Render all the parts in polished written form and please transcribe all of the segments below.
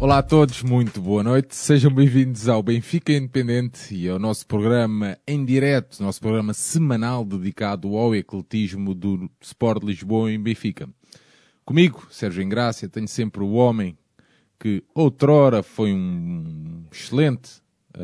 Olá a todos, muito boa noite. Sejam bem-vindos ao Benfica Independente e ao nosso programa em direto, nosso programa semanal dedicado ao ecletismo do Sport Lisboa em Benfica. Comigo, Sérgio Engrácia, tenho sempre o homem que outrora foi um excelente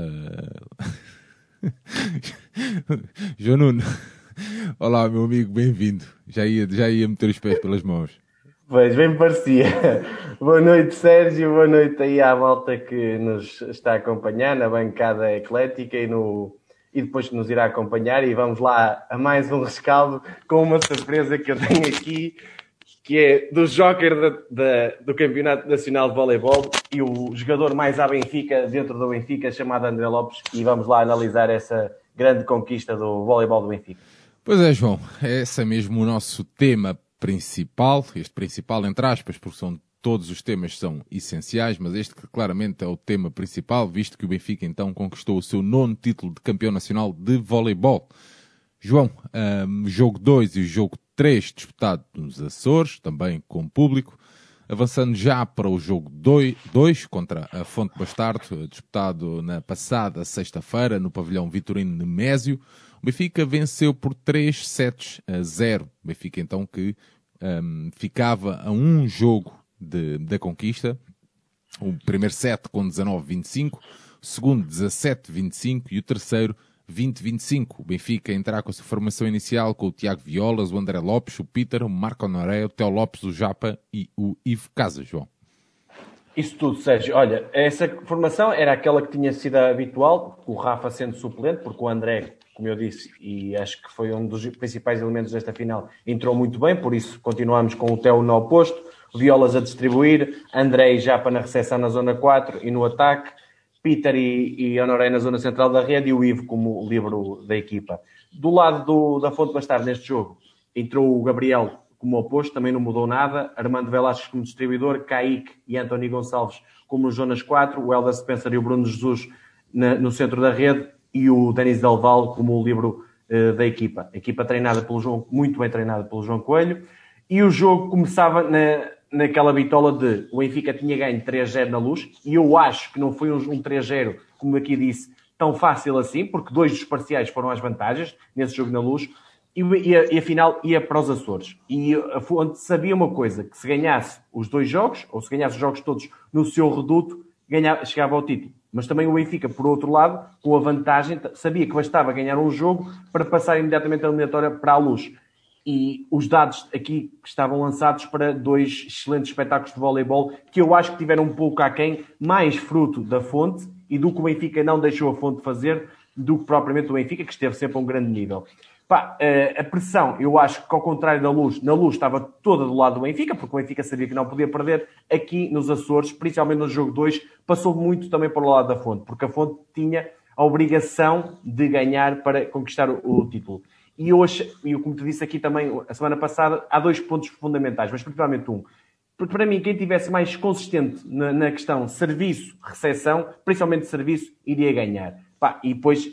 João Nuno. Olá, meu amigo, bem-vindo. Já ia meter os pés pelas mãos. Pois, bem me parecia. Boa noite, Sérgio. Boa noite aí à malta que nos está a acompanhar na bancada eclética e depois que nos irá acompanhar. E vamos lá a mais um rescaldo com uma surpresa que eu tenho aqui, que é do Joker do Campeonato Nacional de Voleibol e o jogador mais à Benfica, dentro do Benfica, chamado André Lopes. E vamos lá analisar essa grande conquista do voleibol do Benfica. Pois é, João. Esse é mesmo o nosso tema principal, este principal entre aspas, porque todos os temas são essenciais, mas este que claramente é o tema principal, visto que o Benfica então conquistou o seu 9º título de campeão nacional de voleibol. João, jogo 2 e o jogo 3 disputado nos Açores, também com público. Avançando já para o jogo 2 contra a Fonte Bastardo, disputado na passada sexta-feira no pavilhão Vitorino Nemésio. O Benfica venceu por 3-0. O Benfica então que ficava a um jogo da conquista. O primeiro set com 19-25, o segundo 17-25 e o terceiro 20-25. O Benfica entrar com a sua formação inicial com o Tiago Violas, o André Lopes, o Peter, o Marco Honoré, o Teo Lopes, o Japa e o Ivo Casas, João. Isso tudo, Sérgio. Olha, essa formação era aquela que tinha sido habitual, o Rafa sendo suplente, porque o André, como eu disse, e acho que foi um dos principais elementos desta final, entrou muito bem, por isso continuamos com o Teo no oposto, Violas a distribuir, André e Japa na recepção na zona 4 e no ataque, Peter e Honoré na zona central da rede e o Ivo como líbero da equipa. Do lado da Fonte Bastardo neste jogo, entrou o Gabriel como oposto, também não mudou nada, Armando Velasquez como distribuidor, Kaique e António Gonçalves como nos zonas 4, o Helder Spencer e o Bruno Jesus no centro da rede e o Denis Del Val como o líbero da equipa. A equipa treinada pelo João, muito bem treinada pelo João Coelho. E o jogo começava naquela bitola de o Benfica tinha ganho 3-0 na Luz, e eu acho que não foi um 3-0, como aqui disse, tão fácil assim, porque 2 dos parciais foram as vantagens nesse jogo na Luz, e a final ia para os Açores. E a Fonte sabia uma coisa, que se ganhasse os 2 jogos, ou se ganhasse os jogos todos no seu reduto, chegava ao título. Mas também o Benfica, por outro lado, com a vantagem, sabia que bastava ganhar um jogo para passar imediatamente a eliminatória para a Luz. E os dados aqui estavam lançados para 2 excelentes espetáculos de voleibol que eu acho que tiveram um pouco aquém, mais fruto da Fonte e do que o Benfica não deixou a Fonte fazer do que propriamente o Benfica, que esteve sempre a um grande nível. A pressão, eu acho que ao contrário da Luz, na Luz estava toda do lado do Benfica, porque o Benfica sabia que não podia perder. Aqui nos Açores, principalmente no jogo 2, passou muito também para o lado da Fonte, porque a Fonte tinha a obrigação de ganhar para conquistar o título. E hoje, como te disse aqui também a semana passada, há 2 pontos fundamentais, mas principalmente um. Porque para mim, quem tivesse mais consistente na questão serviço-recepção, principalmente serviço, iria ganhar. E depois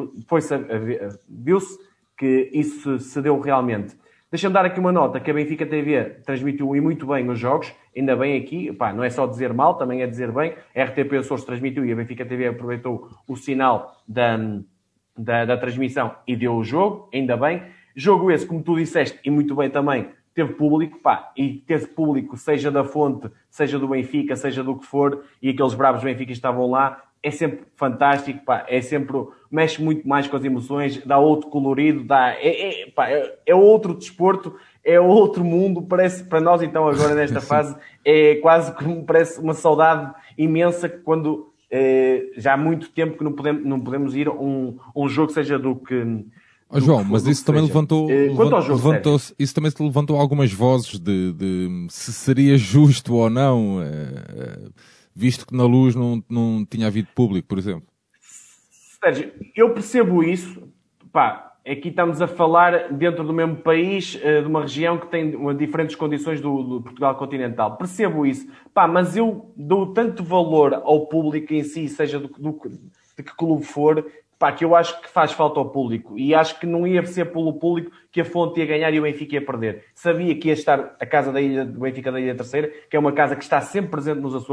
viu-se que isso se deu realmente. Deixa-me dar aqui uma nota, que a Benfica TV transmitiu e muito bem os jogos, ainda bem aqui, não é só dizer mal, também é dizer bem. A RTP Açores transmitiu e a Benfica TV aproveitou o sinal da transmissão e deu o jogo, ainda bem. Jogo esse, como tu disseste, e muito bem também, teve público, e teve público, seja da Fonte, seja do Benfica, seja do que for, e aqueles bravos Benfica estavam lá, é sempre fantástico, é sempre, mexe muito mais com as emoções, dá outro colorido, é outro desporto, é outro mundo, parece, para nós então agora nesta fase, é quase como parece uma saudade imensa quando já há muito tempo que não podemos ir a um jogo, seja do que... João, mas isso também isso também se levantou algumas vozes de se seria justo ou não, visto que na Luz não tinha havido público, por exemplo. Sérgio, eu percebo isso. Aqui estamos a falar dentro do mesmo país, de uma região que tem diferentes condições do Portugal continental. Percebo isso. Mas eu dou tanto valor ao público em si, seja de que clube for, que eu acho que faz falta ao público. E acho que não ia ser pelo público que a Fonte ia ganhar e o Benfica ia perder. Sabia que ia estar a casa do Benfica da Ilha Terceira, que é uma casa que está sempre presente nos Açores.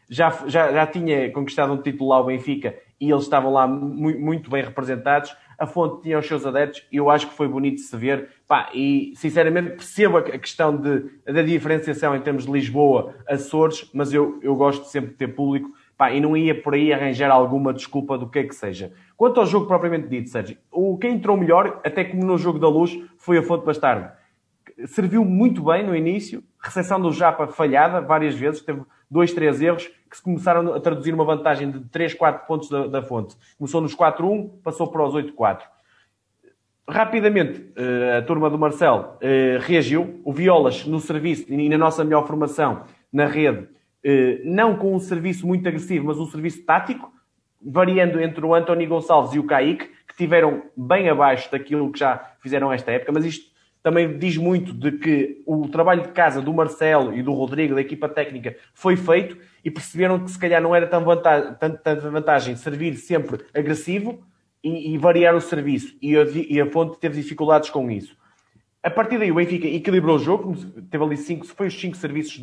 já tinha conquistado um título lá o Benfica e eles estavam lá muito bem representados. A Fonte tinha os seus adeptos e eu acho que foi bonito de se ver. Pá, e, sinceramente, percebo a questão da diferenciação em termos de Lisboa, Açores, mas eu gosto sempre de ter público. Pá, e não ia por aí arranjar alguma desculpa do que seja. Quanto ao jogo propriamente dito, Sérgio, quem entrou melhor, até como no jogo da Luz, foi a Fonte Bastardo. Serviu muito bem no início, recepção do Japa falhada várias vezes, teve 2, 3 erros que se começaram a traduzir uma vantagem de 3, 4 pontos da Fonte. Começou nos 4-1, passou para os 8-4. Rapidamente, a turma do Marcelo reagiu. O Violas, no serviço e na nossa melhor formação na rede, não com um serviço muito agressivo, mas um serviço tático, variando entre o António Gonçalves e o Kaique, que tiveram bem abaixo daquilo que já fizeram esta época, mas isto também diz muito de que o trabalho de casa do Marcelo e do Rodrigo, da equipa técnica, foi feito e perceberam que se calhar não era tanta vantagem servir sempre agressivo e variar o serviço. E a Fonte teve dificuldades com isso. A partir daí o Benfica equilibrou o jogo, teve ali foi os 5 serviços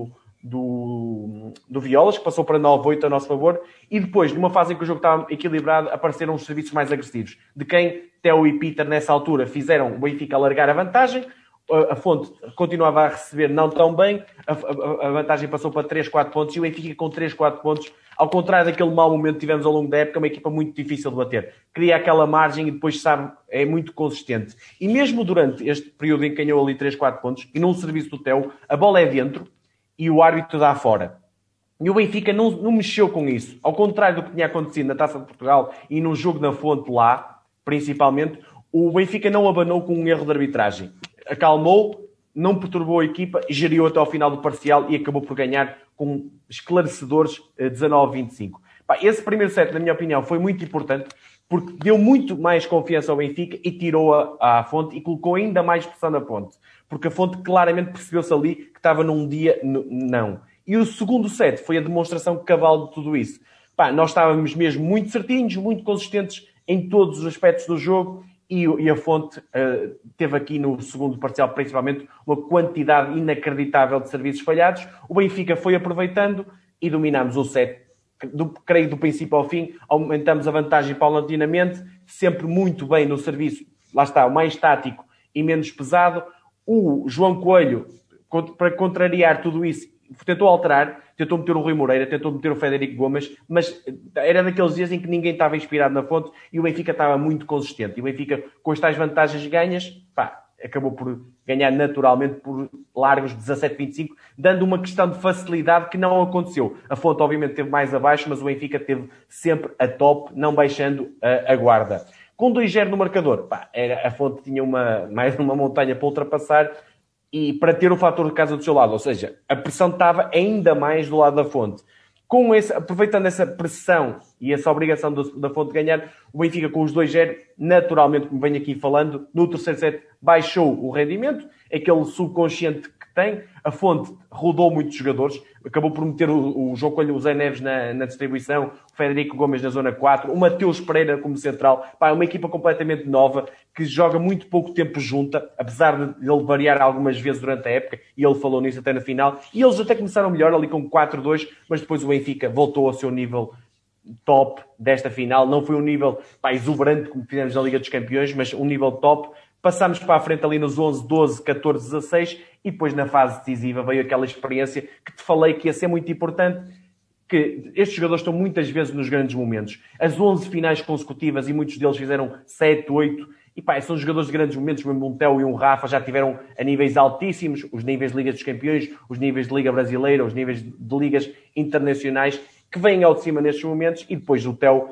do Violas, que passou para 9-8 a nosso favor, e depois, numa fase em que o jogo estava equilibrado, apareceram os serviços mais agressivos, de quem Theo e Peter, nessa altura, fizeram o Benfica alargar a vantagem. A Fonte continuava a receber não tão bem, a vantagem passou para 3, 4 pontos, e o Benfica com 3, 4 pontos, ao contrário daquele mau momento que tivemos ao longo da época, uma equipa muito difícil de bater. Cria aquela margem e depois, sabe, é muito consistente. E mesmo durante este período em que ganhou ali 3, 4 pontos, e num serviço do Theo, a bola é dentro, e o árbitro dá fora. E o Benfica não mexeu com isso. Ao contrário do que tinha acontecido na Taça de Portugal e no jogo na Fonte lá, principalmente, o Benfica não abanou com um erro de arbitragem. Acalmou, não perturbou a equipa, geriu até ao final do parcial e acabou por ganhar com esclarecedores 19-25. Esse primeiro set, na minha opinião, foi muito importante porque deu muito mais confiança ao Benfica e tirou à Fonte e colocou ainda mais pressão na Fonte. Porque a Fonte claramente percebeu-se ali que estava num dia não. E o segundo set foi a demonstração cabal de tudo isso. Nós estávamos mesmo muito certinhos, muito consistentes em todos os aspectos do jogo e a Fonte teve aqui no segundo parcial, principalmente, uma quantidade inacreditável de serviços falhados. O Benfica foi aproveitando e dominámos o set. Creio do princípio ao fim, aumentamos a vantagem paulatinamente, sempre muito bem no serviço, lá está, o mais tático e menos pesado. O João Coelho, para contrariar tudo isso, tentou alterar, tentou meter o Rui Moreira, tentou meter o Frederico Gomes, mas era daqueles dias em que ninguém estava inspirado na Fonte e o Benfica estava muito consistente. E o Benfica, com as tais vantagens ganhas, acabou por ganhar naturalmente por largos 17-25, dando uma questão de facilidade que não aconteceu. A Fonte, obviamente, teve mais abaixo, mas o Benfica teve sempre a top, não baixando a guarda. Com 2-0 no marcador, a Fonte tinha mais uma montanha para ultrapassar e para ter o fator de casa do seu lado. Ou seja, a pressão estava ainda mais do lado da Fonte. Aproveitando essa pressão e essa obrigação da Fonte de ganhar, o Benfica com os 2-0, naturalmente, como venho aqui falando, no terceiro set baixou o rendimento, aquele subconsciente que tem. A Fonte rodou muitos jogadores, acabou por meter o João Coelho, o Zé Neves na distribuição, o Frederico Gomes na zona 4, o Mateus Pereira como central. Uma equipa completamente nova, que joga muito pouco tempo junta, apesar de ele variar algumas vezes durante a época, e ele falou nisso até na final, e eles até começaram melhor ali com 4-2, mas depois o Benfica voltou ao seu nível top desta final. Não foi um nível exuberante como fizemos na Liga dos Campeões, mas um nível top. Passámos para a frente ali nos 11, 12, 14, 16 e depois na fase decisiva veio aquela experiência que te falei que ia ser muito importante, que estes jogadores estão muitas vezes nos grandes momentos. As 11 finais consecutivas e muitos deles fizeram 7, 8 e são jogadores de grandes momentos, mesmo um Theo e um Rafa já tiveram a níveis altíssimos, os níveis de Liga dos Campeões, os níveis de Liga Brasileira, os níveis de ligas internacionais que vêm ao de cima nestes momentos e depois o Theo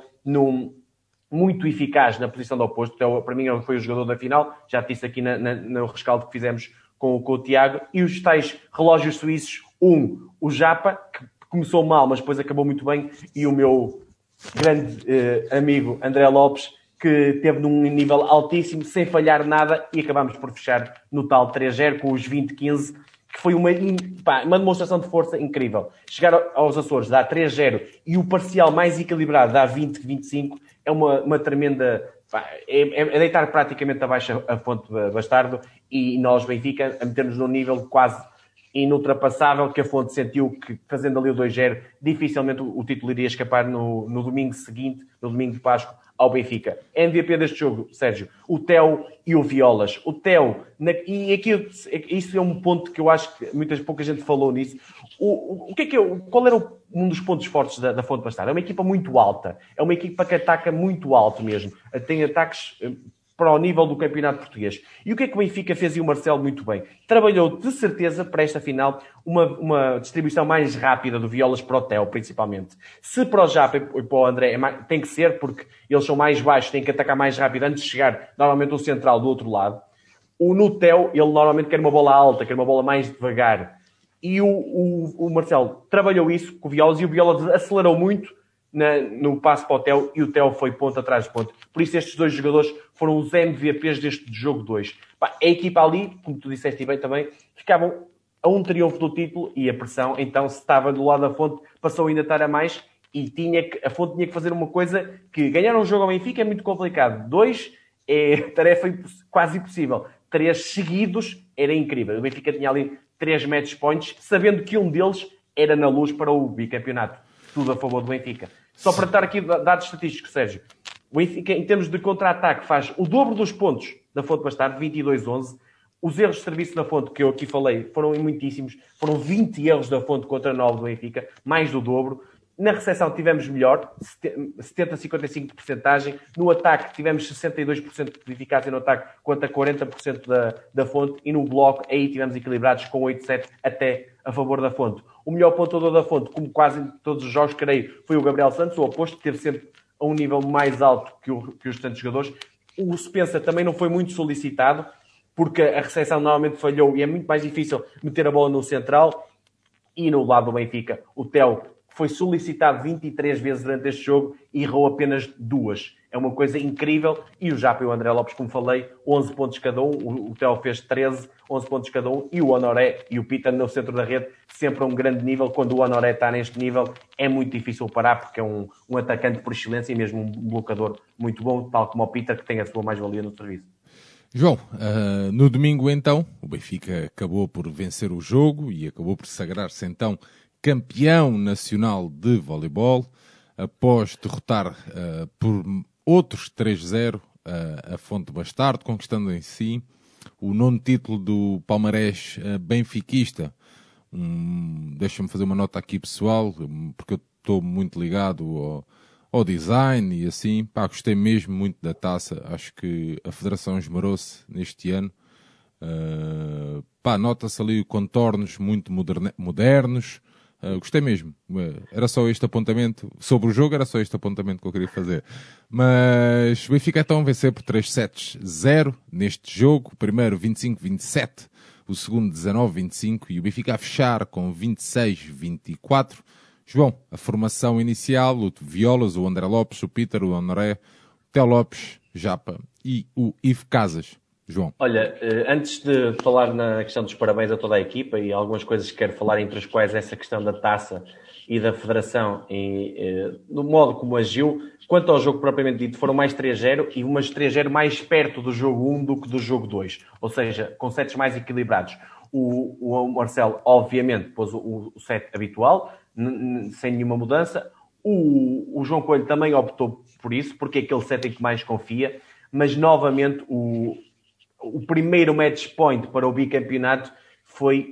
muito eficaz na posição do oposto. Então, para mim, ele foi o jogador da final. Já disse aqui no rescaldo que fizemos com o Tiago. E os tais relógios suíços. O Japa, que começou mal, mas depois acabou muito bem. E o meu grande amigo André Lopes, que teve num nível altíssimo, sem falhar nada. E acabámos por fechar no tal 3-0 com os 20-15, que foi uma demonstração de força incrível. Chegar aos Açores, dá 3-0 e o parcial mais equilibrado dá 20-25, é uma tremenda... É deitar praticamente abaixo a Fonte Bastardo e nós, Benfica, a metermos num nível quase inultrapassável, que a Fonte sentiu que, fazendo ali o 2-0, dificilmente o título iria escapar no domingo seguinte, no domingo de Páscoa, ao Benfica. MVP deste jogo, Sérgio, o Theo e o Violas. O Theo, e aqui isso é um ponto que eu acho que pouca gente falou nisso. Qual era um dos pontos fortes da Fonte Bastarda? É uma equipa muito alta, é uma equipa que ataca muito alto mesmo, tem ataques para o nível do campeonato português. E o que é que o Benfica fez e o Marcelo muito bem? Trabalhou de certeza para esta final uma distribuição mais rápida do Violas para o Theo, principalmente. Se para o Japa e para o André tem que ser, porque eles são mais baixos, têm que atacar mais rápido antes de chegar normalmente o central do outro lado. No Theo, ele normalmente quer uma bola alta, quer uma bola mais devagar. E o Marcelo trabalhou isso com o Violas e o Violas acelerou muito no passo para o Theo e o Theo foi ponto atrás de ponto. Por isso estes dois jogadores foram os MVPs deste jogo 2. A equipa ali, como tu disseste bem também, ficavam a um triunfo do título e a pressão, então se estava do lado da Fonte, passou ainda a estar a mais e a Fonte tinha que fazer uma coisa que ganhar um jogo ao Benfica é muito complicado. 2 é tarefa quase impossível. 3 seguidos era incrível. O Benfica tinha ali 3 match points, sabendo que um deles era na luz para o bicampeonato. Tudo a favor do Benfica. Só para dar aqui dados estatísticos, Sérgio. O Benfica, em termos de contra-ataque, faz o dobro dos pontos da Fonte Bastardo, 22-11. Os erros de serviço da Fonte, que eu aqui falei, foram muitíssimos. Foram 20 erros da Fonte contra 9 do Benfica, mais do dobro. Na recepção tivemos melhor, 70-55% de percentagem. No ataque tivemos 62% de eficácia no ataque contra 40% da Fonte. E no bloco aí tivemos equilibrados com 8-7 até a favor da Fonte. O melhor pontuador da Fonte, como quase em todos os jogos, creio, foi o Gabriel Santos. O oposto, teve sempre a um nível mais alto que os restantes jogadores. O Spencer também não foi muito solicitado, porque a recepção normalmente falhou e é muito mais difícil meter a bola no central. E no lado do Benfica, o Theo foi solicitado 23 vezes durante este jogo e errou apenas 2. É uma coisa incrível. E o Japa e o André Lopes, como falei, 11 pontos cada um. O Theo fez 13, 11 pontos cada um. E o Honoré e o Pita no centro da rede, sempre a um grande nível. Quando o Honoré está neste nível, é muito difícil parar, porque é um atacante por excelência e mesmo um blocador muito bom, tal como o Pita, que tem a sua mais-valia no serviço. João, no domingo então, o Benfica acabou por vencer o jogo e acabou por sagrar-se então campeão nacional de voleibol, após derrotar por outros 3-0 a Fonte Bastardo, conquistando em si o 9º título do palmarés benfiquista. Deixa-me fazer uma nota aqui pessoal, porque eu estou muito ligado ao design e assim. Gostei mesmo muito da taça. Acho que a Federação esmerou-se neste ano. Nota-se ali contornos muito modernos. Gostei mesmo. Era só este apontamento. Sobre o jogo, era só este apontamento que eu queria fazer. Mas o Benfica então venceu por 3-7-0 neste jogo. O primeiro 25-27, o segundo 19-25 e o Benfica a fechar com 26-24. João, a formação inicial, o Violas, o André Lopes, o Peter, o Honoré, o Theo Lopes, Japa e o Ivo Casas. João. Olha, antes de falar na questão dos parabéns a toda a equipa e algumas coisas que quero falar, entre as quais essa questão da taça e da federação e do modo como agiu, quanto ao jogo propriamente dito, foram mais 3-0 e umas 3-0 mais perto do jogo 1 do que do jogo 2, ou seja, com sets mais equilibrados. O Marcelo, obviamente, pôs o set habitual, sem nenhuma mudança. O João Coelho também optou por isso, porque é aquele set em que mais confia, mas novamente o primeiro match point para o bicampeonato foi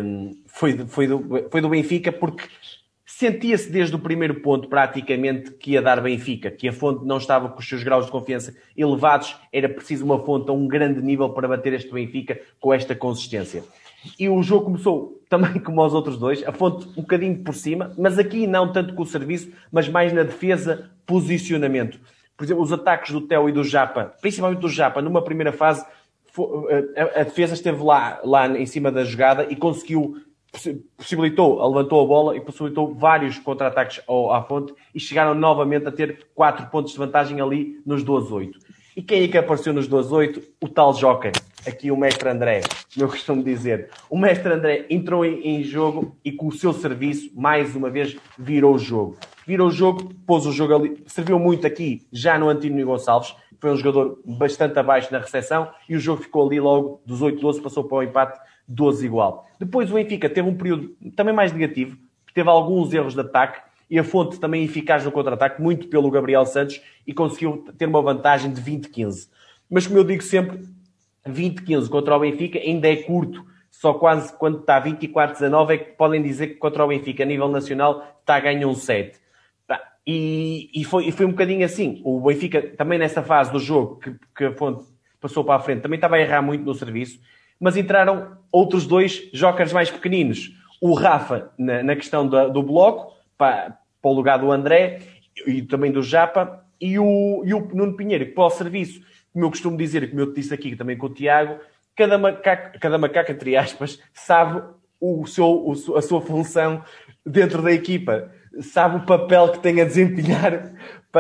do Benfica, porque sentia-se desde o primeiro ponto praticamente que ia dar Benfica, que a Fonte não estava com os seus graus de confiança elevados, era preciso uma Fonte a um grande nível para bater este Benfica com esta consistência. E o jogo começou também como aos outros dois, a Fonte um bocadinho por cima, mas aqui não tanto com o serviço, mas mais na defesa, posicionamento. Por exemplo, os ataques do Theo e do Japa, principalmente do Japa, numa primeira fase, a defesa esteve lá em cima da jogada e conseguiu, levantou a bola e possibilitou vários contra-ataques à Fonte e chegaram novamente a ter 4 pontos de vantagem ali nos 12-8. E quem é que apareceu nos 2-8? O tal Joker. Aqui o mestre André, como eu costumo dizer. O mestre André entrou em jogo e com o seu serviço, mais uma vez, virou o jogo. Virou o jogo, pôs o jogo ali. Serviu muito aqui, já no António Gonçalves. Foi um jogador bastante abaixo na recepção e o jogo ficou ali logo dos 8-12, passou para o empate 12 igual. Depois o Benfica teve um período também mais negativo, teve alguns erros de ataque e a Fonte também eficaz no contra-ataque, muito pelo Gabriel Santos, e conseguiu ter uma vantagem de 20-15. Mas como eu digo sempre, 20-15 contra o Benfica ainda é curto. Só quase quando está 24-19 é que podem dizer que contra o Benfica, a nível nacional, está a ganhar um 7. E foi um bocadinho assim. O Benfica, também nessa fase do jogo, que a Fonte passou para a frente, também estava a errar muito no serviço, mas entraram outros dois jokers mais pequeninos. O Rafa, na questão do bloco, para o lugar do André, e também do Japa, e o Nuno Pinheiro, que para o serviço, como eu costumo dizer, e como eu te disse aqui também com o Tiago, cada macaco, entre aspas, sabe a sua função dentro da equipa. Sabe o papel que tem a desempenhar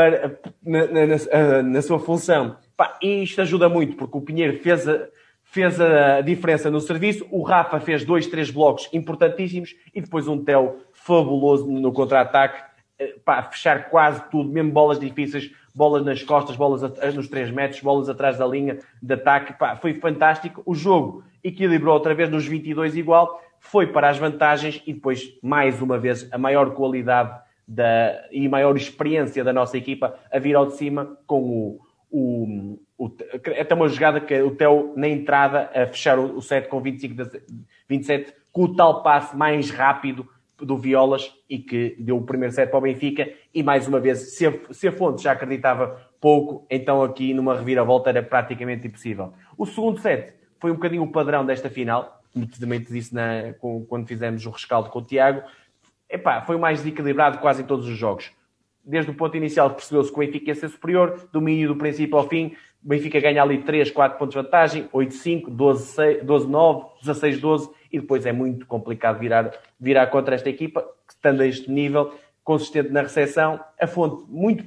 na sua função. E isto ajuda muito, porque o Pinheiro fez a diferença no serviço, o Rafa fez 2-3 blocos importantíssimos e depois um Theo fabuloso no contra-ataque, fechar quase tudo, mesmo bolas difíceis, bolas nas costas, bolas nos 3 metros, bolas atrás da linha de ataque. Foi fantástico. O jogo equilibrou outra vez nos 22 igual, foi para as vantagens e depois, mais uma vez, a maior qualidade e maior experiência da nossa equipa a vir ao de cima com até uma jogada que o Theo na entrada a fechar o set com 25-27 com o tal passe mais rápido do Violas e que deu o primeiro set para o Benfica e mais uma vez, se a Fonte já acreditava pouco, então aqui numa reviravolta era praticamente impossível. O segundo set foi um bocadinho o padrão desta final, como também te disse quando fizemos o rescaldo com o Tiago. Foi o mais desequilibrado quase em todos os jogos. Desde o ponto inicial percebeu-se que o Benfica ia ser superior, domínio do princípio ao fim, o Benfica ganha ali 3, 4 pontos de vantagem, 8-5, 12-9, 16-12, e depois é muito complicado virar contra esta equipa, que estando a este nível, consistente na recepção. A Fonte, muito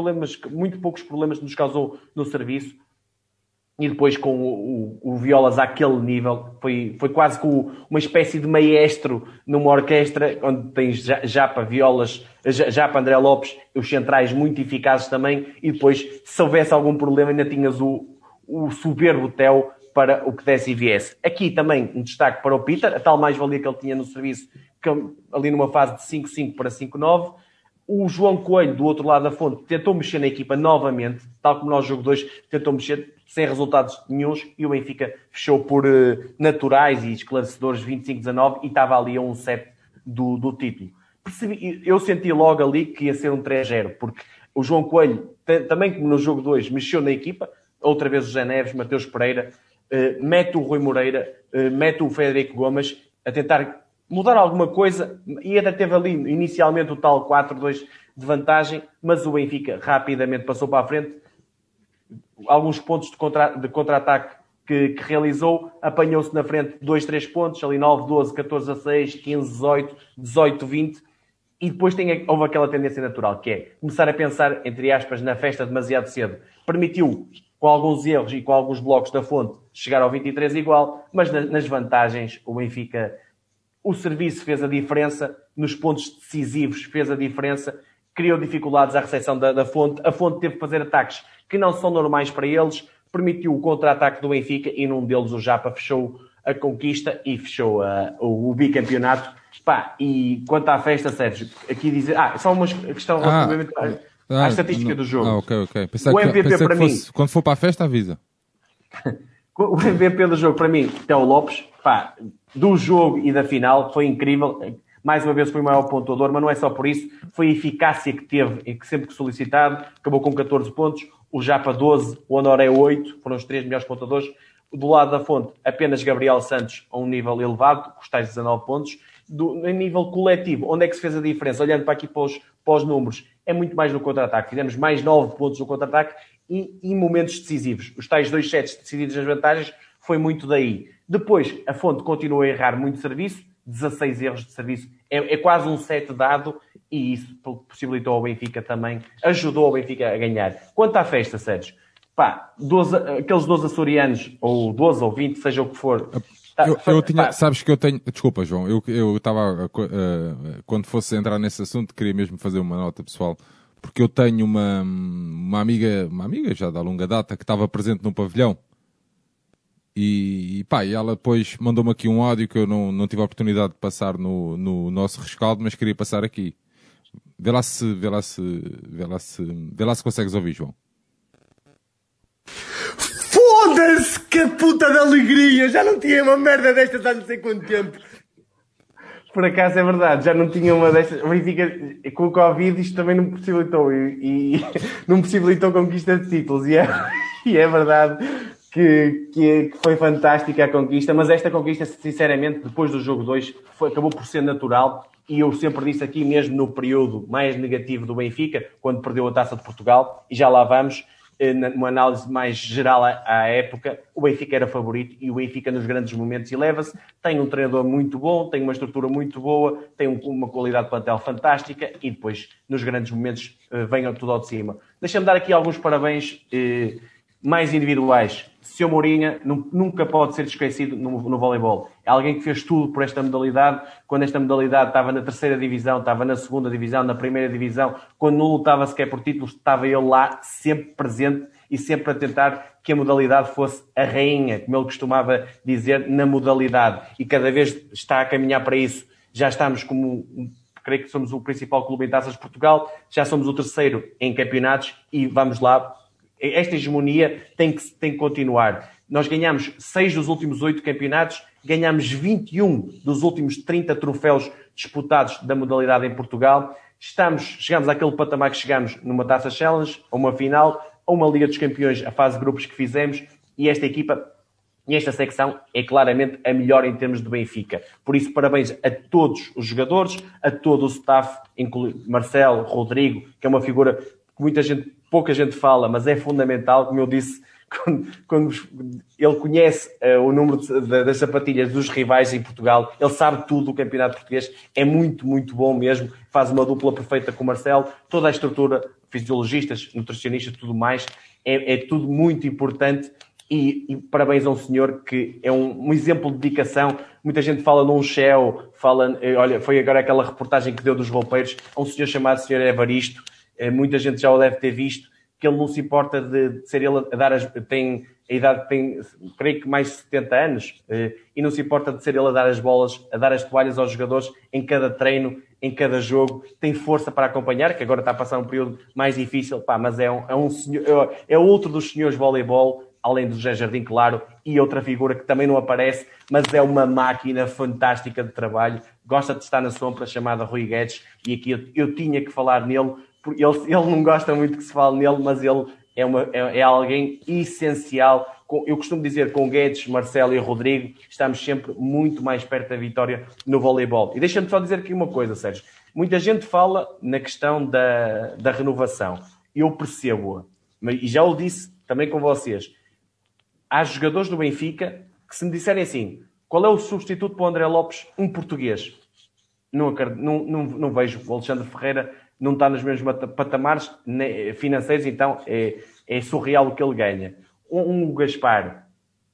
poucos problemas nos causou no serviço, e depois com o Violas àquele nível, foi quase com uma espécie de maestro numa orquestra, onde tens Japa, Violas, Japa, André Lopes, os centrais muito eficazes também, e depois, se houvesse algum problema, ainda tinhas o soberbo Theo para o que desse e viesse. Aqui também um destaque para o Peter, a tal mais-valia que ele tinha no serviço, ali numa fase de 5-5 para 5-9. O João Coelho, do outro lado da fonte, tentou mexer na equipa novamente, tal como no jogo 2, tentou mexer sem resultados nenhuns, e o Benfica fechou por naturais e esclarecedores 25-19 e estava ali a um set do título. Eu senti logo ali que ia ser um 3-0, porque o João Coelho, também como no jogo 2, mexeu na equipa, outra vez o José Neves, Mateus Pereira, mete o Rui Moreira, mete o Frederico Gomes, a tentar mudar alguma coisa, e ainda teve ali inicialmente o tal 4-2 de vantagem, mas o Benfica rapidamente passou para a frente. Alguns pontos de contra-ataque que realizou, apanhou-se na frente 2-3 pontos, ali 9-12, 14-16, 15-18, 18-20, e depois houve aquela tendência natural, que é começar a pensar, entre aspas, na festa demasiado cedo. Permitiu, com alguns erros e com alguns blocos da fonte, chegar ao 23 igual, mas nas vantagens o Benfica... O serviço fez a diferença, nos pontos decisivos fez a diferença, criou dificuldades à recepção da fonte. A fonte teve que fazer ataques que não são normais para eles, permitiu o contra-ataque do Benfica e num deles o Japa fechou a conquista e fechou o bicampeonato. E quanto à festa, Sérgio, aqui dizer... só uma questão relativamente à estatística do jogo. Ok. O MVP para mim... Quando for para a festa, avisa. O MVP do jogo, para mim, Theo Lopes, do jogo e da final, foi incrível. Mais uma vez foi o maior pontuador, mas não é só por isso. Foi a eficácia que teve, e que sempre que solicitado, acabou com 14 pontos. O Japa 12, o Honoré 8, foram os 3 melhores pontuadores. Do lado da fonte, apenas Gabriel Santos a um nível elevado, com os tais 19 pontos. Em nível coletivo, onde é que se fez a diferença? Olhando para aqui para os números, é muito mais no contra-ataque. Fizemos mais 9 pontos no contra-ataque e em momentos decisivos. Os tais 2 sets decididos nas vantagens, foi muito daí. Depois, a fonte continua a errar muito serviço, 16 erros de serviço. É quase um set dado e isso possibilitou ao Benfica também, ajudou o Benfica a ganhar. Quanto à festa, Sérgio, pá, aqueles 12 açorianos, ou 12 ou 20, seja o que for. Eu tinha, sabes que eu tenho, desculpa João, eu estava, quando fosse entrar nesse assunto, queria mesmo fazer uma nota pessoal, porque eu tenho uma amiga já da longa data, que estava presente no pavilhão, e ela depois mandou-me aqui um áudio que eu não tive a oportunidade de passar no nosso rescaldo, mas queria passar aqui. Vê lá se consegues ouvir, João. Foda-se, que puta de alegria! Já não tinha uma merda destas há não sei quanto tempo. Por acaso é verdade, já não tinha uma destas. O Benfica, com o Covid, isto também não possibilitou. E não possibilitou a conquista de títulos. E é verdade que foi fantástica a conquista. Mas esta conquista, sinceramente, depois do jogo 2, acabou por ser natural. E eu sempre disse aqui, mesmo no período mais negativo do Benfica, quando perdeu a Taça de Portugal, e já lá vamos, numa análise mais geral à época, o Benfica era favorito e o Benfica nos grandes momentos eleva-se, tem um treinador muito bom, tem uma estrutura muito boa, tem uma qualidade de plantel fantástica e depois nos grandes momentos venham tudo ao de cima. Deixa-me dar aqui alguns parabéns mais individuais. Sr. Mourinho nunca pode ser esquecido no voleibol. É alguém que fez tudo por esta modalidade. Quando esta modalidade estava na terceira divisão, estava na segunda divisão, na primeira divisão, quando não lutava sequer por títulos, estava ele lá, sempre presente e sempre a tentar que a modalidade fosse a rainha, como ele costumava dizer, na modalidade. E cada vez está a caminhar para isso. Já estamos creio que somos o principal clube em taças de Portugal, já somos o terceiro em campeonatos e vamos lá. Esta hegemonia tem que continuar. Nós ganhamos 6 dos últimos 8 campeonatos, ganhamos 21 dos últimos 30 troféus disputados da modalidade em Portugal. Chegamos àquele patamar que chegamos numa Taça Challenge, a uma final, a uma Liga dos Campeões, a fase de grupos que fizemos, e esta equipa e esta secção é claramente a melhor em termos de Benfica. Por isso, parabéns a todos os jogadores, a todo o staff, incluindo Marcelo, Rodrigo, que é uma figura que pouca gente fala, mas é fundamental, como eu disse, quando ele conhece o número das sapatilhas dos rivais em Portugal, ele sabe tudo do campeonato português, é muito, muito bom mesmo, faz uma dupla perfeita com o Marcelo, toda a estrutura, fisiologistas, nutricionistas, tudo mais, é tudo muito importante e parabéns a um senhor que é um exemplo de dedicação. Muita gente fala num Shell, olha, foi agora aquela reportagem que deu dos roupeiros, a um senhor chamado Sr. Evaristo. Muita gente já o deve ter visto, que ele não se importa de ser ele a dar tem creio que mais de 70 anos, e não se importa de ser ele a dar as bolas, a dar as toalhas aos jogadores em cada treino, em cada jogo, tem força para acompanhar, que agora está a passar um período mais difícil, mas é um senhor, é outro dos senhores de voleibol, além do José Jardim, claro, e outra figura que também não aparece, mas é uma máquina fantástica de trabalho, gosta de estar na sombra, chamada Rui Guedes, e aqui eu tinha que falar nele. Ele não gosta muito que se fale nele, mas ele é alguém essencial. Eu costumo dizer, com o Guedes, Marcelo e Rodrigo, estamos sempre muito mais perto da vitória no voleibol. E deixa-me só dizer aqui uma coisa, Sérgio. Muita gente fala na questão da renovação. Eu percebo-a. E já o disse também com vocês. Há jogadores do Benfica que, se me disserem assim, qual é o substituto para o André Lopes? Um português. Não vejo. O Alexandre Ferreira não está nos mesmos patamares financeiros, então é surreal o que ele ganha. Um Gaspar,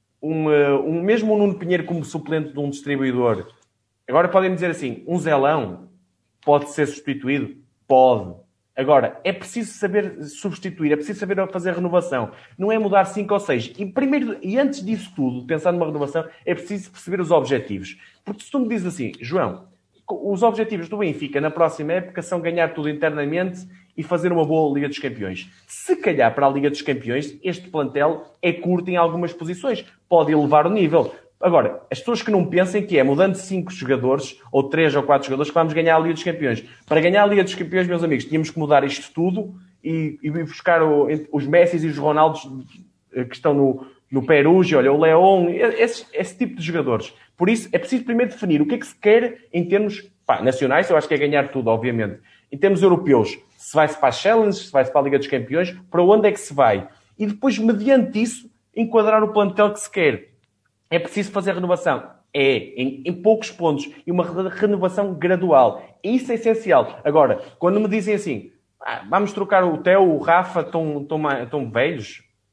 mesmo um Nuno Pinheiro como suplente de um distribuidor. Agora podem dizer assim, um Zelão pode ser substituído? Pode. Agora, é preciso saber substituir, é preciso saber fazer renovação. Não é mudar 5 ou 6. E antes disso tudo, pensar numa renovação, é preciso perceber os objetivos. Porque se tu me dizes assim, João, os objetivos do Benfica na próxima época são ganhar tudo internamente e fazer uma boa Liga dos Campeões. Se calhar para a Liga dos Campeões, este plantel é curto em algumas posições. Pode elevar o nível. Agora, as pessoas que não pensem que é mudando 5 jogadores, ou 3 ou 4 jogadores, que vamos ganhar a Liga dos Campeões. Para ganhar a Liga dos Campeões, meus amigos, tínhamos que mudar isto tudo e buscar os Messi e os Ronaldos que estão no Perugem, olha, o Leão, esse tipo de jogadores. Por isso, é preciso primeiro definir o que é que se quer em termos nacionais, eu acho que é ganhar tudo, obviamente. Em termos europeus, se vai-se para a Challenge, se vai-se para a Liga dos Campeões, para onde é que se vai? E depois, mediante isso, enquadrar o plantel que se quer. É preciso fazer renovação. Em poucos pontos. E uma renovação gradual. E isso é essencial. Agora, quando me dizem assim, vamos trocar o Theo, o Rafa, estão velhos.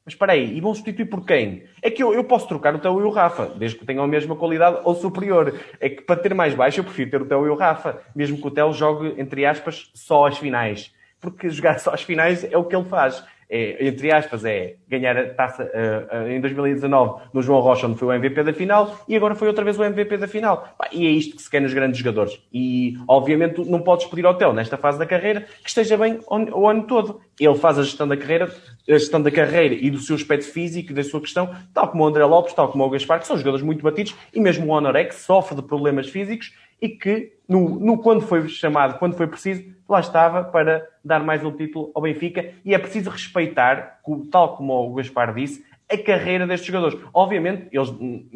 Mas espera aí, e vão substituir por quem? É que eu posso trocar o Theo e o Rafa, desde que tenham a mesma qualidade ou superior. É que para ter mais baixo eu prefiro ter o Theo e o Rafa, mesmo que o Theo jogue, entre aspas, só as finais. Porque jogar só as finais é o que ele faz. É, entre aspas, é ganhar a taça em 2019 no João Rocha, onde foi o MVP da final, e agora foi outra vez o MVP da final. E é isto que se quer nos grandes jogadores. E, obviamente, não podes pedir ao Theo, nesta fase da carreira, que esteja bem o ano todo. Ele faz a gestão da carreira e do seu aspecto físico e da sua questão, tal como o André Lopes, tal como o Gaspar, que são jogadores muito batidos, e mesmo o Honoré, que sofre de problemas físicos, e que, quando foi chamado, quando foi preciso, lá estava para dar mais um título ao Benfica. E é preciso respeitar, tal como o Gaspar disse, a carreira destes jogadores. Obviamente, eles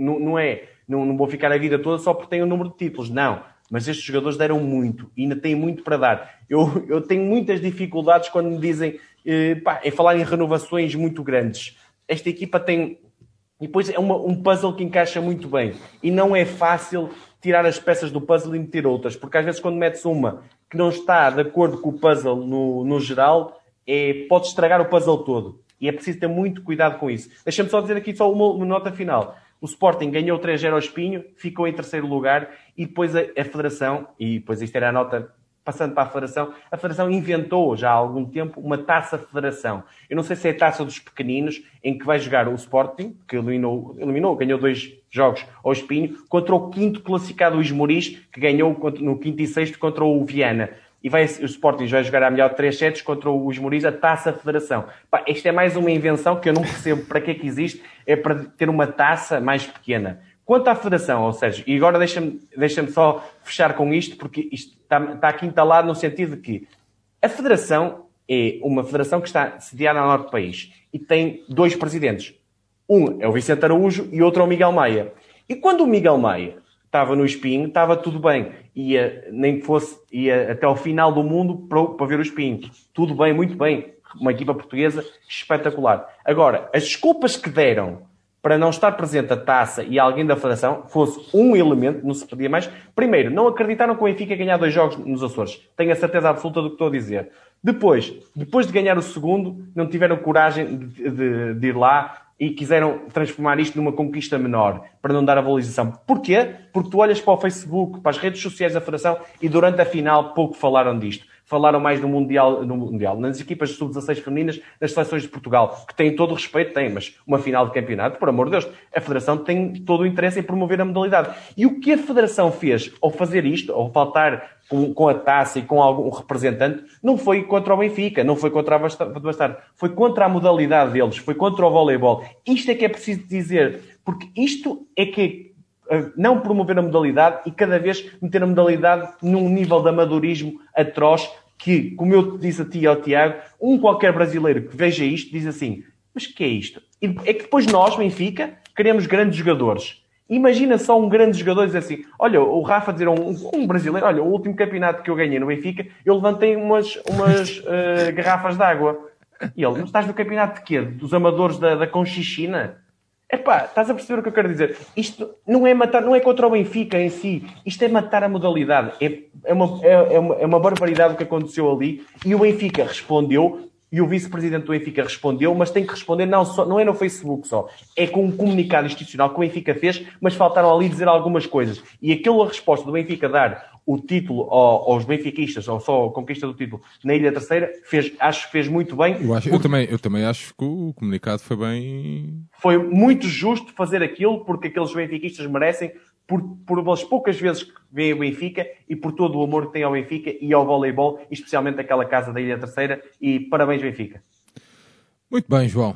não vão ficar a vida toda só porque têm o número de títulos. Não. Mas estes jogadores deram muito e ainda têm muito para dar. Eu tenho muitas dificuldades quando me dizem em falar em renovações muito grandes. Esta equipa tem... E depois é um puzzle que encaixa muito bem. E não é fácil tirar as peças do puzzle e meter outras. Porque às vezes quando metes uma que não está de acordo com o puzzle no geral, pode estragar o puzzle todo. E é preciso ter muito cuidado com isso. Deixa-me só dizer aqui só uma nota final. O Sporting ganhou 3-0 ao Espinho, ficou em terceiro lugar, e depois a Federação, e depois isto era a nota... Passando para a Federação inventou já há algum tempo uma taça Federação. Eu não sei se é a taça dos pequeninos, em que vai jogar o Sporting, que eliminou, ganhou 2 jogos ao Espinho, contra o quinto classificado, o Esmoriz, que ganhou no quinto e sexto contra o Viana. E o Sporting vai jogar a melhor de 3 sets contra o Esmoriz, a taça Federação. Esta é mais uma invenção que eu não percebo para que é que existe, é para ter uma taça mais pequena. Quanto à Federação, ou seja, e agora deixa-me só fechar com isto, porque isto está aqui entalado no sentido de que a Federação é uma federação que está sediada no norte do país e tem 2 presidentes. Um é o Vicente Araújo e outro é o Miguel Maia. E quando o Miguel Maia estava no Espinho, estava tudo bem. Ia até ao final do mundo para ver o Espinho. Tudo bem, muito bem. Uma equipa portuguesa espetacular. Agora, as desculpas que deram para não estar presente a taça e alguém da Federação fosse um elemento, não se pedia mais. Primeiro, não acreditaram que o Benfica ia ganhar 2 jogos nos Açores. Tenho a certeza absoluta do que estou a dizer. Depois de ganhar o segundo, não tiveram coragem de ir lá e quiseram transformar isto numa conquista menor, para não dar a valorização. Porquê? Porque tu olhas para o Facebook, para as redes sociais da Federação e durante a final pouco falaram disto. Falaram mais no Mundial, nas equipas de sub-16 femininas, nas seleções de Portugal, que têm todo o respeito, mas uma final de campeonato, por amor de Deus, a Federação tem todo o interesse em promover a modalidade. E o que a Federação fez ao fazer isto, ao faltar com a taça e com algum representante, não foi contra o Benfica, não foi contra a Bastardo, foi contra a modalidade deles, foi contra o voleibol. Isto é que é preciso dizer, porque isto é que não promover a modalidade e cada vez meter a modalidade num nível de amadorismo atroz que, como eu disse a ti e ao Tiago, qualquer brasileiro que veja isto diz assim, mas o que é isto? E é que depois nós, Benfica, queremos grandes jogadores. Imagina só um grande jogador dizer assim, olha, o Rafa dizer a um brasileiro, olha, o último campeonato que eu ganhei no Benfica, eu levantei umas garrafas de água. E ele, não estás no campeonato de quê? Dos amadores da Conchichina? Epá, estás a perceber o que eu quero dizer? Isto não é matar, não é contra o Benfica em si. Isto é matar a modalidade. É uma barbaridade o que aconteceu ali. E o Benfica respondeu, e o vice-presidente do Benfica respondeu, mas tem que responder não é no Facebook só. É com um comunicado institucional que o Benfica fez, mas faltaram ali dizer algumas coisas. E aquela resposta do Benfica dar o título aos benfiquistas, ou só a conquista do título na Ilha Terceira, acho que fez muito bem. Eu também acho que o comunicado foi bem... Foi muito justo fazer aquilo, porque aqueles benfiquistas merecem, por umas poucas vezes que vêm o Benfica e por todo o amor que têm ao Benfica e ao voleibol, especialmente aquela casa da Ilha Terceira. E parabéns, Benfica. Muito bem, João.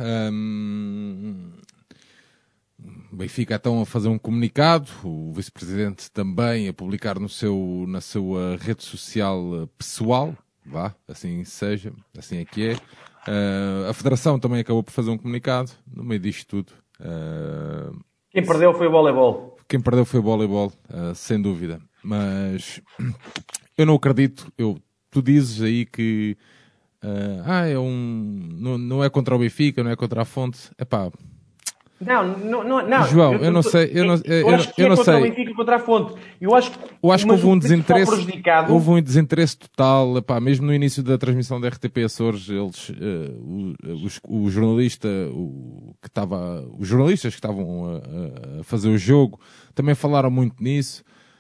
O Benfica então a fazer um comunicado, o vice-presidente também a publicar na sua rede social pessoal, assim seja, assim é que é. A Federação também acabou por fazer um comunicado no meio disto tudo. Quem perdeu foi o voleibol. Quem perdeu foi o voleibol, sem dúvida. Mas eu não acredito. Tu dizes aí que não é contra o Benfica, não é contra a Fonte. Epá, Não. João, eu não sei. Eu acho que eu não contra sei. o Benfica e contra a Fonte. Eu acho que houve um desinteresse. prejudicado. Houve um desinteresse total. Epá, mesmo no início da transmissão da RTP Açores, eles, o jornalista, os jornalistas que estavam a fazer o jogo também falaram muito nisso.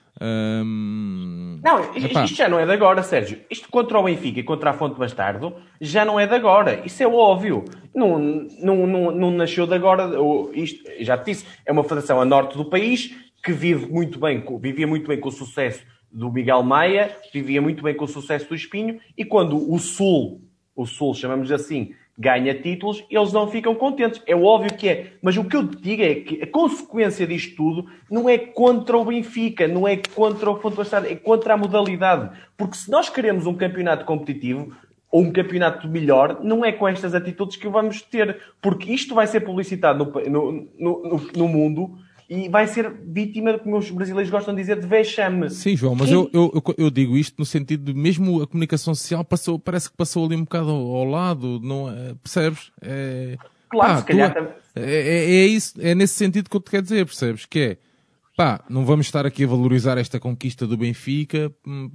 Isto já não é de agora, Sérgio. Isto contra o Benfica e contra a Fonte Bastardo já não é de agora. Isso é óbvio. Não nasceu de agora. Isto, já te disse, é uma federação a norte do país que vivia muito bem com o sucesso do Miguel Maia, vivia muito bem com o sucesso do Espinho, e quando o Sul, chamamos assim, ganha títulos, eles não ficam contentes. É óbvio que é. Mas o que eu te digo é que a consequência disto tudo não é contra o Benfica, não é contra o Fonte Bastardo, é contra a modalidade. Porque se nós queremos um campeonato competitivo, ou um campeonato melhor, não é com estas atitudes que vamos ter. Porque isto vai ser publicitado no mundo e vai ser vítima, como os brasileiros gostam de dizer, de vexame. Sim, João, mas eu digo isto no sentido de mesmo a comunicação social parece que passou ali um bocado ao lado, não é? Percebes? Claro, se calhar... É isso, é nesse sentido que eu te quero dizer, percebes? Que é, não vamos estar aqui a valorizar esta conquista do Benfica,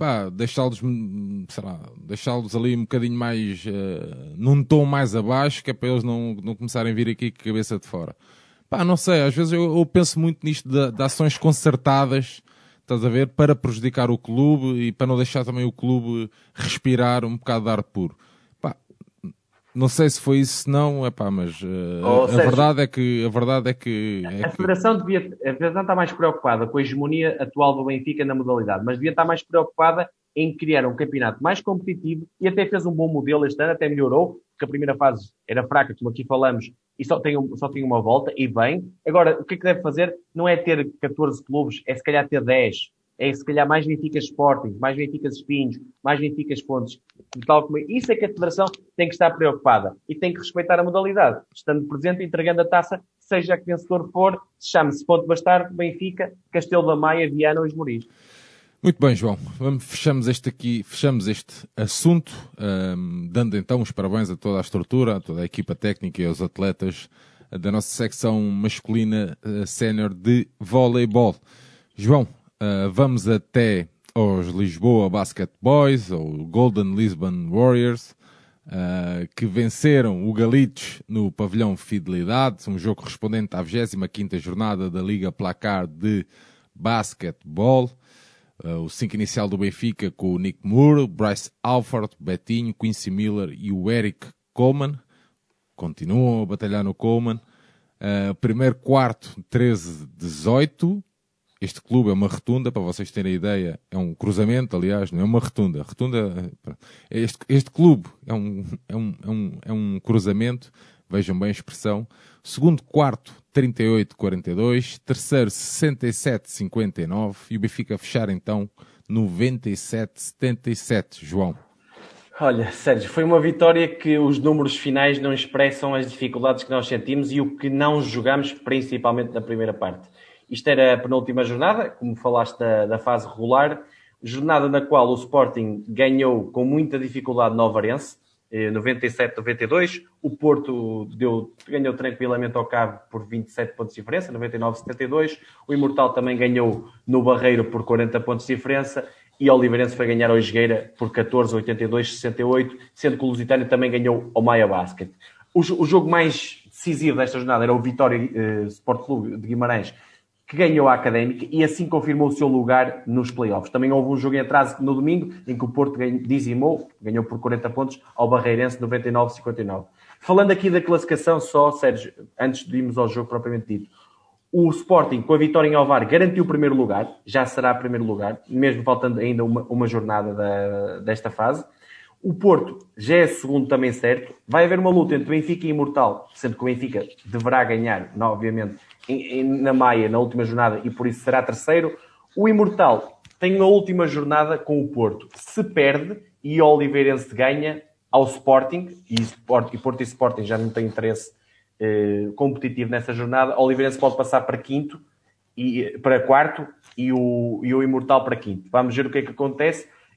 deixá-los ali um bocadinho mais, num tom mais abaixo, que é para eles não começarem a vir aqui com a cabeça de fora. Não sei, às vezes eu penso muito nisto de ações concertadas, estás a ver, para prejudicar o clube e para não deixar também o clube respirar um bocado de ar puro. Não sei se foi isso, não, mas a verdade é que... A Federação está mais preocupada com a hegemonia atual do Benfica na modalidade, mas devia estar mais preocupada em criar um campeonato mais competitivo, e até fez um bom modelo este ano, até melhorou, porque a primeira fase era fraca, como aqui falamos, e só tem uma volta, e bem. Agora, o que é que deve fazer? Não é ter 14 clubes, é se calhar ter 10. É se calhar mais Benfica Sporting, mais Benfica Espinhos, mais Benfica Fontes. Isso é que a Federação tem que estar preocupada e tem que respeitar a modalidade, estando presente, entregando a taça, seja que vencedor for, chame-se Fonte Bastardo, Benfica, Castelo da Maia, Viana ou Esmoriz. Muito bem, João. Fechamos este assunto, dando então os parabéns a toda a estrutura, a toda a equipa técnica e aos atletas da nossa secção masculina sénior de voleibol. João, vamos até aos Lisboa Basket Boys, ou Golden Lisbon Warriors, que venceram o Galitos no pavilhão Fidelidade, um jogo correspondente à 25ª jornada da Liga Placar de Basquetebol. O 5 inicial do Benfica com o Nick Moore, Bryce Alford, Betinho, Quincy Miller e o Eric Coleman. Continuam a batalhar no Coleman. Primeiro quarto, 13-18. Este clube é uma retunda, para vocês terem ideia. É um cruzamento, aliás, não é uma retunda. Este clube é um cruzamento. Vejam bem a expressão. Segundo quarto, 38-42. Terceiro, 67-59. E o Benfica a fechar, então, 97-77. João. Olha, Sérgio, foi uma vitória que os números finais não expressam as dificuldades que nós sentimos e o que não jogamos, principalmente na primeira parte. Isto era a penúltima jornada, como falaste da fase regular. Jornada na qual o Sporting ganhou com muita dificuldade no Ovarense. 97-92, o Porto ganhou tranquilamente ao Cabo por 27 pontos de diferença, 99-72, o Imortal também ganhou no Barreiro por 40 pontos de diferença e o Oliveirense foi ganhar ao Esgueira por 14-82-68, sendo que o Lusitânia também ganhou ao Maia Basket. O jogo mais decisivo desta jornada era o Vitória Sport Clube de Guimarães, que ganhou a Académica e assim confirmou o seu lugar nos playoffs. Também houve um jogo em atraso no domingo, em que o Porto ganhou por 40 pontos ao Barreirense 99-59. Falando aqui da classificação só, Sérgio, antes de irmos ao jogo propriamente dito, o Sporting, com a vitória em Alvar, garantiu o primeiro lugar, já será primeiro lugar, mesmo faltando ainda uma jornada desta fase. O Porto já é segundo também certo. Vai haver uma luta entre Benfica e Imortal, sendo que o Benfica deverá ganhar, obviamente, na Maia, na última jornada, e por isso será terceiro. O Imortal tem a última jornada com o Porto. Se perde e o Oliveirense ganha ao Sporting, e Porto e Sporting já não têm interesse competitivo nessa jornada, o Oliveirense pode passar para quarto e o Imortal para quinto. Vamos ver o que é que acontece.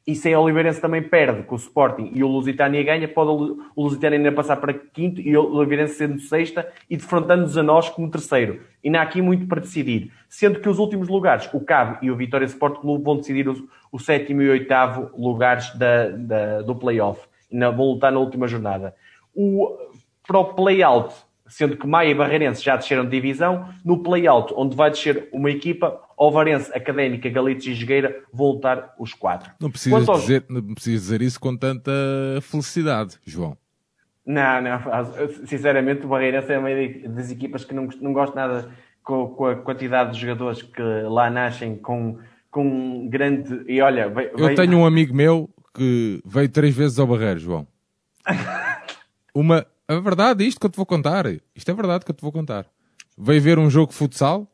E se a Oliveirense também perde com o Sporting e o Lusitânia ganha, pode o Lusitânia ainda passar para quinto e o Oliveirense sendo sexta e defrontando-nos a nós como terceiro. E não há aqui muito para decidir. Sendo que os últimos lugares, o Cabo e o Vitória Sport Clube, vão decidir o sétimo e oitavo lugares do play-off. Vão lutar na última jornada. Para o play-out, sendo que Maia e Barreirense já desceram de divisão, no play-out, onde vai descer uma equipa, Ovarense, Académica, Galitos e Jogueira, vão lutar os 4. Não precisas dizer isso com tanta felicidade, João. Não. Sinceramente, o Barreirense é uma das equipas que não gosto nada com a quantidade de jogadores que lá nascem com grande... E olha... Eu tenho um amigo meu que veio 3 vezes ao Barreiro, João. É verdade isto que eu te vou contar. Isto é verdade que eu te vou contar. Veio ver um jogo de futsal.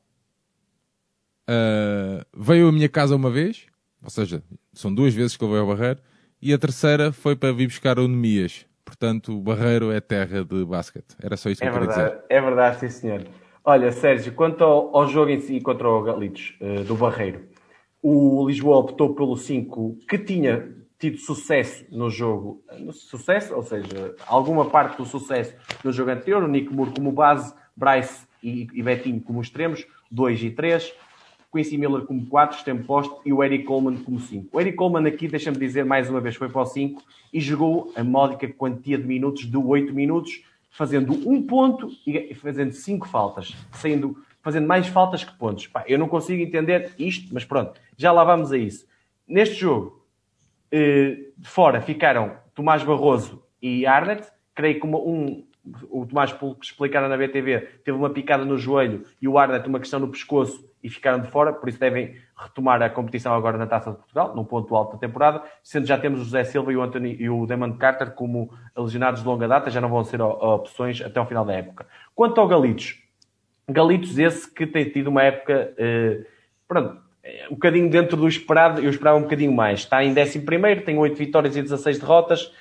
Veio à minha casa uma vez. Ou seja, são 2 vezes que ele veio ao Barreiro. E a terceira foi para vir buscar o Nemias. Portanto, o Barreiro é terra de basquete. Era só isso que eu queria dizer. É verdade, sim senhor. Olha, Sérgio, quanto ao jogo em si contra o Galitos do Barreiro, o Lisboa optou pelo 5 que tinha tido sucesso no jogo. Sucesso, ou seja, alguma parte do sucesso no jogo anterior. O Nico Moore como base, Bryce e Betinho como extremos, 2 e 3. Quincy Miller como 4, extremo poste, e o Eric Coleman como 5. O Eric Coleman aqui, deixa-me dizer, mais uma vez foi para o 5 e jogou a módica quantia de minutos de 8 minutos, fazendo 1 ponto e fazendo 5 faltas, fazendo mais faltas que pontos. Pá, eu não consigo entender isto, mas pronto, já lá vamos a isso. Neste jogo, de fora ficaram Tomás Barroso e Arnett. Creio que o Tomás, pelo que explicaram na BTV, teve uma picada no joelho e o Arnett uma questão no pescoço e ficaram de fora, por isso devem retomar a competição agora na Taça de Portugal, num ponto alto da temporada, sendo já temos o José Silva e o Anthony e o Damon Carter como lesionados de longa data, já não vão ser opções até ao final da época. Quanto ao Galitos esse que tem tido uma época um bocadinho dentro do esperado, eu esperava um bocadinho mais. Está em 11º, tem 8 vitórias e 16 derrotas.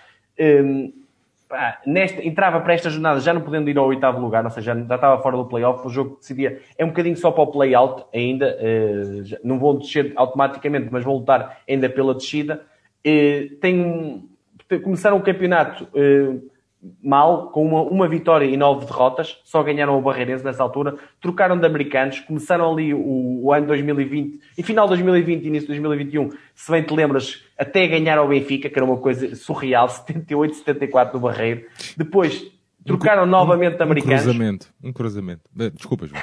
Entrava para esta jornada já não podendo ir ao 8º lugar, ou seja, já estava fora do play-off, o jogo decidia, é um bocadinho só para o play-out ainda, não vão descer automaticamente, mas vão lutar ainda pela descida. Começaram o campeonato mal, com uma vitória e 9 derrotas, só ganharam o Barreirense nessa altura, trocaram de americanos, começaram ali o ano 2020, e final de 2020 e início de 2021, se bem te lembras, até ganhar ao Benfica, que era uma coisa surreal, 78-74 no Barreiro. Depois trocaram novamente de americanos. Um cruzamento. Desculpa, João.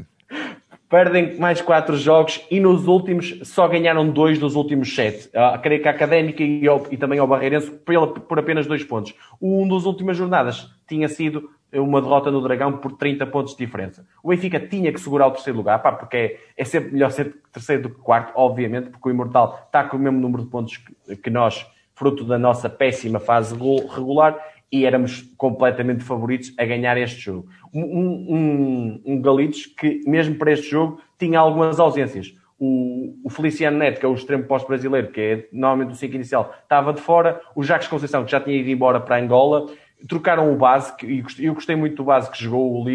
Perdem mais 4 jogos e nos últimos só ganharam 2 dos últimos 7. Creio que a Académica e também ao Barreirense por apenas 2 pontos. Um das últimas jornadas tinha sido uma derrota no Dragão por 30 pontos de diferença. O Benfica tinha que segurar o terceiro lugar, porque é sempre melhor ser terceiro do que quarto, obviamente, porque o Imortal está com o mesmo número de pontos que nós, fruto da nossa péssima fase regular, e éramos completamente favoritos a ganhar este jogo. Um Galitos que, mesmo para este jogo, tinha algumas ausências. O Feliciano Neto, que é o extremo posto brasileiro, que é normalmente o 5 inicial, estava de fora. O Jacques Conceição, que já tinha ido embora para Angola. Trocaram o base, e eu gostei muito do base que jogou, o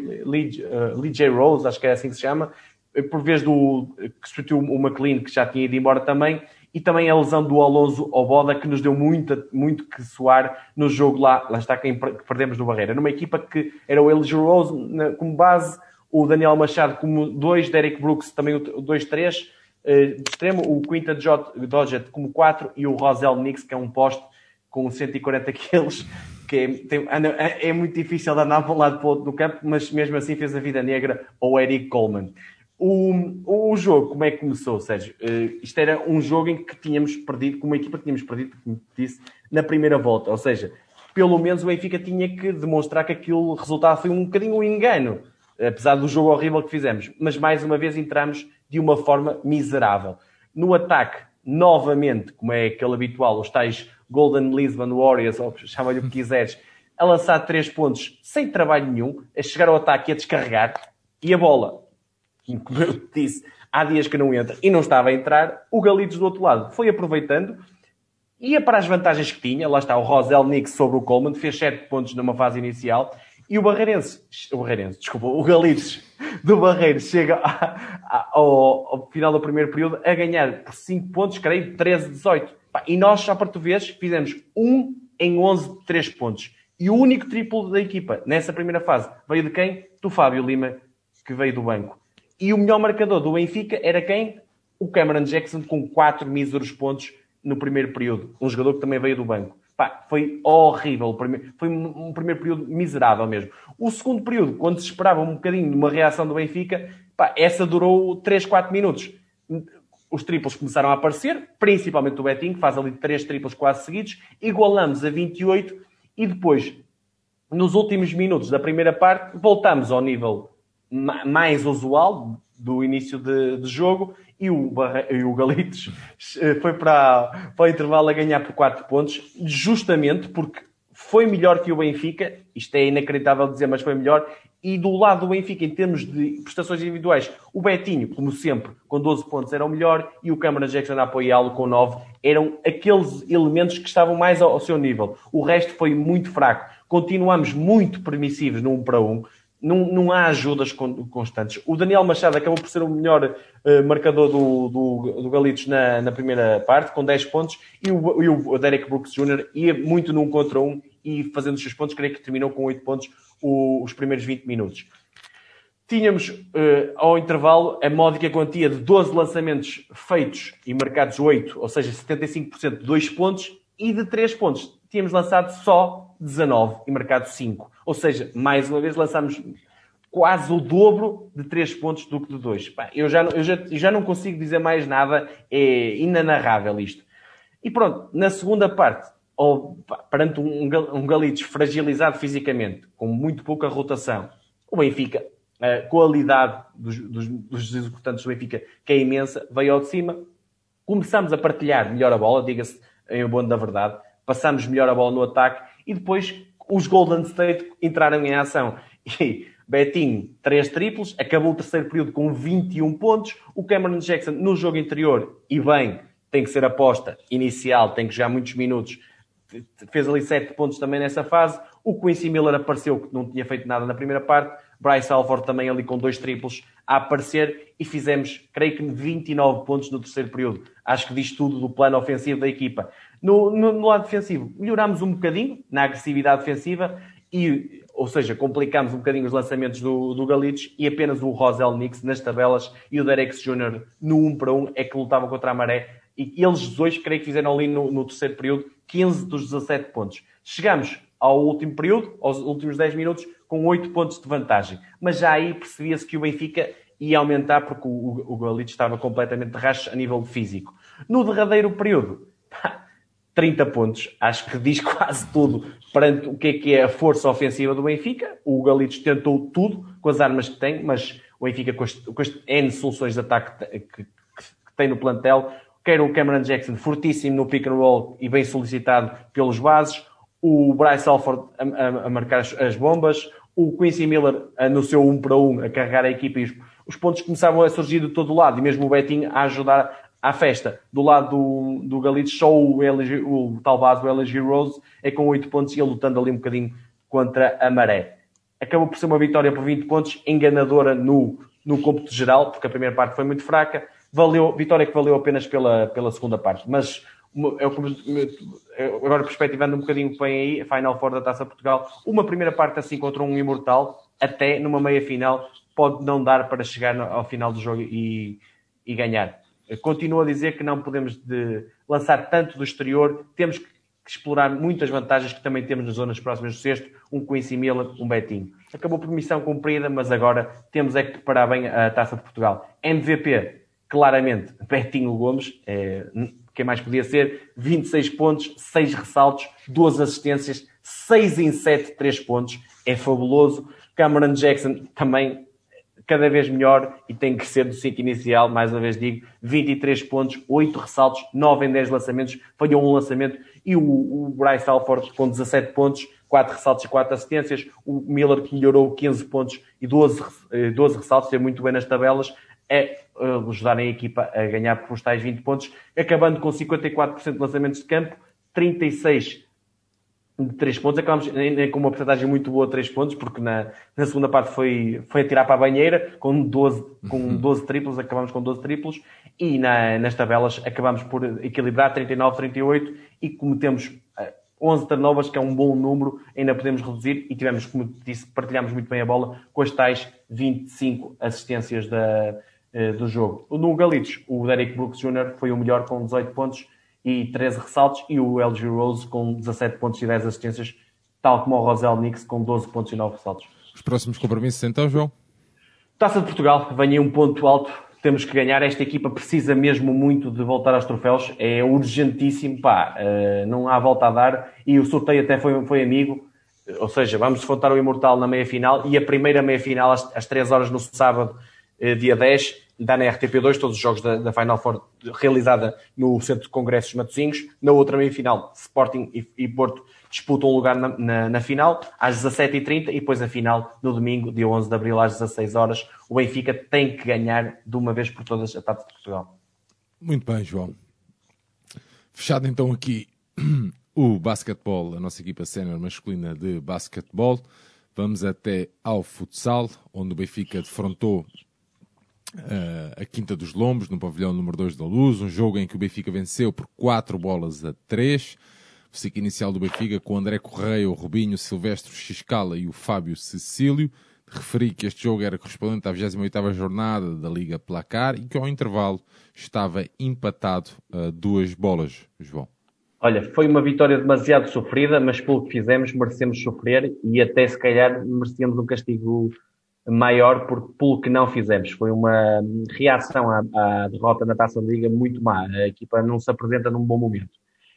Lee J. Rose, acho que é assim que se chama, por vez que substituiu o McLean, que já tinha ido embora também. E também a lesão do Alonso Oboda, que nos deu muito que soar no jogo lá está quem perdemos no Barreira. Numa equipa que era o Elijah Rose como base, o Daniel Machado como 2, Derek Brooks também o 2-3, de extremo, o Quinta Dodgett como 4 e o Rosel Nix, que é um poste com 140 quilos, que é muito difícil de andar para um lado para o outro do campo, mas mesmo assim fez a vida negra ao Eric Coleman. O jogo, como é que começou, Sérgio? Isto era um jogo em que tínhamos perdido, com uma equipa que tínhamos perdido, como disse, na primeira volta. Ou seja, pelo menos o Benfica tinha que demonstrar que aquele resultado foi um bocadinho um engano, apesar do jogo horrível que fizemos. Mas, mais uma vez, entramos de uma forma miserável. No ataque, novamente, como é aquele habitual, os tais Golden Lisbon Warriors, ou chama-lhe o que quiseres, a lançar 3 pontos sem trabalho nenhum, a chegar ao ataque e a descarregar, e a bola... como eu te disse, há dias que não entra e não estava a entrar, o Galitos do outro lado foi aproveitando, ia para as vantagens que tinha, lá está o Rosel Nix sobre o Coleman, fez 7 pontos numa fase inicial, e o Galitos do Barreiro chega ao final do primeiro período a ganhar por 5 pontos, creio, 13-18. Pá, e nós, à português, fizemos 1 em 11 de 3 pontos. E o único triplo da equipa, nessa primeira fase, veio de quem? Do Fábio Lima, que veio do banco. E o melhor marcador do Benfica era quem? O Cameron Jackson, com 4 míseros pontos no primeiro período. Um jogador que também veio do banco. Pá, foi horrível. Foi um primeiro período miserável mesmo. O segundo período, quando se esperava um bocadinho de uma reação do Benfica, pá, essa durou 3, 4 minutos. Os triplos começaram a aparecer, principalmente o Betinho, que faz ali 3 triplos quase seguidos. Igualamos a 28 e depois, nos últimos minutos da primeira parte, voltamos ao nível mais usual do início de jogo e o Galitos foi para o intervalo a ganhar por 4 pontos, justamente porque foi melhor que o Benfica, isto é inacreditável dizer, mas foi melhor, e do lado do Benfica, em termos de prestações individuais, o Betinho, como sempre, com 12 pontos era o melhor, e o Cameron Jackson a apoiá-lo com 9, eram aqueles elementos que estavam mais ao seu nível. O resto foi muito fraco. Continuamos muito permissivos no 1 para 1, não há ajudas constantes. O Daniel Machado acabou por ser o melhor marcador do Galitos na primeira parte, com 10 pontos, e o Derek Brooks Jr. ia muito num contra um e fazendo os seus pontos, creio que terminou com 8 pontos os primeiros 20 minutos. Tínhamos, ao intervalo, a módica quantia de 12 lançamentos feitos e marcados 8, ou seja, 75% de 2 pontos, e de 3 pontos. Tínhamos lançado só 19 e marcado 5. Ou seja, mais uma vez lançámos quase o dobro de 3 pontos do que de 2. Pá, eu já não consigo dizer mais nada, é inanarrável isto. E pronto, na segunda parte, perante um Galitos fragilizado fisicamente, com muito pouca rotação, o Benfica, a qualidade dos executantes do Benfica, que é imensa, veio ao de cima. Começámos a partilhar melhor a bola, diga-se em bom da verdade. Passámos melhor a bola no ataque e depois os Golden State entraram em ação. E Betinho, 3 triplos, acabou o terceiro período com 21 pontos. O Cameron Jackson, no jogo interior, e bem, tem que ser aposta inicial, tem que jogar muitos minutos, fez ali 7 pontos também nessa fase. O Quincy Miller apareceu, que não tinha feito nada na primeira parte. Bryce Alford também ali com 2 triplos a aparecer e fizemos, creio que 29 pontos no terceiro período. Acho que diz tudo do plano ofensivo da equipa. No lado defensivo, melhorámos um bocadinho na agressividade defensiva, ou seja, complicámos um bocadinho os lançamentos do Galitos, e apenas o Rosel Nix nas tabelas e o Derek Jr. no 1 para 1 é que lutavam contra a maré. E eles dois, creio que fizeram ali no terceiro período 15 dos 17 pontos. Chegamos ao último período, aos últimos 10 minutos, com 8 pontos de vantagem. Mas já aí percebia-se que o Benfica ia aumentar porque o Galitos estava completamente de rachos a nível físico. No derradeiro período, 30 pontos. Acho que diz quase tudo perante o que é a força ofensiva do Benfica. O Galitos tentou tudo com as armas que tem, mas o Benfica, com as N soluções de ataque que tem no plantel, quer o Cameron Jackson, fortíssimo no pick and roll e bem solicitado pelos bases, o Bryce Alford a marcar as bombas, o Quincy Miller no seu 1 para 1 a carregar a equipa, e os pontos começavam a surgir de todo lado, e mesmo o Betinho a ajudar à festa. Do lado do Galitos, só o tal base, o LG Rose, é com 8 pontos e ele lutando ali um bocadinho contra a maré. Acabou por ser uma vitória por 20 pontos, enganadora no cômputo geral, porque a primeira parte foi muito fraca. Vitória que valeu apenas pela segunda parte. Mas, agora perspectivando um bocadinho bem aí, a Final Four da Taça Portugal, uma primeira parte assim contra um imortal, até numa meia-final, pode não dar para chegar ao final do jogo e ganhar. Continuo a dizer que não podemos lançar tanto do exterior, temos que explorar muitas vantagens que também temos nas zonas próximas do cesto, um Quincy Miller, um Betinho. Acabou por missão cumprida, mas agora temos é que preparar bem a Taça de Portugal. MVP, claramente, Betinho Gomes, quem mais podia ser, 26 pontos, 6 ressaltos, 2 assistências, 6 em 7, 3 pontos, é fabuloso. Cameron Jackson também cada vez melhor e tem que ser do 5 inicial, mais uma vez digo, 23 pontos, 8 ressaltos, 9 em 10 lançamentos, falhou um lançamento, e o Bryce Alford com 17 pontos, 4 ressaltos e 4 assistências, o Miller que melhorou 15 pontos e 12 ressaltos, esteve muito bem nas tabelas, ajudarem a equipa a ganhar por uns tais 20 pontos, acabando com 54% de lançamentos de campo, 36 de 3 pontos, acabamos com uma porcentagem muito boa de 3 pontos, porque na segunda parte foi a tirar para a banheira, com 12 triplos, acabamos com 12 triplos, e nas tabelas acabamos por equilibrar 39-38 e como temos 11 turnovers, que é um bom número, ainda podemos reduzir e tivemos, como disse, partilhamos muito bem a bola com as tais 25 assistências do jogo. No Galitos, o Derrick Brooks Jr. foi o melhor com 18 pontos e 13 ressaltos e o LG Rose com 17 pontos e 10 assistências, tal como o Rosell Nix com 12 pontos e 9 ressaltos. Os próximos compromissos então, João? Taça de Portugal, vem aí um ponto alto, temos que ganhar. Esta equipa precisa mesmo muito de voltar aos troféus, é urgentíssimo, não há volta a dar, e o sorteio até foi amigo, ou seja, vamos defrontar o Imortal na meia-final, e a primeira meia-final às 3 horas no sábado, dia 10, dá na RTP2, todos os jogos da Final Four realizada no Centro de Congressos Matosinhos. Na outra meia-final, Sporting e Porto disputam um lugar na final, às 17h30, e depois a final no domingo, dia 11 de abril, às 16 horas. O Benfica tem que ganhar de uma vez por todas a Taça de Portugal. Muito bem, João. Fechado então aqui o basquetebol, a nossa equipa sénior masculina de basquetebol. Vamos até ao futsal, onde o Benfica defrontou a Quinta dos Lombos, no pavilhão número 2 da Luz, um jogo em que o Benfica venceu por 4-3. O ciclo inicial do Benfica com o André Correia, o Rubinho, o Silvestre, o Xiscala e o Fábio Cecílio. Referi que este jogo era correspondente à 28ª jornada da Liga Placar e que ao intervalo estava empatado a 2 bolas, João. Olha, foi uma vitória demasiado sofrida, mas pelo que fizemos merecemos sofrer e até se calhar merecíamos um castigo maior pelo que não fizemos. Foi uma reação à derrota na Taça da Liga muito má. A equipa não se apresenta num bom momento.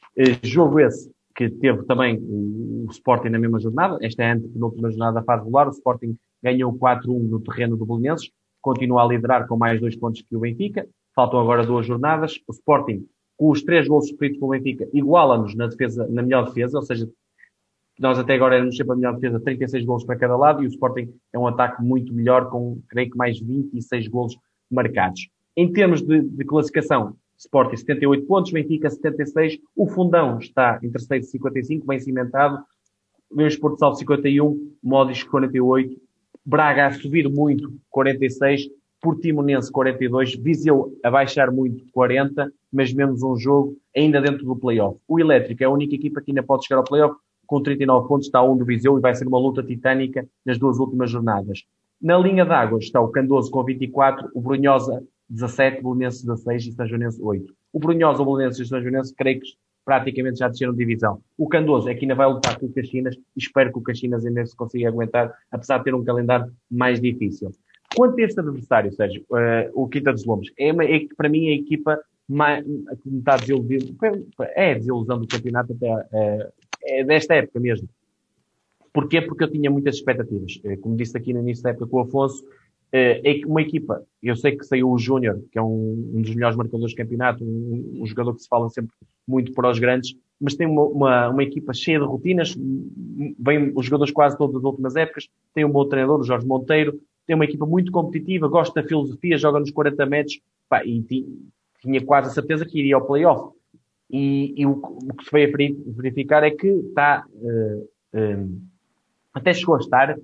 Jogo esse que teve também o Sporting na mesma jornada. Esta é a antepenúltima jornada da fase regular. O Sporting ganhou 4-1 no terreno do Belenenses. Continua a liderar com mais 2 pontos que o Benfica. Faltam agora 2 jornadas. O Sporting, com os 3 golos sofridos pelo Benfica, iguala-nos na melhor defesa. Ou seja, nós até agora éramos sempre a melhor defesa, 36 golos para cada lado. E o Sporting é um ataque muito melhor, com, creio que, mais 26 golos marcados. Em termos de classificação, Sporting 78 pontos, Benfica 76, o Fundão está em terceiro 55, bem cimentado, Vemos Porto Salvo 51, Módicos 48, Braga a subir muito 46, Portimonense 42, Viseu a baixar muito 40, mas menos um jogo ainda dentro do play-off. O Elétrico é a única equipa que ainda pode chegar ao play-off, com 39 pontos, está a 1 do Viseu e vai ser uma luta titânica nas 2 últimas jornadas. Na linha d'água está o Candoso com 24, o Brunhosa 17, o Belenenses 16 e o São Joanense 8. O Brunhosa, o Belenenses e o São Joanense, creio que praticamente já desceram de divisão. O Candoso é que ainda vai lutar com o Caxinas e espero que o Caxinas ainda se consiga aguentar, apesar de ter um calendário mais difícil. Quanto a este adversário, Sérgio, o Quinta dos Lombos, para mim a equipa que me está desiludindo, é a desilusão do campeonato até desta época mesmo. Porquê? Porque eu tinha muitas expectativas. Como disse aqui no início da época com o Afonso, uma equipa, eu sei que saiu o Júnior, que é um dos melhores marcadores do campeonato, um jogador que se fala sempre muito para os grandes, mas tem uma equipa cheia de rotinas, vem os jogadores quase todas as últimas épocas, tem um bom treinador, o Jorge Monteiro, tem uma equipa muito competitiva, gosta da filosofia, joga nos 40 metros, e tinha quase a certeza que iria ao play-off. E o que se veio a verificar é que até chegou a estar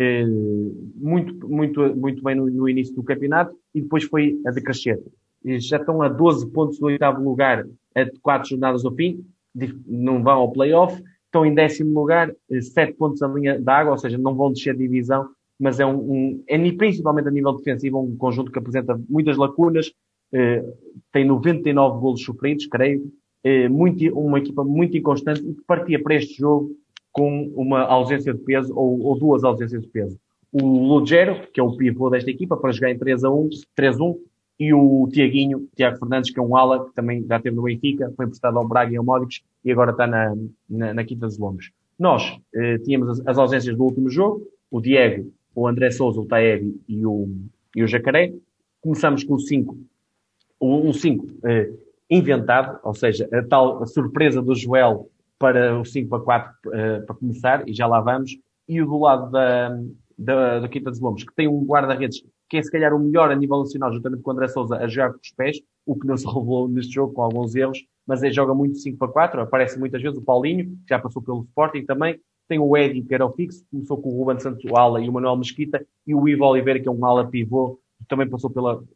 muito bem no início do campeonato e depois foi a decrescer. Já estão a 12 pontos do 8º lugar a 4 jornadas ao fim, não vão ao play-off, estão em 10º lugar, 7 pontos na linha da água, ou seja, não vão descer de divisão, mas é principalmente a nível defensivo, um conjunto que apresenta muitas lacunas, tem 99 golos sofridos, creio, uma equipa muito inconstante e que partia para este jogo com uma ausência de peso ou 2 ausências de peso. O Lugero, que é o pivô desta equipa, para jogar em 3-1, e o Tiago Fernandes, que é um ala, que também já teve no Benfica, foi emprestado ao Braga e ao Módicos e agora está na Quinta dos Lombos. Nós tínhamos as ausências do último jogo, o Diego, o André Sousa, o Taebi e o Jacaré. Começamos com um 5 inventado, ou seja, a tal surpresa do Joel para o 5-4 para começar, e já lá vamos. E o do lado da Quinta dos Lombos, que tem um guarda-redes que é se calhar o melhor a nível nacional, juntamente com o André Sousa, a jogar com os pés, o que não se revelou neste jogo, com alguns erros, mas ele joga muito 5-4, aparece muitas vezes o Paulinho, que já passou pelo Sporting também, tem o Eddie, que era o fixo, começou com o Ruben Santos, o ala, e o Manuel Mesquita, e o Ivo Oliveira, que é um ala pivô, que também passou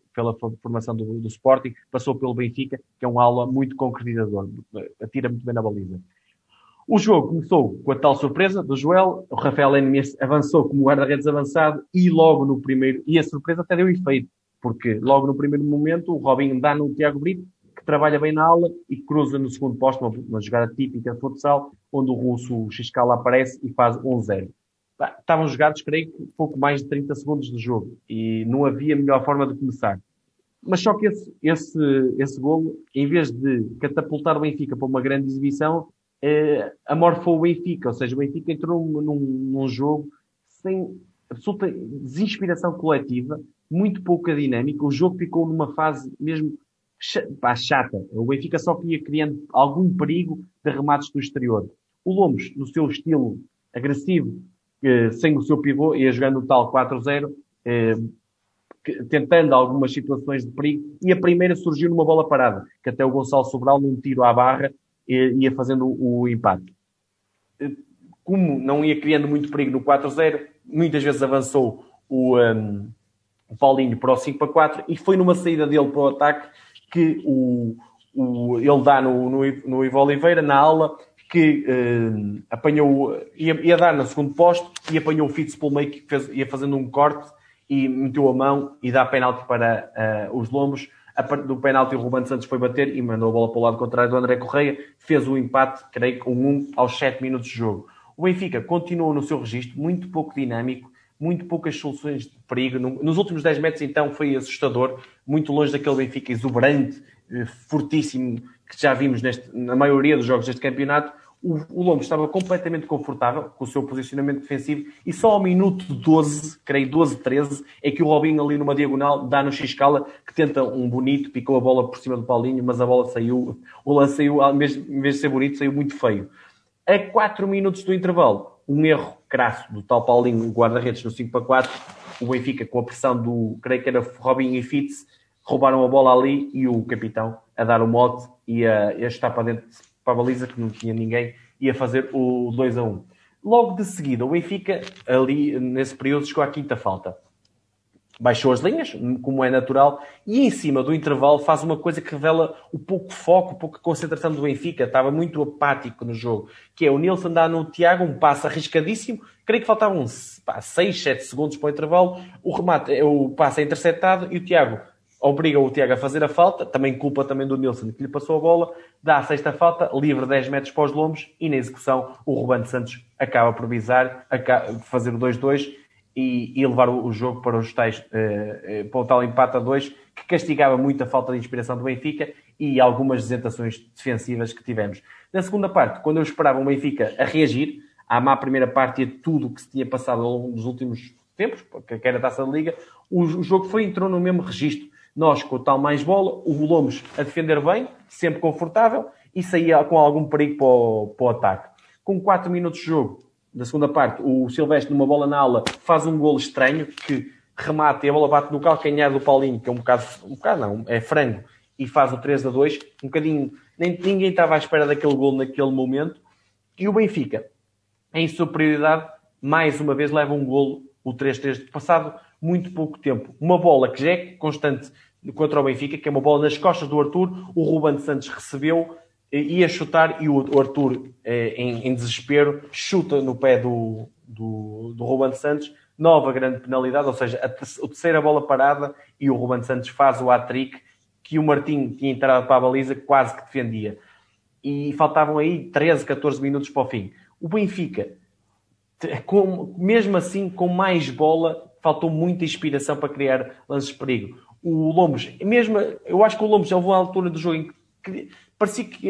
pela formação do Sporting, passou pelo Benfica, que é um ala muito concretizador, atira muito bem na baliza. O jogo começou com a tal surpresa do Joel, o Rafael Enes avançou como guarda-redes avançado e logo no primeiro, e a surpresa até deu efeito, porque logo no primeiro momento o Robinho dá no Tiago Brito, que trabalha bem na aula e cruza no segundo posto, uma jogada típica de futsal, onde o russo Xiscala aparece e faz 1-0. Estavam jogados, creio que, pouco mais de 30 segundos de jogo e não havia melhor forma de começar. Mas só que esse golo, em vez de catapultar o Benfica para uma grande exibição, amorfou o Benfica. Ou seja, o Benfica entrou num jogo sem absoluta desinspiração coletiva, muito pouca dinâmica. O jogo ficou numa fase mesmo chata. O Benfica só ia criando algum perigo de remates do exterior. O Lombos, no seu estilo agressivo, sem o seu pivô, ia jogando o tal 4-0, tentando algumas situações de perigo, e a primeira surgiu numa bola parada, que até o Gonçalo Sobral, num tiro à barra, ia fazendo o empate. Como não ia criando muito perigo no 4-0, muitas vezes avançou o Paulinho para o 5-4, e foi numa saída dele para o ataque que ele dá no Ivo Oliveira, na ala, que apanhou, ia dar no segundo posto e apanhou o Fitz pelo meio, que ia fazendo um corte e meteu a mão e dá penalti para os Lombos. Do penalti o Ruben Santos foi bater e mandou a bola para o lado contrário do André Correia, fez o empate, creio que 1-1 aos 7 minutos de jogo. O Benfica continuou no seu registro, muito pouco dinâmico, muito poucas soluções de perigo. Nos últimos 10 metros, então, foi assustador, muito longe daquele Benfica exuberante, fortíssimo, que já vimos na maioria dos jogos deste campeonato. O Lombos estava completamente confortável com o seu posicionamento defensivo e só ao minuto 12, creio 12-13, é que o Robinho ali numa diagonal dá no Xiscala, que tenta um bonito, picou a bola por cima do Paulinho, mas a bola saiu, o lance saiu, em vez de ser bonito, saiu muito feio. A 4 minutos do intervalo, um erro crasso do tal Paulinho, o guarda-redes no 5-4, o Benfica com a pressão do, creio que era Robinho e Fitz, roubaram a bola ali e o capitão a dar o mote e a estar para dentro para a baliza, que não tinha ninguém, ia fazer o 2-1. Logo de seguida, o Benfica, ali nesse período, chegou à quinta falta. Baixou as linhas, como é natural, e em cima do intervalo faz uma coisa que revela o pouco foco, pouca concentração do Benfica. Estava muito apático no jogo, que é o Nilson dar no Tiago, um passe arriscadíssimo, creio que faltavam 6, 7 segundos para o intervalo, o remate, o passe é interceptado e o Tiago obriga o Tiago a fazer a falta, também culpa também do Nilson que lhe passou a bola, dá a sexta falta, livre 10 metros para os Lombos e na execução o Ruben Santos acaba por visar, fazer o 2-2 e levar o jogo para os tais, para o tal empate a 2, que castigava muito a falta de inspiração do Benfica e algumas desentações defensivas que tivemos. Na segunda parte, quando eu esperava o Benfica a reagir à má primeira parte e a tudo o que se tinha passado ao longo dos últimos tempos, que era a Taça da Liga, o jogo entrou no mesmo registro. Nós, com o tal mais bola, o Lombos a defender bem, sempre confortável, e saía com algum perigo para o ataque. Com 4 minutos de jogo, da segunda parte, o Silvestre, numa bola na ala, faz um golo estranho, que remata e a bola bate no calcanhar do Paulinho, que é um bocado não, é frango, e faz o 3-2. Um bocadinho, ninguém estava à espera daquele golo naquele momento. E o Benfica, em superioridade, mais uma vez leva um golo, o 3-3, passado muito pouco tempo. Uma bola que já é constante contra o Benfica, que é uma bola nas costas do Arthur, o Ruben Santos recebeu, ia chutar e o Arthur, em desespero, chuta no pé do Ruben Santos, nova grande penalidade, ou seja, a terceira bola parada e o Ruben Santos faz o hat-trick que o Martim tinha entrado para a baliza, quase que defendia. E faltavam aí 13, 14 minutos para o fim. O Benfica, mesmo assim, com mais bola, faltou muita inspiração para criar lances de perigo. O Lombos, eu acho que o Lombos houve uma altura do jogo em que parecia que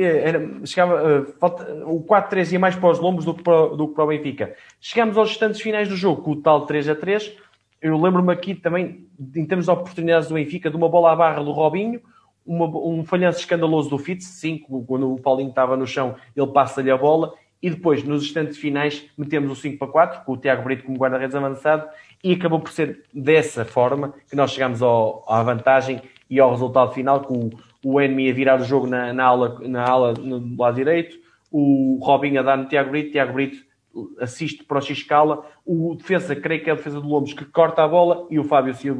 o 4-3 ia mais para os Lombos do que para o Benfica. Chegámos aos instantes finais do jogo com o tal 3-3. Eu lembro-me aqui também, em termos de oportunidades do Benfica, de uma bola à barra do Robinho, um falhanço escandaloso do Fitz, sim, quando o Paulinho estava no chão, ele passa-lhe a bola. E depois, nos instantes finais, metemos o 5-4, com o Tiago Brito como guarda-redes avançado, e acabou por ser dessa forma que nós chegamos à vantagem e ao resultado final, com o Enemy a virar o jogo na ala no lado direito, o Robinho a dar no Tiago Brito assiste para o Xiscala, o defesa, creio que é a defesa do Lombos, que corta a bola, e o Fábio Silva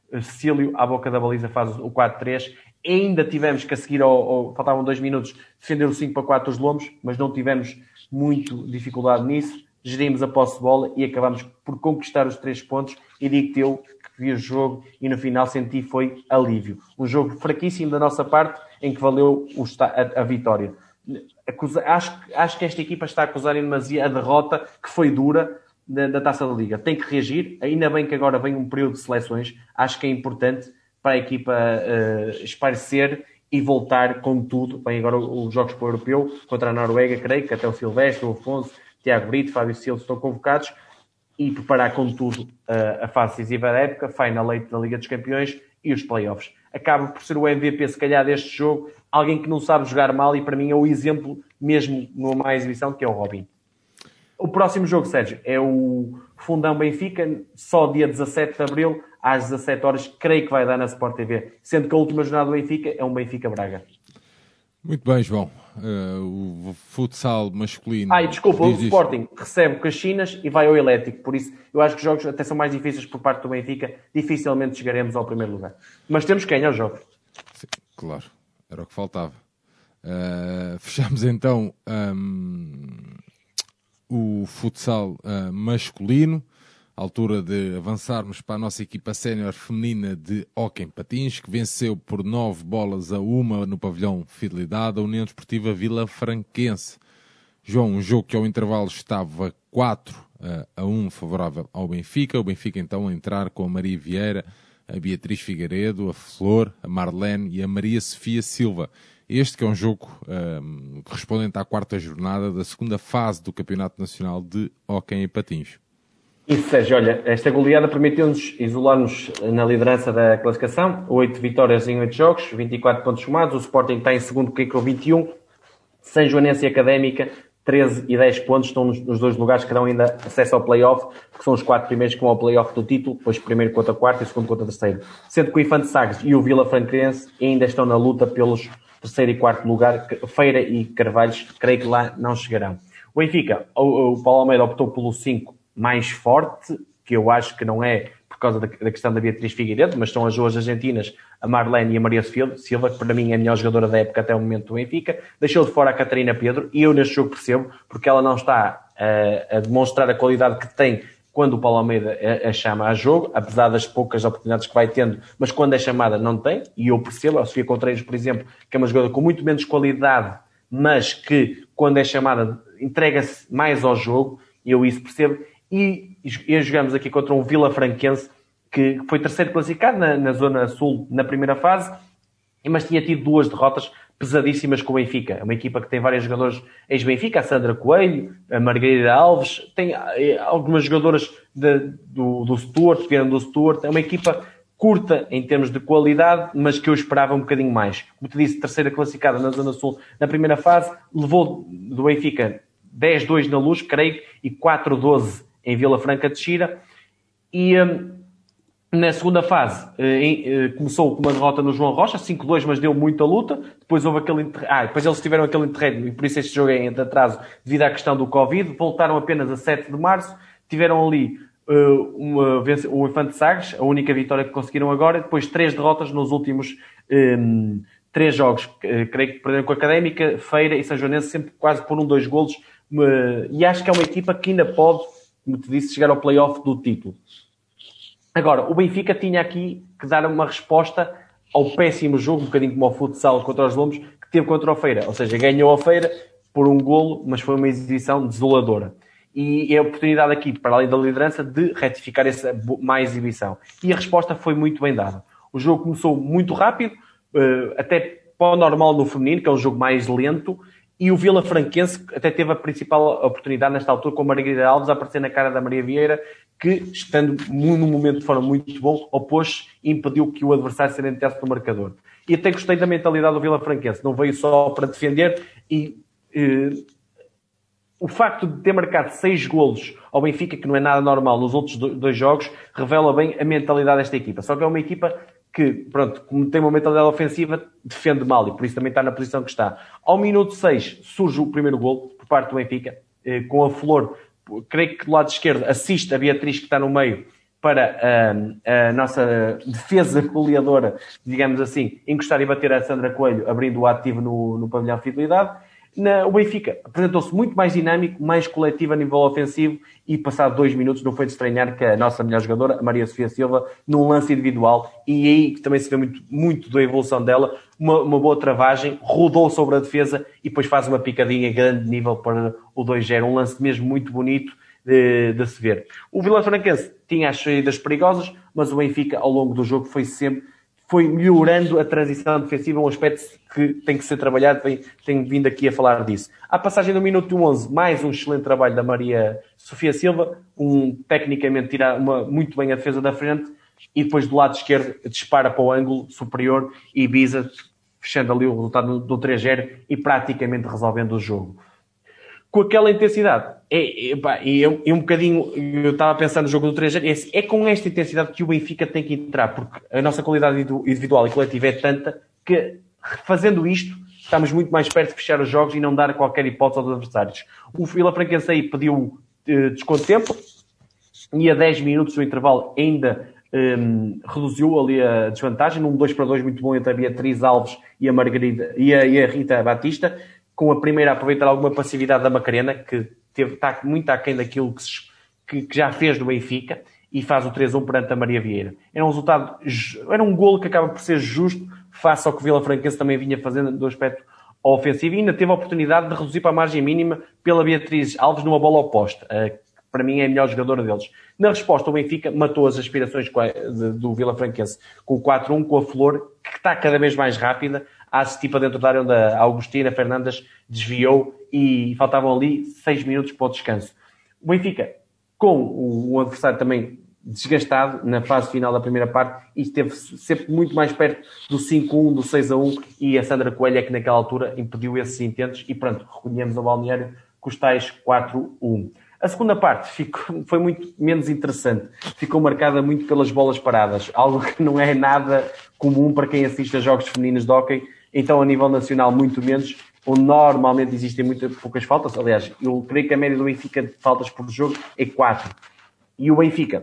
Cecílio, à boca da baliza, faz o 4-3. Ainda tivemos que, a seguir, faltavam 2 minutos, defender o 5-4 dos Lombos, mas não tivemos muito dificuldade nisso. Gerimos a posse de bola e acabamos por conquistar os 3 pontos. E digo-te eu que vi o jogo e no final senti foi alívio. Um jogo fraquíssimo da nossa parte, em que valeu a vitória. Acho que esta equipa está a acusar em demasia a derrota, que foi dura, da Taça da Liga. Tem que reagir. Ainda bem que agora vem um período de seleções. Acho que é importante para a equipa esparecer e voltar com tudo. Vem agora os jogos para o Europeu contra a Noruega, creio que até o Silvestre, o Afonso, Tiago Brito, Fábio Silva estão convocados, e preparar com tudo a fase decisiva da época, Final Eight da Liga dos Campeões e os Playoffs. Acaba por ser o MVP, se calhar, deste jogo, alguém que não sabe jogar mal, e para mim é o exemplo mesmo numa má exibição, que é o Robin. O próximo jogo, Sérgio, é o Fundão Benfica, só dia 17 de Abril, às 17 horas, creio que vai dar na Sport TV, sendo que a última jornada do Benfica é um Benfica-Braga. Muito bem, João. O futsal masculino... Desculpa, o Sporting recebe o Caxinas e vai ao Elétrico, por isso eu acho que os jogos até são mais difíceis por parte do Benfica, dificilmente chegaremos ao primeiro lugar. Mas temos que ganhar os jogos. Sim, claro, era o que faltava. Fechamos então o futsal masculino, à altura de avançarmos para a nossa equipa sénior feminina de hóquei em patins, que venceu por 9-1 no pavilhão Fidelidade a União Desportiva Vila Franquense. João, um jogo que ao intervalo estava 4-1 favorável ao Benfica. O Benfica então a entrar com a Maria Vieira, a Beatriz Figueiredo, a Flor, a Marlene e a Maria Sofia Silva. Este que é um jogo correspondente à 4ª jornada da 2ª fase do Campeonato Nacional de Hóquei em Patins. Isso, Sérgio, olha, esta goleada permitiu-nos isolar-nos na liderança da classificação, 8 vitórias em 8 jogos, 24 pontos somados, o Sporting está em segundo com 21, São Joanense e Académica, 13 e 10 pontos, estão nos 2 lugares que dão ainda acesso ao play-off, porque são os 4 primeiros que vão ao play-off do título, depois primeiro contra quarto e segundo contra terceiro. Sendo que o Infante Sagres e o Vila Franquense ainda estão na luta pelos 3º e 4º lugar, Feira e Carvalhos, creio que lá não chegarão. O Benfica, o Paulo Almeida optou pelo 5 mais forte, que eu acho que não é por causa da questão da Beatriz Figueiredo, mas são as duas argentinas, a Marlene e a Maria Silva, que para mim é a melhor jogadora da época até o momento do Benfica. Deixou de fora a Catarina Pedro, e eu neste jogo percebo, porque ela não está a demonstrar a qualidade que tem quando o Paulo Almeida a chama a jogo, apesar das poucas oportunidades que vai tendo, mas quando é chamada não tem, e eu percebo. A Sofia Contreiros, por exemplo, que é uma jogadora com muito menos qualidade, mas que quando é chamada entrega-se mais ao jogo, e eu isso percebo. E jogamos aqui contra um Vila Franquense que foi 3º classificado na Zona Sul na primeira fase, mas tinha tido 2 derrotas pesadíssimas com o Benfica. É uma equipa que tem vários jogadores ex-Benfica, a Sandra Coelho, a Margarida Alves, tem algumas jogadoras do Stuart, que vieram do Stuart. É uma equipa curta em termos de qualidade, mas que eu esperava um bocadinho mais. Como te disse, 3ª classificada na Zona Sul na primeira fase, levou do Benfica 10-2 na Luz, creio, e 4-12 em Vila Franca de Xira. E na segunda fase começou com uma derrota no João Rocha, 5-2, mas deu muita luta. Depois houve depois eles tiveram aquele interregno, e por isso este jogo é em atraso devido à questão do Covid. Voltaram apenas a 7 de março. Tiveram ali o Infante Sagres, a única vitória que conseguiram agora. Depois 3 derrotas nos últimos 3 jogos. Creio que perderam com a Académica, Feira e São Joanense, sempre quase por 1-2 golos. E acho que é uma equipa que ainda pode, como te disse, chegar ao play-off do título. Agora, o Benfica tinha aqui que dar uma resposta ao péssimo jogo, um bocadinho como o futsal contra os Lombos, que teve contra o Feira. Ou seja, ganhou a Feira por 1 golo, mas foi uma exibição desoladora. E é a oportunidade aqui, para além da liderança, de retificar essa má exibição. E a resposta foi muito bem dada. O jogo começou muito rápido, até para o normal no feminino, que é um jogo mais lento, e o Vila Franquense até teve a principal oportunidade nesta altura, com a Margarida Alves a aparecer na cara da Maria Vieira, que, estando num momento de forma muito bom, opôs e impediu que o adversário se entrasse no marcador. E até gostei da mentalidade do Vila Franquense. Não veio só para defender, e o facto de ter marcado 6 golos ao Benfica, que não é nada normal nos outros 2 jogos, revela bem a mentalidade desta equipa. Só que é uma equipa que, pronto, como tem uma mentalidade ofensiva, defende mal, e por isso também está na posição que está. Ao minuto 6 surge o primeiro golo por parte do Benfica, com a Flor, creio que do lado esquerdo assiste a Beatriz, que está no meio, para a nossa defesa goleadora, digamos assim, encostar e bater a Sandra Coelho, abrindo o ativo no pavilhão Fidelidade. O Benfica apresentou-se muito mais dinâmico, mais coletivo a nível ofensivo e passado 2 minutos não foi de estranhar que a nossa melhor jogadora, a Maria Sofia Silva, num lance individual, e aí também se vê muito da evolução dela, uma boa travagem, rodou sobre a defesa e depois faz uma picadinha a grande nível para o 2-0, um lance mesmo muito bonito de se ver. O Vila Franquense tinha as saídas perigosas, mas o Benfica ao longo do jogo foi melhorando a transição defensiva, um aspecto que tem que ser trabalhado, tenho vindo aqui a falar disso. À passagem do minuto 11, mais um excelente trabalho da Maria Sofia Silva, tecnicamente tira muito bem a defesa da frente, e depois do lado esquerdo dispara para o ângulo superior e Ibiza, fechando ali o resultado do 3-0 e praticamente resolvendo o jogo. Com aquela intensidade, um bocadinho, eu estava a pensar no jogo do 3-0, é com esta intensidade que o Benfica tem que entrar, porque a nossa qualidade individual e coletiva é tanta que, fazendo isto, estamos muito mais perto de fechar os jogos e não dar qualquer hipótese aos adversários. O Vila Franquense aí pediu desconto de tempo e a 10 minutos do intervalo ainda reduziu ali a desvantagem, num 2-2 muito bom entre a Beatriz Alves e a Margarida e a Rita Batista, com a primeira a aproveitar alguma passividade da Macarena, que está muito aquém daquilo que já fez no Benfica, e faz o 3-1 perante a Maria Vieira. Era um golo que acaba por ser justo, face ao que o Vila Franquense também vinha fazendo do aspecto ofensivo, e ainda teve a oportunidade de reduzir para a margem mínima pela Beatriz Alves numa bola oposta, que para mim é a melhor jogadora deles. Na resposta, o Benfica matou as aspirações do Vila Franquense com o 4-1, com a Flor, que está cada vez mais rápida, a assistir para dentro da área onde a Augustina Fernandes desviou e faltavam ali 6 minutos para o descanso. O Benfica, com o adversário também desgastado na fase final da primeira parte, e esteve sempre muito mais perto do 5-1, do 6-1, e a Sandra Coelho é que naquela altura impediu esses intentos e pronto, recolhemos ao balneário com os tais 4-1. A segunda parte foi muito menos interessante. Ficou marcada muito pelas bolas paradas, algo que não é nada comum para quem assiste a jogos femininos de hóquei. Então, a nível nacional, muito menos, onde normalmente existem muito poucas faltas. Aliás, eu creio que a média do Benfica de faltas por jogo é 4. E o Benfica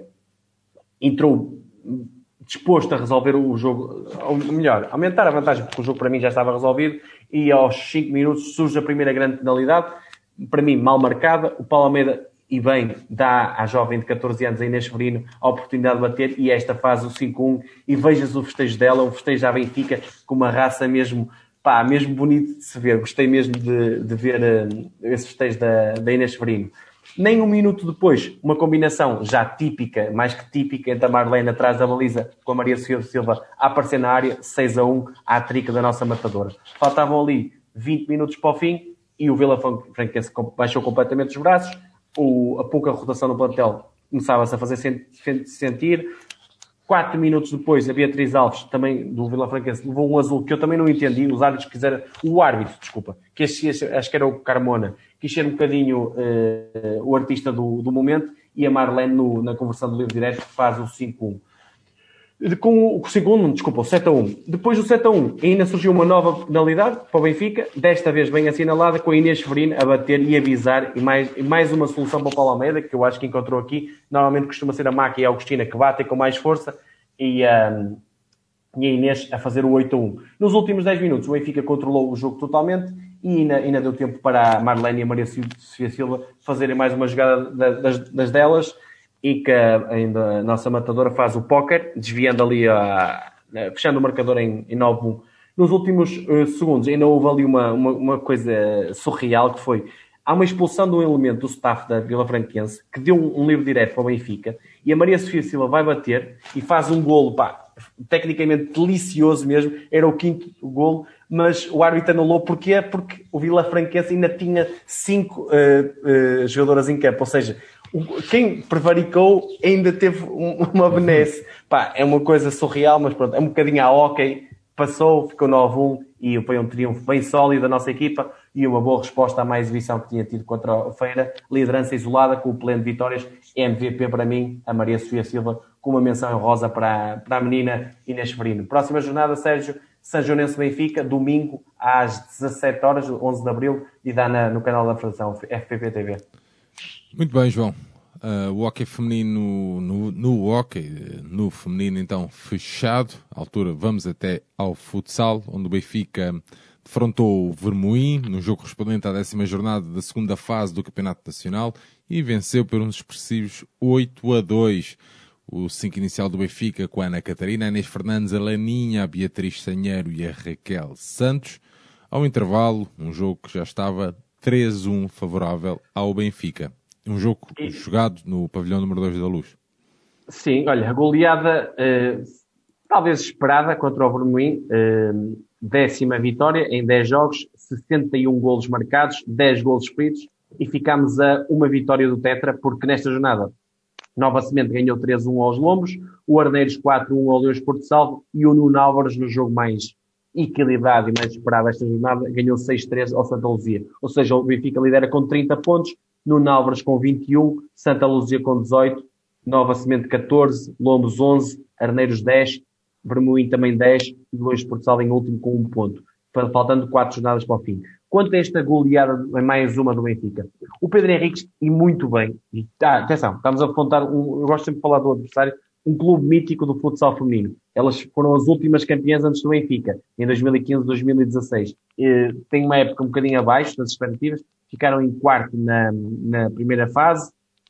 entrou disposto a resolver o jogo, ou melhor, aumentar a vantagem, porque o jogo para mim já estava resolvido, e aos 5 minutos surge a primeira grande penalidade, para mim mal marcada. O Paulo Almeida, e bem, dá à jovem de 14 anos, a Inês Severino, a oportunidade de bater, e esta faz o 5-1, e vejas o festejo dela, um festejo à Benfica, com uma raça mesmo, mesmo bonito de se ver. Gostei mesmo de ver esse festejo da Inês Severino. Nem um minuto depois, uma combinação já típica, mais que típica, entre a Marlene atrás da baliza com a Maria Sofia Silva a aparecer na área, 6-1, à trica da nossa matadora. Faltavam ali 20 minutos para o fim e o Vila Franquense baixou completamente os braços. A pouca rotação no plantel começava-se a fazer sentir. 4 minutos depois, a Beatriz Alves, também do Vila Franquense, levou um azul que eu também não entendi. Os árbitros quiseram... O árbitro, desculpa, que acho que era o Carmona, quis ser um bocadinho o artista do momento, e a Marlene, na conversão do livro direto, faz o 5-1. Com o 5-1, desculpa, o 7-1. Depois do 7-1, ainda surgiu uma nova penalidade para o Benfica, desta vez bem assinalada, com a Inês Severino a bater e avisar, e mais uma solução para o Paulo Almeida, que eu acho que encontrou aqui. Normalmente costuma ser a Máquia e a Augustina que batem com mais força, e a Inês a fazer o 8-1. Nos últimos 10 minutos, o Benfica controlou o jogo totalmente, e ainda deu tempo para a Marlene e a Maria Sofia Silva fazerem mais uma jogada das delas, e que ainda a nossa matadora faz o póquer, desviando ali, fechando o marcador em 9-1. Nos últimos segundos ainda houve ali uma coisa surreal, que foi: há uma expulsão de um elemento do staff da Vila Franquense que deu um livre direto para o Benfica, e a Maria Sofia Silva vai bater e faz um golo, tecnicamente delicioso mesmo, era o 5º golo, mas o árbitro anulou. Porquê? Porque o Vila Franquense ainda tinha 5 jogadoras em campo, ou seja, quem prevaricou ainda teve uma benesse. É uma coisa surreal, mas pronto, é um bocadinho a hóquei. Passou, ficou 9-1 e foi um triunfo bem sólido da nossa equipa e uma boa resposta à má exibição que tinha tido contra a Feira. Liderança isolada com o pleno de vitórias. MVP para mim, a Maria Sofia Silva, com uma menção honrosa para a menina Inês Severino. Próxima jornada, Sérgio, São Joanense Benfica, domingo às 17 horas, 11 de abril, e dá no canal da Federação FPP TV. Muito bem, João. O hóquei feminino, no hóquei, no feminino então fechado, à altura vamos até ao futsal, onde o Benfica defrontou o Vermoim, no jogo correspondente à 10ª jornada da segunda fase do Campeonato Nacional, e venceu por uns expressivos 8-2. O 5 inicial do Benfica com a Ana Catarina, a Inês Fernandes, a Laninha, a Beatriz Sanheiro e a Raquel Santos. Ao intervalo, um jogo que já estava 3-1 favorável ao Benfica. Um jogo jogado no pavilhão número 2 da Luz. Sim, olha, a goleada talvez esperada contra o Vermoim. 10ª vitória em 10 jogos, 61 golos marcados, 10 golos feitos, e ficámos a uma vitória do Tetra, porque nesta jornada Nova Semente ganhou 3-1 aos Lombos, o Arneiros 4-1 ao Leões Porto Salvo, e o Nuno Álvares, no jogo mais equilibrado e mais esperado esta jornada, ganhou 6-3 ao Santa Luzia. Ou seja, o Benfica lidera com 30 pontos, Nuno Álvares com 21, Santa Luzia com 18, Nova Semente 14, Lombos 11, Arneiros 10, Vermoim também 10, e Leões Porto Salvo em último com 1 ponto, faltando 4 jornadas para o fim. Quanto a esta goleada, mais uma do Benfica, o Pedro Henriques, e muito bem, atenção, estamos a apontar, eu gosto sempre de falar do adversário, um clube mítico do futsal feminino. Elas foram as últimas campeãs antes do Benfica, em 2015, 2016. Tem uma época um bocadinho abaixo das expectativas, ficaram em quarto na primeira fase,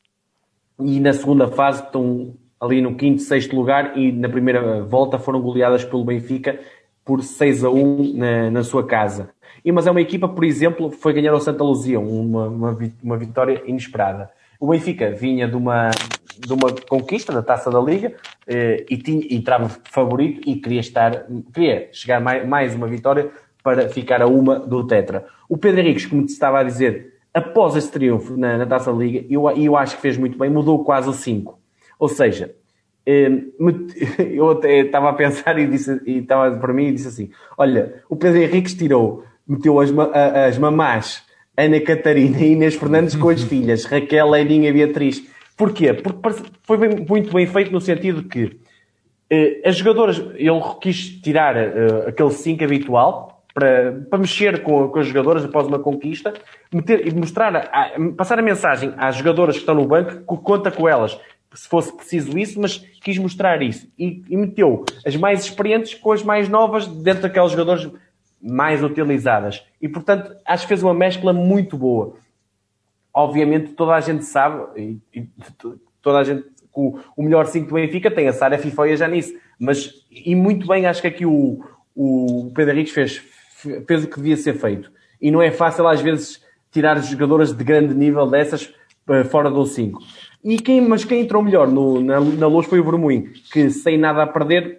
e na segunda fase estão ali no 5º, 6º lugar, e na primeira volta foram goleadas pelo Benfica por 6-1 na sua casa. Mas é uma equipa, por exemplo, foi ganhar ao Santa Luzia, uma vitória inesperada. O Benfica vinha de uma conquista da Taça da Liga e entrava favorito e queria chegar mais uma vitória para ficar a uma do Tetra. O Pedro Henriques, como te estava a dizer, após esse triunfo na Taça da Liga, eu acho que fez muito bem, mudou quase o 5. Ou seja, eu até estava a pensar e estava para mim e disse assim, olha, o Pedro Henriques meteu as mamás Ana Catarina e Inês Fernandes com as filhas, Raquel, Leirinha e Beatriz. Porquê? Porque foi muito bem feito no sentido que as jogadoras, ele quis tirar aquele 5 habitual para mexer com as jogadoras após uma conquista, passar a mensagem às jogadoras que estão no banco que conta com elas, se fosse preciso isso, mas quis mostrar isso. E meteu as mais experientes com as mais novas dentro daquelas jogadoras mais utilizadas. E, portanto, acho que fez uma mescla muito boa. Obviamente, toda a gente sabe, toda a gente, que o melhor 5 do Benfica tem a Sara, a Fifó e a Janice. E muito bem, acho que aqui o Pedro Henriques fez o que devia ser feito. E não é fácil, às vezes, tirar jogadoras de grande nível dessas fora do 5. Mas quem entrou melhor na Luz foi o Vermoim, que sem nada a perder,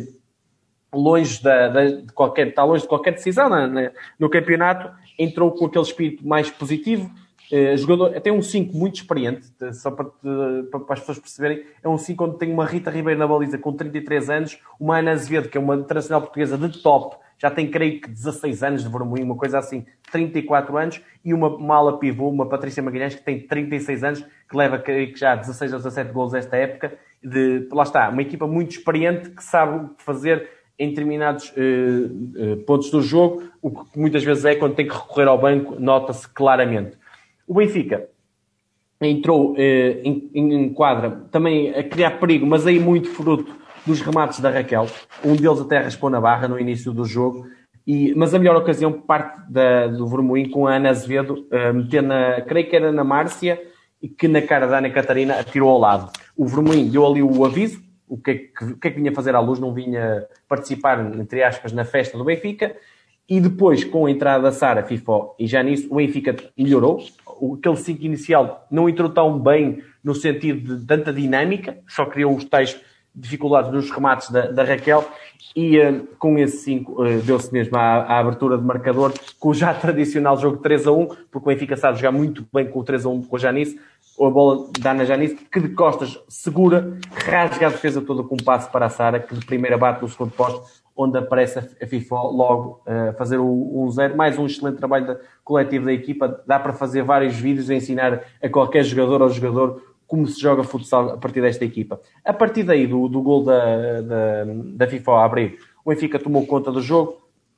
longe está longe de qualquer decisão no campeonato, entrou com aquele espírito mais positivo. Jogador, tem um 5 muito experiente, só para as pessoas perceberem, é um 5 onde tem uma Rita Ribeiro na baliza com 33 anos, uma Ana Azevedo, que é uma internacional portuguesa de top, já tem, creio que, 16 anos de Vermoim, uma coisa assim, 34 anos, e uma ala pivô, uma Patrícia Magalhães, que tem 36 anos, que leva, creio que já 16 ou 17 golos esta época. Lá está, uma equipa muito experiente, que sabe o que fazer em determinados pontos do jogo, o que muitas vezes é quando tem que recorrer ao banco, nota-se claramente. O Benfica entrou em quadra também a criar perigo, mas aí muito fruto dos remates da Raquel. Um deles até raspou na barra no início do jogo. Mas a melhor ocasião parte do Vermoim com a Ana Azevedo, creio que era na Márcia, e que na cara da Ana Catarina atirou ao lado. O Vermoim deu ali o aviso, o que é que vinha fazer à Luz, não vinha participar, entre aspas, na festa do Benfica. E depois, com a entrada da Sara, Fifó e Janice, o Benfica melhorou. Aquele 5 inicial não entrou tão bem no sentido de tanta dinâmica, só criou os tais dificuldades nos remates da Raquel, e com esse 5 deu-se mesmo a abertura de marcador com o já tradicional jogo 3-1, porque o Benfica sabe jogar muito bem com o 3-1 com a Janice, a bola dá na Janice, que de costas segura, rasga a defesa toda com um passe para a Sara, que de primeira bate no segundo poste, onde aparece a FIFA logo a fazer o 1-0. Mais um excelente trabalho coletivo da equipa. Dá para fazer vários vídeos a ensinar a qualquer jogador ou jogador como se joga futsal a partir desta equipa. A partir daí, do gol da FIFA a abrir, o Benfica tomou conta do jogo,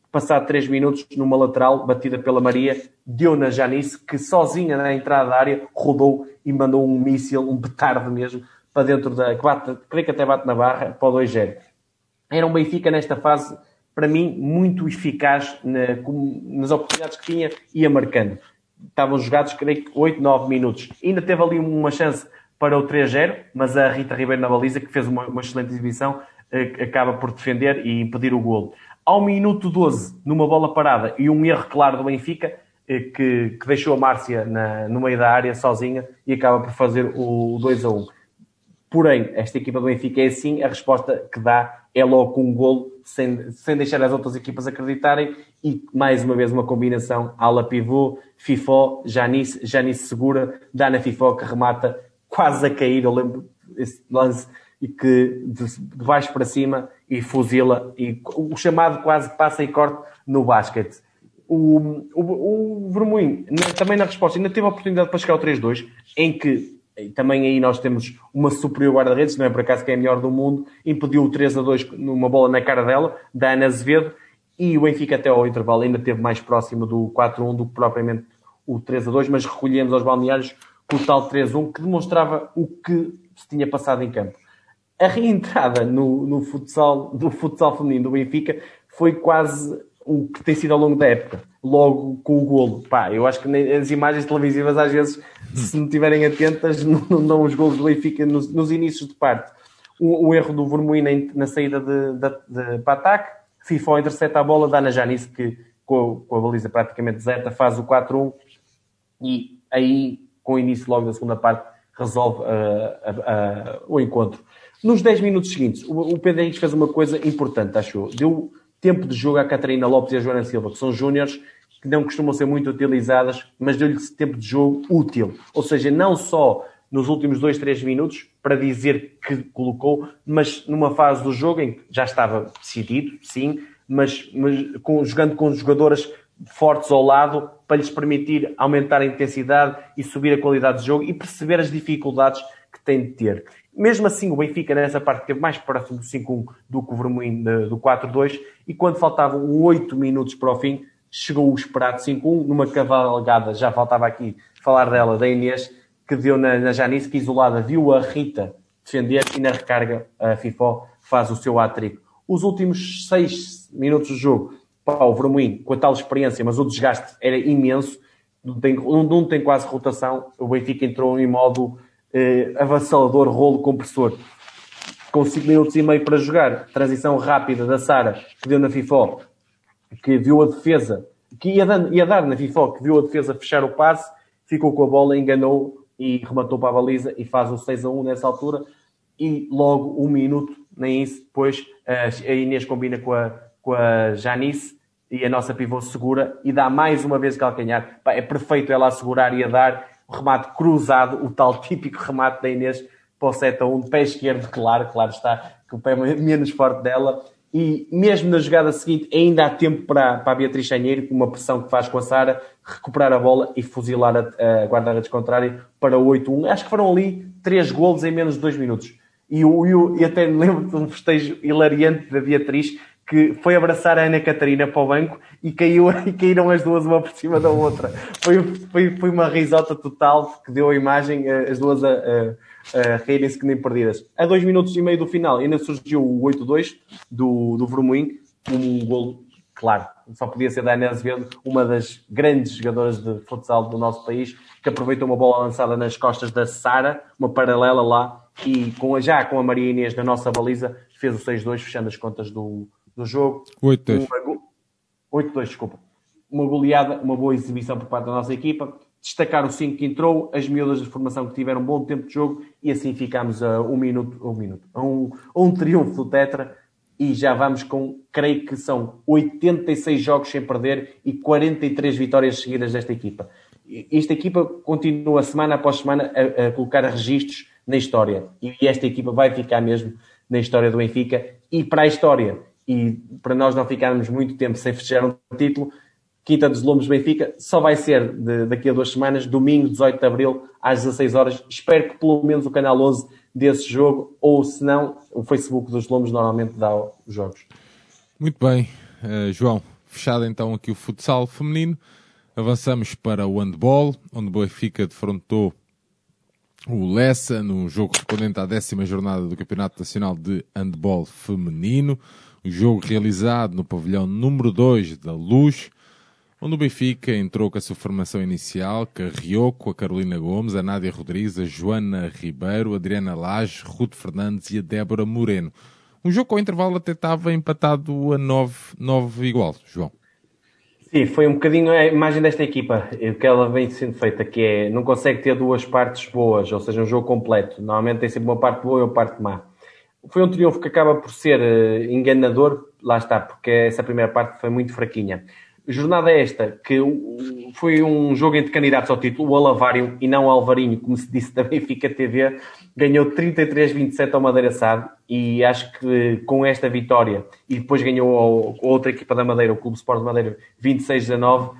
passado 3 minutos, numa lateral, batida pela Maria, deu na Janice, que sozinha na entrada da área, rodou e mandou um míssil, um petardo mesmo, para dentro que bate, creio que até bate na barra, para o 2-0. Era um Benfica nesta fase, para mim, muito eficaz nas oportunidades que tinha, ia marcando. Estavam jogados, creio que 8, 9 minutos. Ainda teve ali uma chance para o 3-0, mas a Rita Ribeiro na baliza, que fez uma excelente exibição, acaba por defender e impedir o golo. Ao minuto 12, numa bola parada e um erro claro do Benfica, que deixou a Márcia no meio da área sozinha e acaba por fazer o 2-1. Porém, esta equipa do Benfica é assim, a resposta que dá é logo com um golo, sem deixar as outras equipas acreditarem, e mais uma vez uma combinação ala pivô, Fifó, Janice segura, dá na Fifó que remata quase a cair, eu lembro esse lance, e que de baixo para cima e fuzila, e o chamado quase passa e corte no basquete. O Vermoim, também na resposta, ainda teve a oportunidade para chegar ao 3-2, em que também aí nós temos uma superior guarda-redes, não é por acaso que é a melhor do mundo, impediu o 3-2 numa bola na cara dela, da Ana Azevedo, e o Benfica até ao intervalo ainda esteve mais próximo do 4-1 do que propriamente o 3-2, mas recolhemos aos balneários com o tal 3-1 que demonstrava o que se tinha passado em campo. A reentrada no futsal, do futsal feminino do Benfica foi quase o que tem sido ao longo da época, logo com o golo. Pá, eu acho que as imagens televisivas às vezes, se não estiverem atentas, não dão os golos do Benfica nos inícios de parte. O erro do Vermoim na saída para ataque, Fifó intercepta a bola, dá na Janice, que com a baliza praticamente deserta faz o 4-1, e aí, com o início logo da segunda parte, resolve o encontro. Nos 10 minutos seguintes, o Pedro Henriques fez uma coisa importante, acho eu. Deu tempo de jogo à Catarina Lopes e à Joana Silva, que são júniores, que não costumam ser muito utilizadas, mas deu-lhes tempo de jogo útil. Ou seja, não só nos últimos 2, 3 minutos, para dizer que colocou, mas numa fase do jogo em que já estava decidido, sim, mas jogando com jogadoras fortes ao lado, para lhes permitir aumentar a intensidade e subir a qualidade de jogo e perceber as dificuldades que tem de ter. Mesmo assim, o Benfica nessa parte esteve mais próximo do 5-1 do que o Vermoim do 4-2, e quando faltavam 8 minutos para o fim, chegou o esperado 5-1, numa cavalgada, já faltava aqui falar dela, da Inês, que deu na Janice, que isolada viu a Rita defender, e na recarga a Fifó faz o seu hat-trick. Os últimos 6 minutos do jogo, o Vermoim, com a tal experiência, mas o desgaste era imenso, não tem quase rotação, o Benfica entrou em modo avassalador, rolo compressor, com 5 minutos e meio para jogar, transição rápida da Sara, que deu na Fifó, que viu a defesa, que ia dar na Fifó, que viu a defesa fechar o passe, ficou com a bola, enganou e rematou para a baliza e faz o 6-1 nessa altura, e logo 1 minuto, nem isso, depois a Inês combina com a Janice e a nossa pivô segura e dá mais uma vez calcanhar. É perfeito ela a segurar e a dar o remate cruzado, o tal típico remate da Inês para o 7-1, de pé esquerdo, claro está, que o pé menos forte dela. E mesmo na jogada seguinte ainda há tempo para a Beatriz Chanheiro, com uma pressão que faz com a Sara, recuperar a bola e fuzilar a guarda-redes contrária para o 8-1. Acho que foram ali 3 golos em menos de 2 minutos. E até me lembro de um festejo hilariante da Beatriz, que foi abraçar a Ana Catarina para o banco e caíram as duas uma por cima da outra. Foi uma risota total, que deu a imagem, as duas a caírem-se que nem perdidas. A 2 minutos e meio do final ainda surgiu o 8-2 do Vermoim, um golo, claro, só podia ser da Ana Azevedo, uma das grandes jogadoras de futsal do nosso país, que aproveitou uma bola lançada nas costas da Sara, uma paralela lá, e com a Maria Inês na nossa baliza, fez o 6-2, fechando as contas do jogo. 8-2. 8-2, desculpa. Uma goleada, uma boa exibição por parte da nossa equipa. Destacar o 5 que entrou, as miúdas de formação que tiveram um bom tempo de jogo, e assim ficámos a um triunfo do Tetra, e já vamos com, creio que são 86 jogos sem perder e 43 vitórias seguidas desta equipa. Esta equipa continua semana após semana a colocar registros na história, e esta equipa vai ficar mesmo na história do Benfica e para a história. E para nós não ficarmos muito tempo sem fechar um título, Quinta dos Lombos Benfica só vai ser daqui a 2 semanas, domingo 18 de Abril, às 16 horas. Espero que pelo menos o canal 11 desse jogo, ou se não, o Facebook dos Lombos normalmente dá os jogos. Muito bem, João, fechado então aqui o futsal feminino, avançamos para o handball, onde o Benfica defrontou o Lessa no jogo correspondente à 10ª jornada do Campeonato Nacional de Handball Feminino. O jogo realizado no pavilhão número 2 da Luz, onde o Benfica entrou com a sua formação inicial, carreou com a Carolina Gomes, a Nádia Rodrigues, a Joana Ribeiro, a Adriana Lage, Ruth Fernandes e a Débora Moreno. Um jogo com o intervalo até estava empatado a 9 igual, João. Sim, foi um bocadinho a imagem desta equipa, o que ela vem sendo feita, que é, não consegue ter duas partes boas, ou seja, um jogo completo. Normalmente tem sempre uma parte boa e uma parte má. Foi um triunfo que acaba por ser enganador, lá está, porque essa primeira parte foi muito fraquinha. Jornada esta, que foi um jogo entre candidatos ao título, o Alavário e não o Alvarinho, como se disse da Benfica TV, ganhou 33-27 ao Madeira SAD, e acho que com esta vitória, e depois ganhou a outra equipa da Madeira, o Clube Sport de Madeira, 26-19,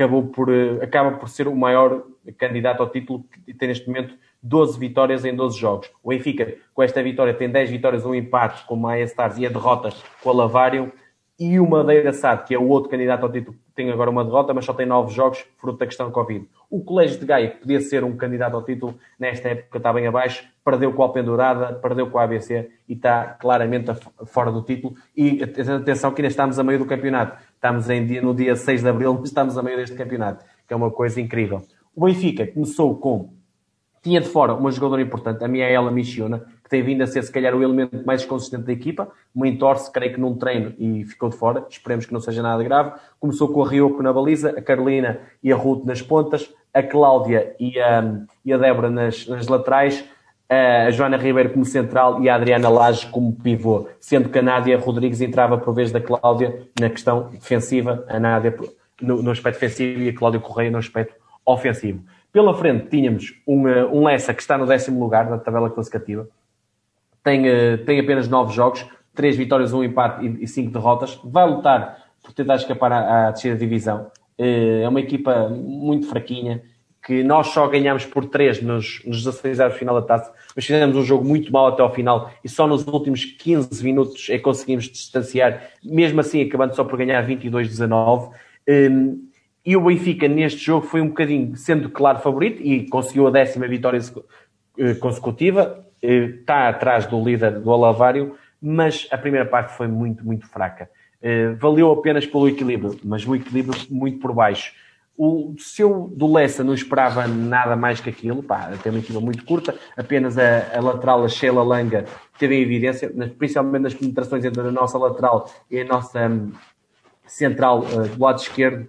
acaba por ser o maior candidato ao título, que tem neste momento 12 vitórias em 12 jogos. O Benfica, com esta vitória, tem 10 vitórias, um empate com o Maia Stars e a derrota com o Alavário. E o Madeira SAD, que é o outro candidato ao título, tem agora uma derrota, mas só tem 9 jogos, fruto da questão Covid. O Colégio de Gaia, que podia ser um candidato ao título, nesta época está bem abaixo, perdeu com a Alpendurada, perdeu com a ABC e está claramente fora do título. E atenção que ainda estamos a meio do campeonato. Estamos no dia 6 de Abril, mas estamos a meio deste campeonato, que é uma coisa incrível. O Benfica começou tinha de fora uma jogadora importante, a Miaela Michiona, que tem vindo a ser, se calhar, o elemento mais consistente da equipa. Uma entorse, creio que num treino, e ficou de fora. Esperemos que não seja nada grave. Começou com a Ryoko na baliza, a Carolina e a Ruth nas pontas, a Cláudia e a Débora nas laterais, a Joana Ribeiro como central e a Adriana Lage como pivô, sendo que a Nádia Rodrigues entrava por vez da Cláudia na questão defensiva, a Nádia no aspecto defensivo e a Cláudia Correia no aspecto ofensivo. Pela frente tínhamos um Lessa que está no 10º lugar da tabela classificativa. Tem apenas 9 jogos, 3 vitórias, 1 empate e 5 derrotas. Vai lutar por tentar escapar à descida de divisão. É uma equipa muito fraquinha, que nós só ganhámos por 3 nos 16 avos final da taça, mas fizemos um jogo muito mau até ao final e só nos últimos 15 minutos é que conseguimos distanciar, mesmo assim acabando só por ganhar 22-19. E o Benfica, neste jogo, foi um bocadinho, sendo claro favorito, e conseguiu a 10ª vitória consecutiva, está atrás do líder do Alavário, mas a primeira parte foi muito, muito fraca. Valeu apenas pelo equilíbrio, mas o equilíbrio muito por baixo. O seu do Lessa não esperava nada mais que aquilo, tem uma equipa muito curta, apenas a lateral, a Sheila Langa, teve em evidência, principalmente nas penetrações entre a nossa lateral e a nossa central do lado esquerdo,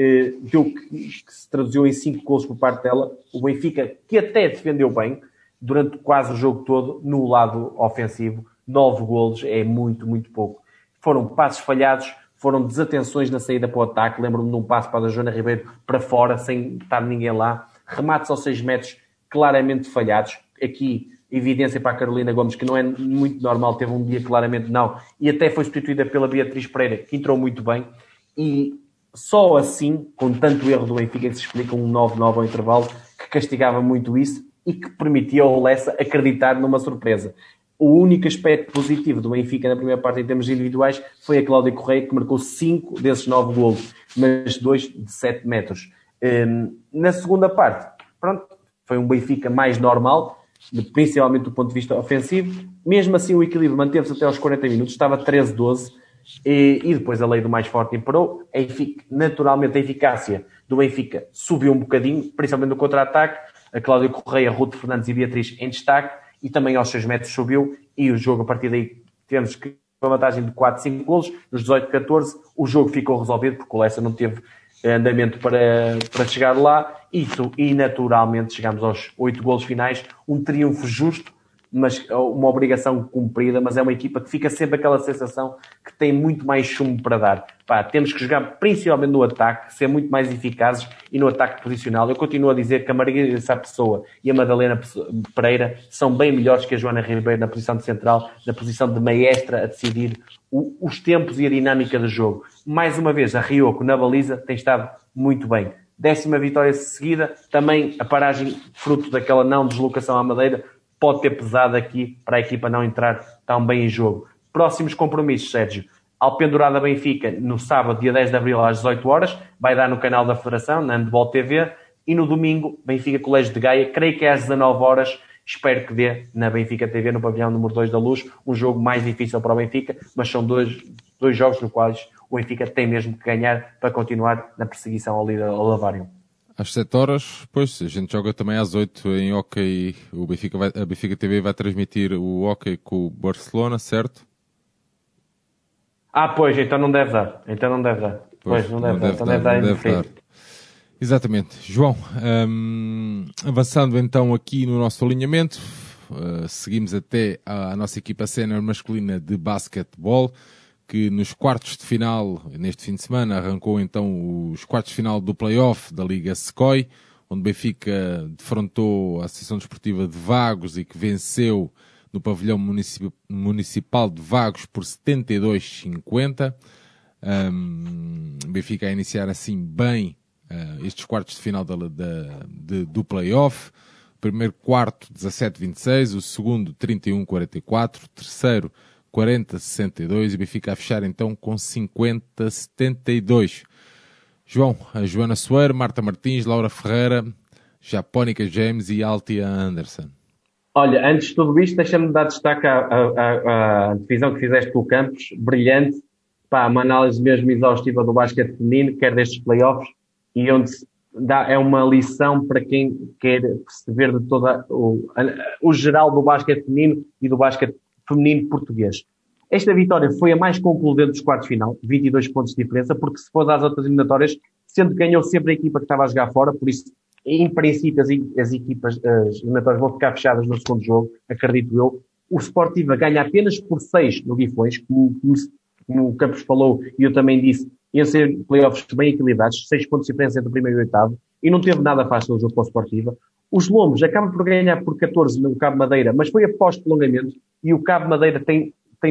que se traduziu em 5 golos por parte dela. O Benfica, que até defendeu bem durante quase o jogo todo, no lado ofensivo, 9 golos é muito, muito pouco. Foram passos falhados, foram desatenções na saída para o ataque. Lembro-me de um passo para a Joana Ribeiro para fora, sem estar ninguém lá. Remates aos 6 metros, claramente falhados. Aqui, evidência para a Carolina Gomes, que não é muito normal, teve um dia claramente não, e até foi substituída pela Beatriz Pereira, que entrou muito bem. E só assim, com tanto erro do Benfica, que se explica um 9-9 ao intervalo, que castigava muito isso e que permitia ao Lessa acreditar numa surpresa. O único aspecto positivo do Benfica na primeira parte em termos individuais foi a Cláudia Correia, que marcou 5 desses 9 golos, mas 2 de 7 metros. Na segunda parte, pronto, foi um Benfica mais normal, principalmente do ponto de vista ofensivo. Mesmo assim, o equilíbrio manteve-se até aos 40 minutos, estava 13-12, e depois a lei do mais forte imperou. Naturalmente, a eficácia do Benfica subiu um bocadinho, principalmente no contra-ataque. A Cláudia Correia, Ruth Fernandes e Beatriz em destaque, e também aos 6 metros subiu, e o jogo a partir daí tivemos uma vantagem de 4-5 golos, nos 18-14 o jogo ficou resolvido, porque o Lessa não teve andamento para chegar lá, e naturalmente chegamos aos 8 golos finais, um triunfo justo, mas uma obrigação cumprida, mas é uma equipa que fica sempre aquela sensação que tem muito mais chumbo para dar. Temos que jogar principalmente no ataque, ser muito mais eficazes e no ataque posicional. Eu continuo a dizer que a Margarida Sá Pessoa e a Madalena Pereira são bem melhores que a Joana Ribeiro na posição de central, na posição de maestra a decidir os tempos e a dinâmica do jogo. Mais uma vez, a Ryoko na baliza tem estado muito bem. 10ª vitória seguida, também a paragem fruto daquela não deslocação à Madeira pode ter pesado aqui para a equipa não entrar tão bem em jogo. Próximos compromissos, Sérgio. Alpendurada Benfica, no sábado, dia 10 de abril, às 18 horas, vai dar no canal da Federação, na Handball TV, e no domingo, Benfica Colégio de Gaia, creio que é às 19 horas, espero que dê na Benfica TV, no pavilhão número 2 da Luz, um jogo mais difícil para o Benfica, mas são dois jogos nos quais o Benfica tem mesmo que ganhar para continuar na perseguição ao líder, ao Lavário. Às 7 horas, pois, a gente joga também às 8 em hóquei. A Benfica TV vai transmitir o hóquei com o Barcelona, certo? Pois, então não deve dar. Pois, não deve dar. Exatamente. João, avançando então aqui no nosso alinhamento, seguimos até à nossa equipa sénior masculina de basquetebol, que nos quartos de final, neste fim de semana, arrancou então os quartos de final do play-off da Liga SECOI, onde Benfica defrontou a Associação Desportiva de Vagos e que venceu no pavilhão municipal de Vagos por 72-50. Benfica a iniciar assim bem estes quartos de final do play-off. O primeiro quarto 17-26, o segundo 31-44, o terceiro 40-62 e Benfica a fechar então com 50-72. João, a Joana Soeiro, Marta Martins, Laura Ferreira, Japónica James e Altia Anderson. Olha, antes de tudo isto, deixa-me dar destaque à divisão que fizeste com o Campos, brilhante, uma análise mesmo exaustiva do basquete feminino, quer destes playoffs, e onde é uma lição para quem quer perceber de toda o geral do basquete feminino e do basquete feminino português. Esta vitória foi a mais concludente dos quartos de final, 22 pontos de diferença, porque se for às outras eliminatórias, sendo que ganhou sempre a equipa que estava a jogar fora, por isso, em princípio, as eliminatórias vão ficar fechadas no segundo jogo, acredito eu. O Sportiva ganha apenas por 6 no Guifões, como o Campos falou e eu também disse, iam ser playoffs bem equilibrados, 6 pontos de diferença entre o primeiro e o oitavo, e não teve nada fácil o jogo para o Sportiva. Os Lombos acabam por ganhar por 14 no Cabo Madeira, mas foi após prolongamento, e o Cabo Madeira tem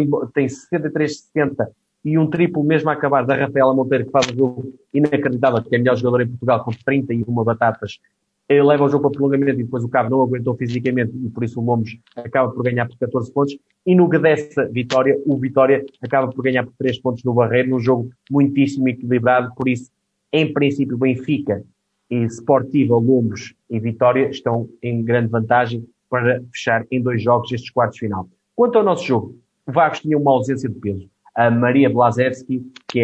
63-60 e um triplo mesmo a acabar da Rafaela Monteiro, que faz o jogo inacreditável, que é a melhor jogadora em Portugal, com 31 batatas. Ele leva o jogo para prolongamento e depois o Cabo não aguentou fisicamente e por isso o Lombos acaba por ganhar por 14 pontos. E no que dessa vitória, o Vitória acaba por ganhar por 3 pontos no Barreiro, num jogo muitíssimo equilibrado. Por isso, em princípio, Benfica e Sportiva, Lombos e Vitória estão em grande vantagem para fechar em 2 jogos estes quartos de final. Quanto ao nosso jogo, o Vagos tinha uma ausência de peso. A Maria Blazewski,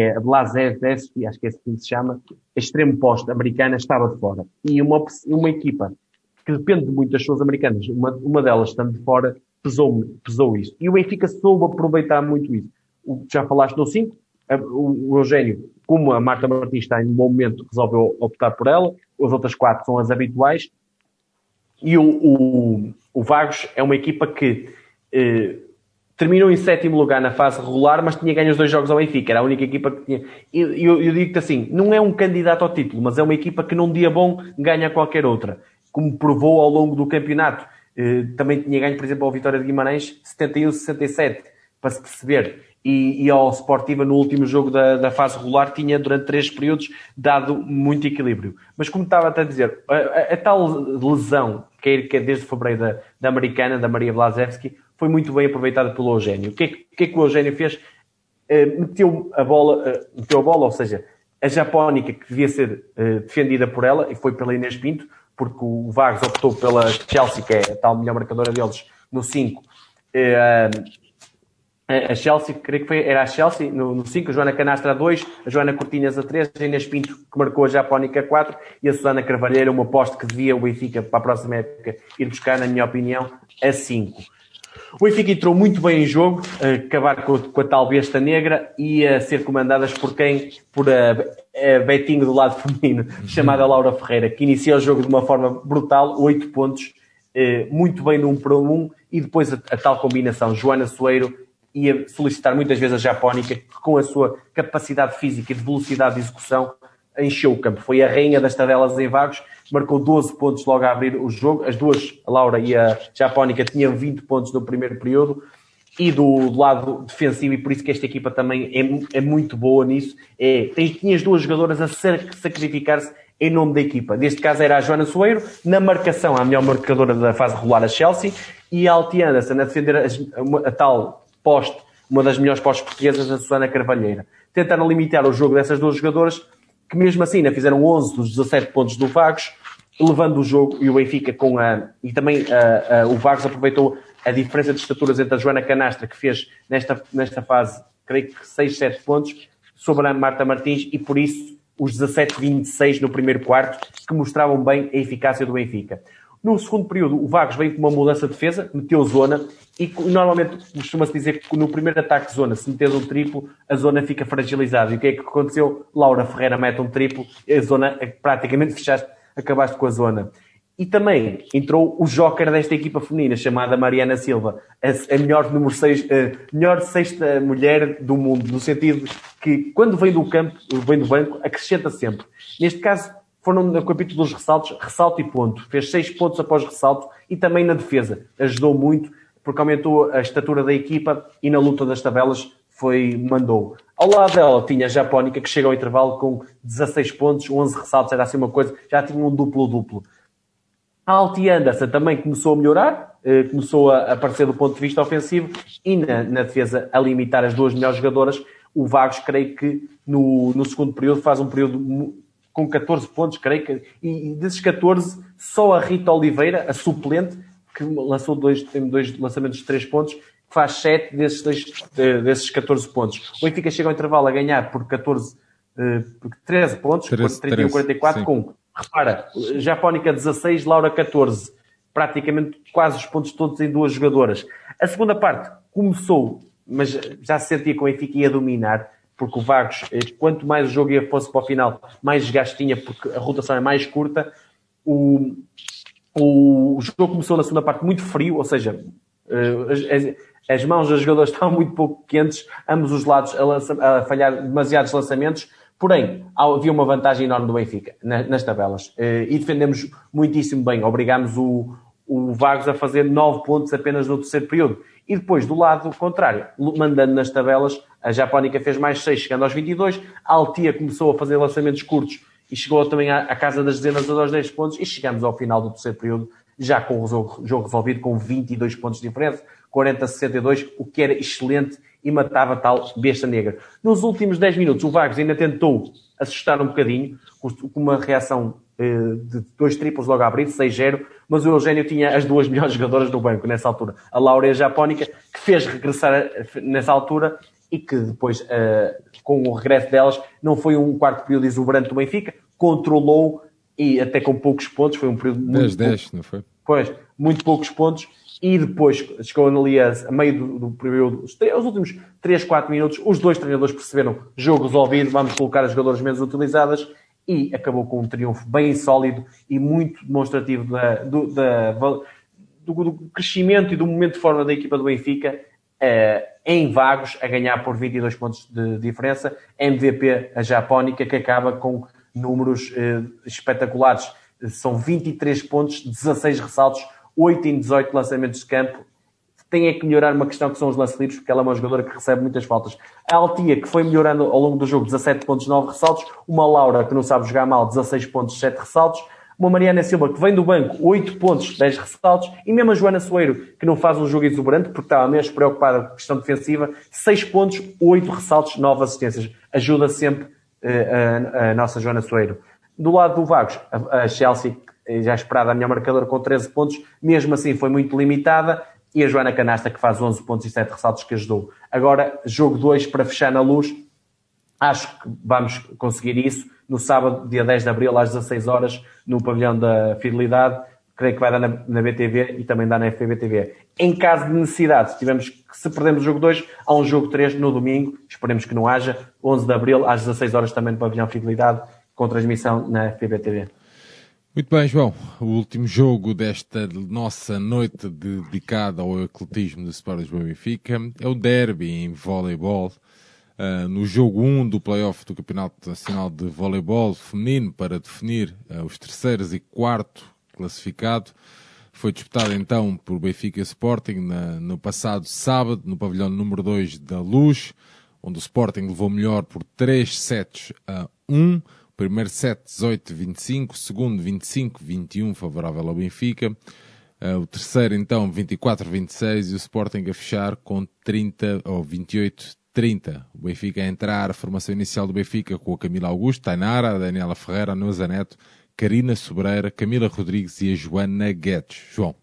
acho que é assim que se chama, extremo poste americana, estava de fora. E uma equipa que depende muito das pessoas americanas, uma delas estando de fora, pesou isso. E o Benfica soube aproveitar muito isso. Já falaste no 5, o Eugénio, como a Marta Martins está em um bom momento, resolveu optar por ela, as outras 4 são as habituais, e o Vagos é uma equipa que terminou em 7º lugar na fase regular, mas tinha ganho os 2 jogos ao Benfica. Era a única equipa que tinha. Eu digo-te assim, não é um candidato ao título, mas é uma equipa que num dia bom ganha qualquer outra. Como provou ao longo do campeonato. Também tinha ganho, por exemplo, ao Vitória de Guimarães 71-67, para se perceber. E ao Sportiva, no último jogo da fase regular, tinha durante 3 períodos dado muito equilíbrio. Mas como estava a dizer, a tal lesão, que é desde fevereiro da americana, da Maria Blazewski, foi muito bem aproveitada pelo Eugénio. O que é que o Eugénio fez? Meteu a bola, ou seja, a Japónica, que devia ser defendida por ela, e foi pela Inês Pinto, porque o Vagos optou pela Chelsea, que é a tal melhor marcadora deles, no 5. A Chelsea, creio que era a Chelsea no 5, a Joana Canastra a 2, a Joana Cortinhas a 3, a Inês Pinto, que marcou a Japónica a 4, e a Susana Carvalheira, uma aposta que devia o Benfica, para a próxima época, ir buscar, na minha opinião, a 5. O Benfica entrou muito bem em jogo, a acabar com a tal besta negra e a ser comandadas por quem? Por a Betinho do lado feminino, chamada Laura Ferreira, que inicia o jogo de uma forma brutal, 8 pontos, muito bem no 1 para 1, e depois a tal combinação, Joana Soeiro ia solicitar muitas vezes a Japónica, que com a sua capacidade física e de velocidade de execução encheu o campo. Foi a rainha das tabelas em Vagos, marcou 12 pontos logo a abrir o jogo. As duas, a Laura e a Japónica, tinham 20 pontos no primeiro período. E do lado defensivo, e por isso que esta equipa também é muito boa nisso, tinha as 2 jogadoras a sacrificar-se em nome da equipa. Neste caso era a Joana Soeiro, na marcação, a melhor marcadora da fase regular, a Chelsea, e a Alti Anderson a defender a tal poste uma das melhores pós-portuguesas, a Susana Carvalheira. Tentaram limitar o jogo dessas duas jogadoras, que mesmo assim ainda fizeram 11 dos 17 pontos do Vagos, levando o jogo, e o Benfica com a... E também o Vagos aproveitou a diferença de estaturas entre a Joana Canastra, que fez nesta fase, creio que 6, 7 pontos, sobre a Marta Martins, e por isso os 17-26 no primeiro quarto, que mostravam bem a eficácia do Benfica. No segundo período, o Vagos veio com uma mudança de defesa, meteu zona, e normalmente costuma-se dizer que no primeiro ataque de zona, se metes um triplo, a zona fica fragilizada. E o que é que aconteceu? Laura Ferreira mete um triplo, a zona, praticamente fechaste, acabaste com a zona. E também entrou o joker desta equipa feminina, chamada Mariana Silva, a melhor número 6, melhor sexta mulher do mundo, no sentido que quando vem do campo, vem do banco, acrescenta sempre. Neste caso, foram no capítulo dos ressaltos, ressalto e ponto. Fez 6 pontos após ressalto e também na defesa. Ajudou muito, porque aumentou a estatura da equipa e na luta das tabelas mandou. Ao lado dela tinha a Japónica, que chega ao intervalo com 16 pontos, 11 ressaltos, era assim uma coisa, já tinha um duplo-duplo. A Alti Anderson também começou a melhorar, começou a aparecer do ponto de vista ofensivo e na defesa a limitar as duas melhores jogadoras. O Vagos, creio que no segundo período, faz um período com 14 pontos, creio que, e desses 14, só a Rita Oliveira, a suplente, que lançou tem dois lançamentos de 3 pontos, que faz 7 desses 14 pontos. O Benfica chega ao intervalo a ganhar por 13 pontos, 31-44, com... Repara, Japónica 16, Laura 14. Praticamente quase os pontos todos em duas jogadoras. A segunda parte começou, mas já se sentia que o Benfica ia dominar, porque o Vagos, quanto mais o jogo fosse para o final, mais desgaste tinha, porque a rotação é mais curta. O jogo começou na segunda parte muito frio, ou seja, as mãos das jogadoras estavam muito pouco quentes, ambos os lados a falhar demasiados lançamentos. Porém, havia uma vantagem enorme do Benfica nas tabelas e defendemos muitíssimo bem. Obrigámos o Vagos a fazer 9 pontos apenas no terceiro período. E depois, do lado contrário, mandando nas tabelas, a Japónica fez mais 6, chegando aos 22. A Altia começou a fazer lançamentos curtos e chegou também à casa das dezenas aos 10 pontos. E chegamos ao final do terceiro período, já com o jogo resolvido, com 22 pontos de diferença, 40-62, o que era excelente e matava tal besta negra. Nos últimos 10 minutos, o Vagos ainda tentou assustar um bocadinho, com uma reação de 2 triplos logo a abrir, 6-0, mas o Eugénio tinha as duas melhores jogadoras do banco nessa altura, a Laura e a Japónica, que fez regressar nessa altura e que depois, com o regresso delas, não foi um quarto período exuberante do Benfica, controlou e até com poucos pontos, foi um período muito 10-10, não foi? Pois, muito poucos pontos. E depois, chegou ali a meio do período, os últimos 3, 4 minutos, os dois treinadores perceberam jogo resolvido, vamos colocar as jogadoras menos utilizadas, e acabou com um triunfo bem sólido e muito demonstrativo do crescimento e do momento de forma da equipa do Benfica, em Vagos, a ganhar por 22 pontos de diferença. MVP, a Japónica, que acaba com números espetaculares. São 23 pontos, 16 ressaltos, 8 em 18 lançamentos de campo. Tem é que melhorar uma questão que são os lance livres, porque ela é uma jogadora que recebe muitas faltas. A Altia, que foi melhorando ao longo do jogo, 17 pontos, 9 ressaltos. Uma Laura, que não sabe jogar mal, 16 pontos, 7 ressaltos. Uma Mariana Silva, que vem do banco, 8 pontos, 10 ressaltos. E mesmo a Joana Soeiro, que não faz um jogo exuberante, porque estava mesmo preocupada com a questão defensiva, 6 pontos, 8 ressaltos, 9 assistências. Ajuda sempre a nossa Joana Soeiro. Do lado do Vagos, a Chelsea, já esperada a melhor marcadora, com 13 pontos, mesmo assim foi muito limitada, e a Joana Canasta, que faz 11 pontos e 7 ressaltos, que ajudou. Agora, jogo 2 para fechar na Luz. Acho que vamos conseguir isso no sábado, dia 10 de abril, às 16 horas, no pavilhão da Fidelidade. Creio que vai dar na BTV e também dá na FBTV. Em caso de necessidade, se perdemos o jogo 2, há um jogo 3 no domingo, esperemos que não haja, 11 de abril, às 16 horas também no pavilhão Fidelidade, com transmissão na FBTV. Muito bem, João. O último jogo desta nossa noite dedicada ao atletismo do Sport Lisboa e Benfica é o derby em voleibol. No jogo 1 do play-off do Campeonato Nacional de Voleibol Feminino, para definir os terceiros e quarto classificado, foi disputado então por Benfica e Sporting no passado sábado, no pavilhão número 2 da Luz, onde o Sporting levou melhor por 3-1. Primeiro set 18-25, segundo 25-21, favorável ao Benfica. O terceiro, então, 24-26 e o Sporting a fechar com 30 ou 28-30. O Benfica a entrar, a formação inicial do Benfica com a Camila Augusto, Tainara, a Daniela Ferreira, a Neuza Neto, Karina Sobreira, Camila Rodrigues e a Joana Guedes. João.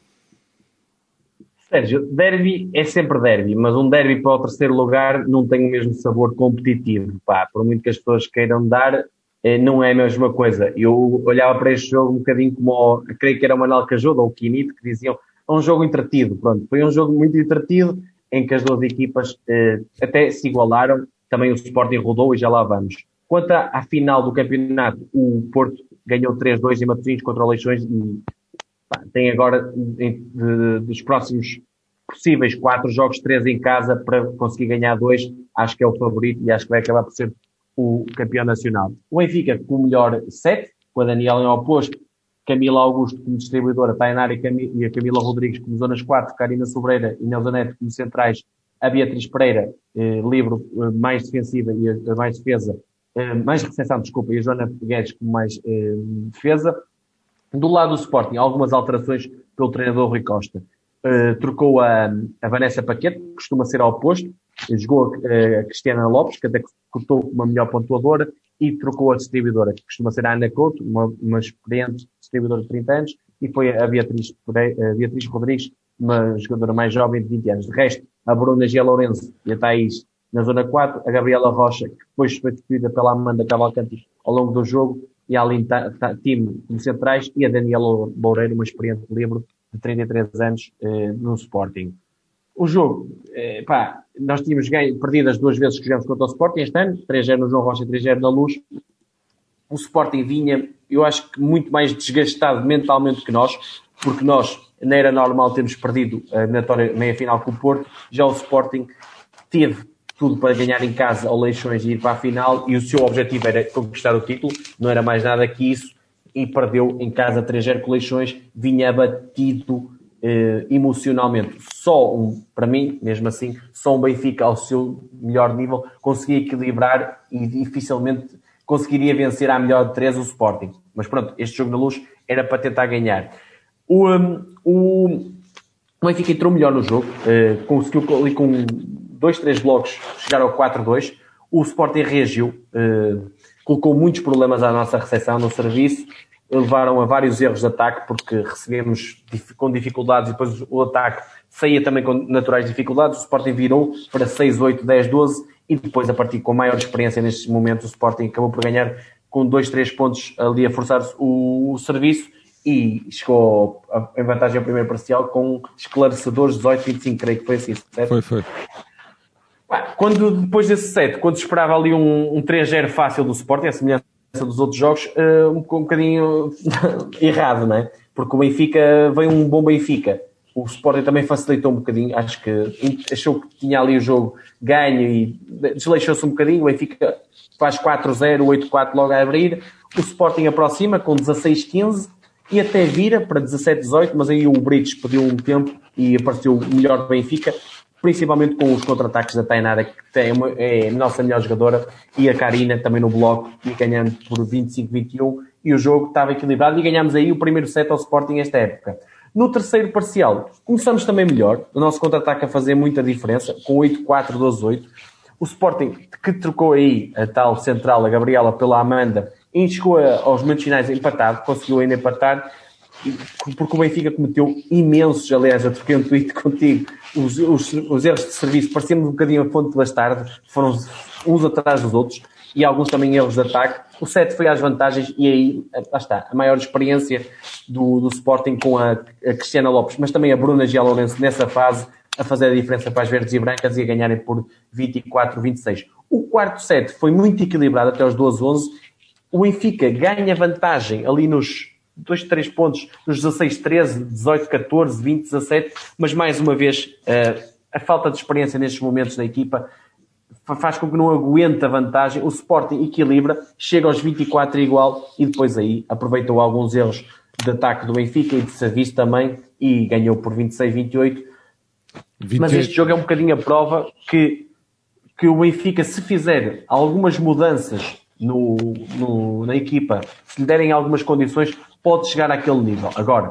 Sérgio, derby é sempre derby, mas um derby para o terceiro lugar não tem o mesmo sabor competitivo. Pá, por muito que as pessoas queiram dar, não é a mesma coisa. Eu olhava para este jogo um bocadinho como, creio que era o Manuel Cajudo ou o Quinito, que diziam, é um jogo entretido. Pronto, foi um jogo muito entretido, em que as duas equipas até se igualaram. Também o Sporting rodou e já lá vamos. Quanto à final do campeonato, o Porto ganhou 3-2 em Matosinhos contra o Leixões e tem agora, dos próximos possíveis 4 jogos, 3 em casa para conseguir ganhar 2. Acho que é o favorito e acho que vai acabar por ser o campeão nacional. O Benfica com o melhor 7, com a Daniela em oposto, Camila Augusto como distribuidora, Tainara e a Camila Rodrigues como zonas 4, Karina Sobreira e Neuza Neto como centrais, a Beatriz Pereira, livre mais defensiva e a mais defesa, mais recepção, desculpa, e a Joana Guedes como mais defesa. Do lado do Sporting, algumas alterações pelo treinador Rui Costa. Trocou a Vanessa Paquete, que costuma ser ao oposto, jogou a Cristiana Lopes, que até cortou uma melhor pontuadora, e trocou a distribuidora, que costuma ser a Ana Couto, uma experiente distribuidora de 30 anos, e foi a Beatriz Rodrigues, uma jogadora mais jovem de 20 anos. De resto, a Bruna Gia Lourenço e a Thaís na zona 4, a Gabriela Rocha, que depois foi substituída pela Amanda Cavalcanti ao longo do jogo, e a Aline Time como centrais, e a Daniela Loureiro, uma experiente livre de 33 anos no Sporting. O jogo, nós tínhamos perdido as 2 vezes que jogamos contra o Sporting este ano, 3-0 no João Rocha e 3-0 na Luz. O Sporting vinha, eu acho que muito mais desgastado mentalmente que nós, porque nós, não era normal termos perdido a eliminatória meia-final com o Porto, já o Sporting teve tudo para ganhar em casa ao Leixões e ir para a final, e o seu objetivo era conquistar o título, não era mais nada que isso, e perdeu em casa 3-0 com o Leixões, vinha abatido emocionalmente. Para mim, mesmo assim, só um Benfica ao seu melhor nível conseguia equilibrar e dificilmente conseguiria vencer à melhor de 3 o Sporting. Mas pronto, este jogo na Luz era para tentar ganhar. O Benfica entrou melhor no jogo, conseguiu ali com 2-3 blocos chegar ao 4-2. O Sporting reagiu, colocou muitos problemas à nossa recepção no serviço, levaram a vários erros de ataque, porque recebemos com dificuldades e depois o ataque saía também com naturais dificuldades. O Sporting virou para 6-8, 10-12 e depois, a partir com maior experiência nestes momentos, o Sporting acabou por ganhar com 2-3 pontos ali a forçar o serviço e chegou em vantagem ao primeiro parcial com esclarecedores 18-25, creio que foi assim, certo? Foi. Quando, depois desse set, quando esperava ali um 3-0 fácil do Sporting, a semelhança dos outros jogos, um bocadinho errado, não é? Porque o Benfica veio um bom Benfica. O Sporting também facilitou um bocadinho, acho que achou que tinha ali o jogo ganho e desleixou-se um bocadinho. O Benfica faz 4-0, 8-4 logo a abrir. O Sporting aproxima com 16-15 e até vira para 17-18, mas aí o Brites pediu um tempo e apareceu o melhor Benfica, principalmente com os contra-ataques da Tainara, que é a nossa melhor jogadora, e a Karina também no bloco, e ganhando por 25-21, e o jogo estava equilibrado, e ganhámos aí o primeiro set ao Sporting esta época. No terceiro parcial, começamos também melhor, o nosso contra-ataque a fazer muita diferença, com 8-4, 12-8. O Sporting, que trocou aí a tal central, a Gabriela, pela Amanda, e chegou aos momentos finais empatado, conseguiu ainda empatar, porque o Benfica cometeu imensos, aliás, eu troquei um tweet contigo, os erros de serviço, parecendo um bocadinho a fonte de bastardo, foram uns atrás dos outros, e alguns também erros de ataque. O set foi às vantagens, e aí, lá está, a maior experiência do Sporting com a Cristiana Lopes, mas também a Bruna Gia Lourenço nessa fase, a fazer a diferença para as verdes e brancas e a ganharem por 24-26. O quarto set foi muito equilibrado até aos 12-11. O Benfica ganha vantagem ali nos 2-3 pontos, nos 16-13, 18-14, 20-17, mas mais uma vez a falta de experiência nestes momentos da equipa faz com que não aguente a vantagem. O Sporting equilibra, chega aos 24 igual e depois aí aproveitou alguns erros de ataque do Benfica e de serviço também e ganhou por 26-28. Mas este jogo é um bocadinho a prova que o Benfica, se fizer algumas mudanças na equipa, se lhe derem algumas condições, pode chegar àquele nível. Agora,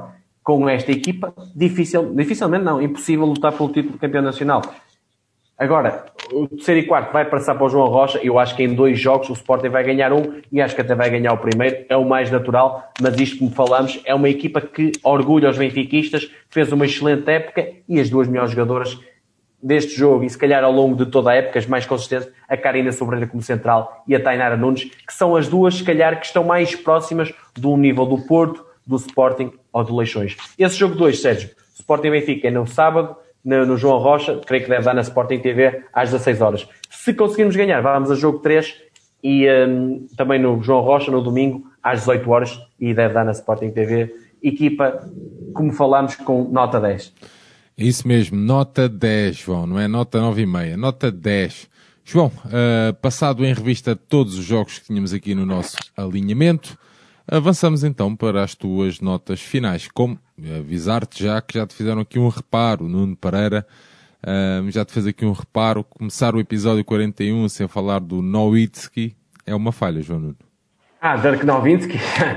com esta equipa, dificilmente não, impossível lutar pelo título de campeão nacional. Agora, o terceiro e quarto vai passar para o João Rocha. Eu acho que em 2 jogos o Sporting vai ganhar um e acho que até vai ganhar o primeiro. É o mais natural, mas isto, como falamos, é uma equipa que orgulha os benfiquistas, fez uma excelente época e as 2 melhores jogadoras deste jogo, e se calhar ao longo de toda a época, as mais consistentes, a Karina Sobreira como central e a Tainara Nunes, que são as 2, se calhar, que estão mais próximas do nível do Porto, do Sporting ou do Leixões. Esse jogo 2, Sérgio, Sporting Benfica é no sábado, no João Rocha, creio que deve dar na Sporting TV às 16 horas. Se conseguirmos ganhar, vamos a jogo 3 e também no João Rocha, no domingo, às 18 horas, e deve dar na Sporting TV. Equipa, como falámos, com nota 10. Isso mesmo, nota 10, João, não é nota 9,5, nota 10. João, passado em revista todos os jogos que tínhamos aqui no nosso alinhamento, avançamos então para as tuas notas finais. Como avisar-te já que já te fizeram aqui um reparo, Nuno Pereira já te fez aqui um reparo. Começar o episódio 41 sem falar do Nowitzki é uma falha, João Nuno. Dirk Nowitzki.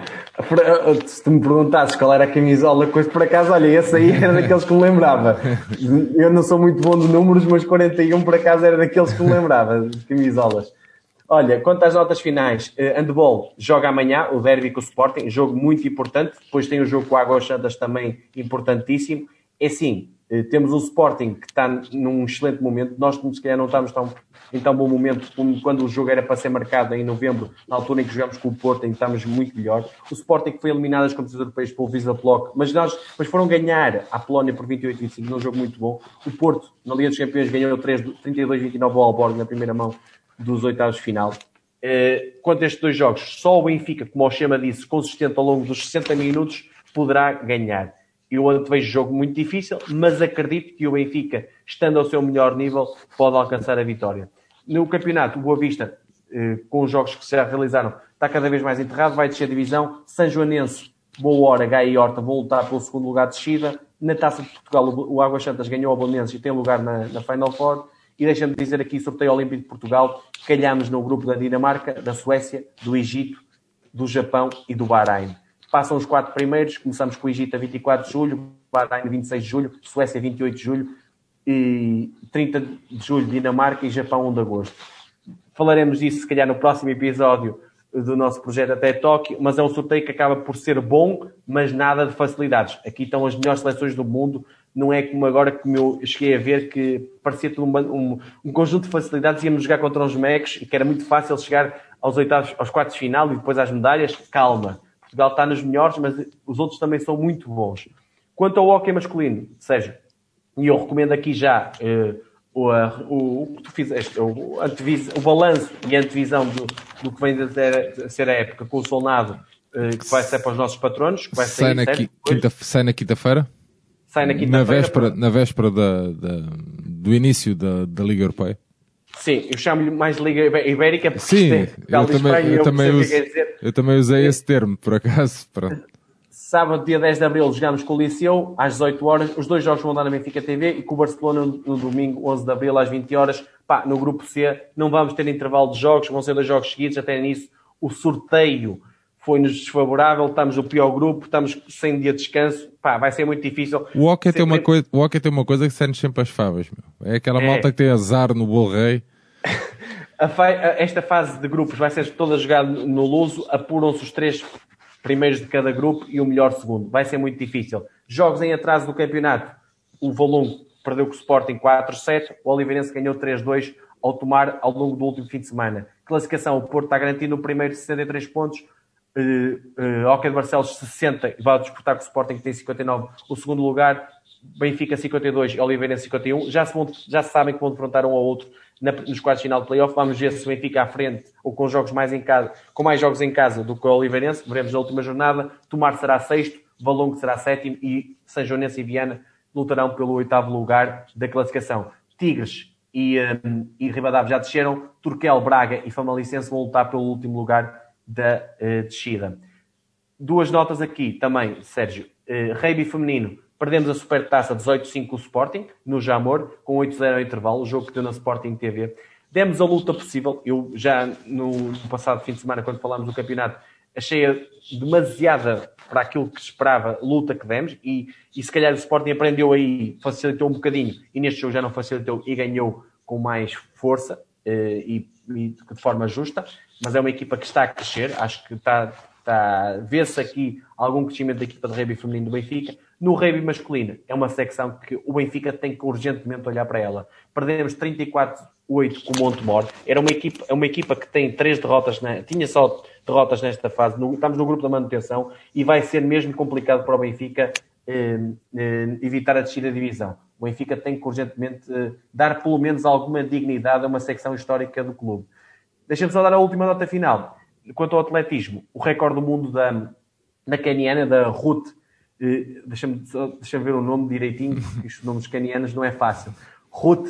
Se tu me perguntasses qual era a camisola, coisa por acaso, olha, esse aí era daqueles que me lembrava. Eu não sou muito bom de números, mas 41 por acaso era daqueles que me lembrava, de camisolas. Olha, quanto às notas finais, handball joga amanhã, o derby com o Sporting, jogo muito importante. Depois tem o jogo com o Águas Santas também importantíssimo. É sim, temos o Sporting que está num excelente momento. Nós, se calhar, não estamos em tão bom momento como quando o jogo era para ser marcado em novembro, na altura em que jogamos com o Porto, em que estamos muito melhor. O Sporting que foi eliminado das competições europeias pelo Wisła Płock, mas foram ganhar à Polónia por 28-25, num jogo muito bom. O Porto, na Liga dos Campeões, ganhou 32-29 ao Aalborg na primeira mão dos oitavos de final. Quanto a estes 2 jogos, só o Benfica, como o Chema disse, consistente ao longo dos 60 minutos, poderá ganhar. Eu vejo o jogo muito difícil, mas acredito que o Benfica, estando ao seu melhor nível, pode alcançar a vitória. No campeonato, o Boa Vista, com os jogos que se já realizaram, está cada vez mais enterrado, vai descer a divisão. São Joanense, Boa Hora, Gaia e Horta vão lutar pelo segundo lugar de descida. Na Taça de Portugal, o Águas Santas ganhou o Belenenses e tem lugar na Final Four. E deixa-me dizer aqui, sorteio olímpico de Portugal, calhamos no grupo da Dinamarca, da Suécia, do Egito, do Japão e do Bahrein. Passam os 4 primeiros, começamos com o Egito a 24 de julho, Bahrein a 26 de julho, Suécia a 28 de julho, e 30 de julho Dinamarca e Japão 1 de agosto. Falaremos disso, se calhar, no próximo episódio do nosso projeto até Tóquio, mas é um sorteio que acaba por ser bom, mas nada de facilidades. Aqui estão as melhores seleções do mundo. Não é como agora, como eu cheguei a ver, que parecia tudo um conjunto de facilidades. Íamos jogar contra uns mecos e que era muito fácil chegar aos quartos de final e depois às medalhas. Calma. Portugal está nos melhores, mas os outros também são muito bons. Quanto ao hóquei masculino, Sérgio, e eu recomendo aqui já o que tu fizeste, o balanço e a antevisão do que vem a ser a época com o Solnado, que vai ser para os nossos patronos. Que vai sai na quinta-feira? Sai na quinta-feira. Na véspera do início da Liga Europeia. Sim, eu chamo-lhe mais Liga Ibérica porque sim, eu também usei esse termo, por acaso. Sábado, dia 10 de Abril, jogamos com o Liceu, às 18 horas. Os 2 jogos vão dar na Benfica TV e com o Barcelona no domingo, 11 de Abril, às 20 horas. No grupo C, não vamos ter intervalo de jogos, vão ser 2 jogos seguidos. Até nisso, o sorteio foi-nos desfavorável, estamos no pior grupo, estamos sem dia de descanso. Vai ser muito difícil. O hockey tem uma coisa que sai-nos sempre as favas. Meu. É aquela malta que tem azar no bolo rei. Esta fase de grupos vai ser toda jogada no Luso, apuram-se os 3 primeiros de cada grupo e o melhor segundo. Vai ser muito difícil. Jogos em atraso do campeonato. O Valongo perdeu com o Sporting 4-7. O Oliveirense ganhou 3-2 ao tomar ao longo do último fim de semana. Classificação. O Porto está garantido no primeiro 63 pontos. Hóquei de Barcelos 60 e vai disputar com o Sporting que tem 59. O segundo lugar. Benfica 52 e Oliveirense 51. Já se sabem que vão defrontar um ao outro nos quartos de final de playoff. Vamos ver se o Benfica à frente ou com jogos mais em casa, com mais jogos em casa do que o Oliveirense. Veremos na última jornada. Tomar será 6º, Valongo será 7º e São Joanense e Viana lutarão pelo 8º lugar da classificação. Tigres e Ribadavia já desceram. Turquel, Braga e Famalicense vão lutar pelo último lugar da descida. 2 notas aqui também, Sérgio. Rugby feminino. Perdemos a Supertaça 18-5 com o Sporting, no Jamor, com 8-0 ao intervalo, o jogo que deu na Sporting TV. Demos a luta possível. Eu já no passado fim de semana, quando falámos do campeonato, achei demasiada para aquilo que se esperava, luta que demos, e se calhar o Sporting aprendeu aí, facilitou um bocadinho, e neste jogo já não facilitou e ganhou com mais força e de forma justa, mas é uma equipa que está a crescer, acho que vê-se aqui algum crescimento da equipa de rugby feminino do Benfica. No rugby masculino, é uma secção que o Benfica tem que urgentemente olhar para ela. Perdemos 34-8 com o Montemor. Era uma equipa que tem 3 derrotas, tinha só derrotas nesta fase. Estamos no grupo da manutenção e vai ser mesmo complicado para o Benfica evitar a descida da divisão. O Benfica tem que urgentemente dar pelo menos alguma dignidade a uma secção histórica do clube. Deixa-me só dar a última nota final. Quanto ao atletismo, o recorde do mundo da caniana, da Ruth, deixa-me ver o nome direitinho, porque os nomes canianos não é fácil. Ruth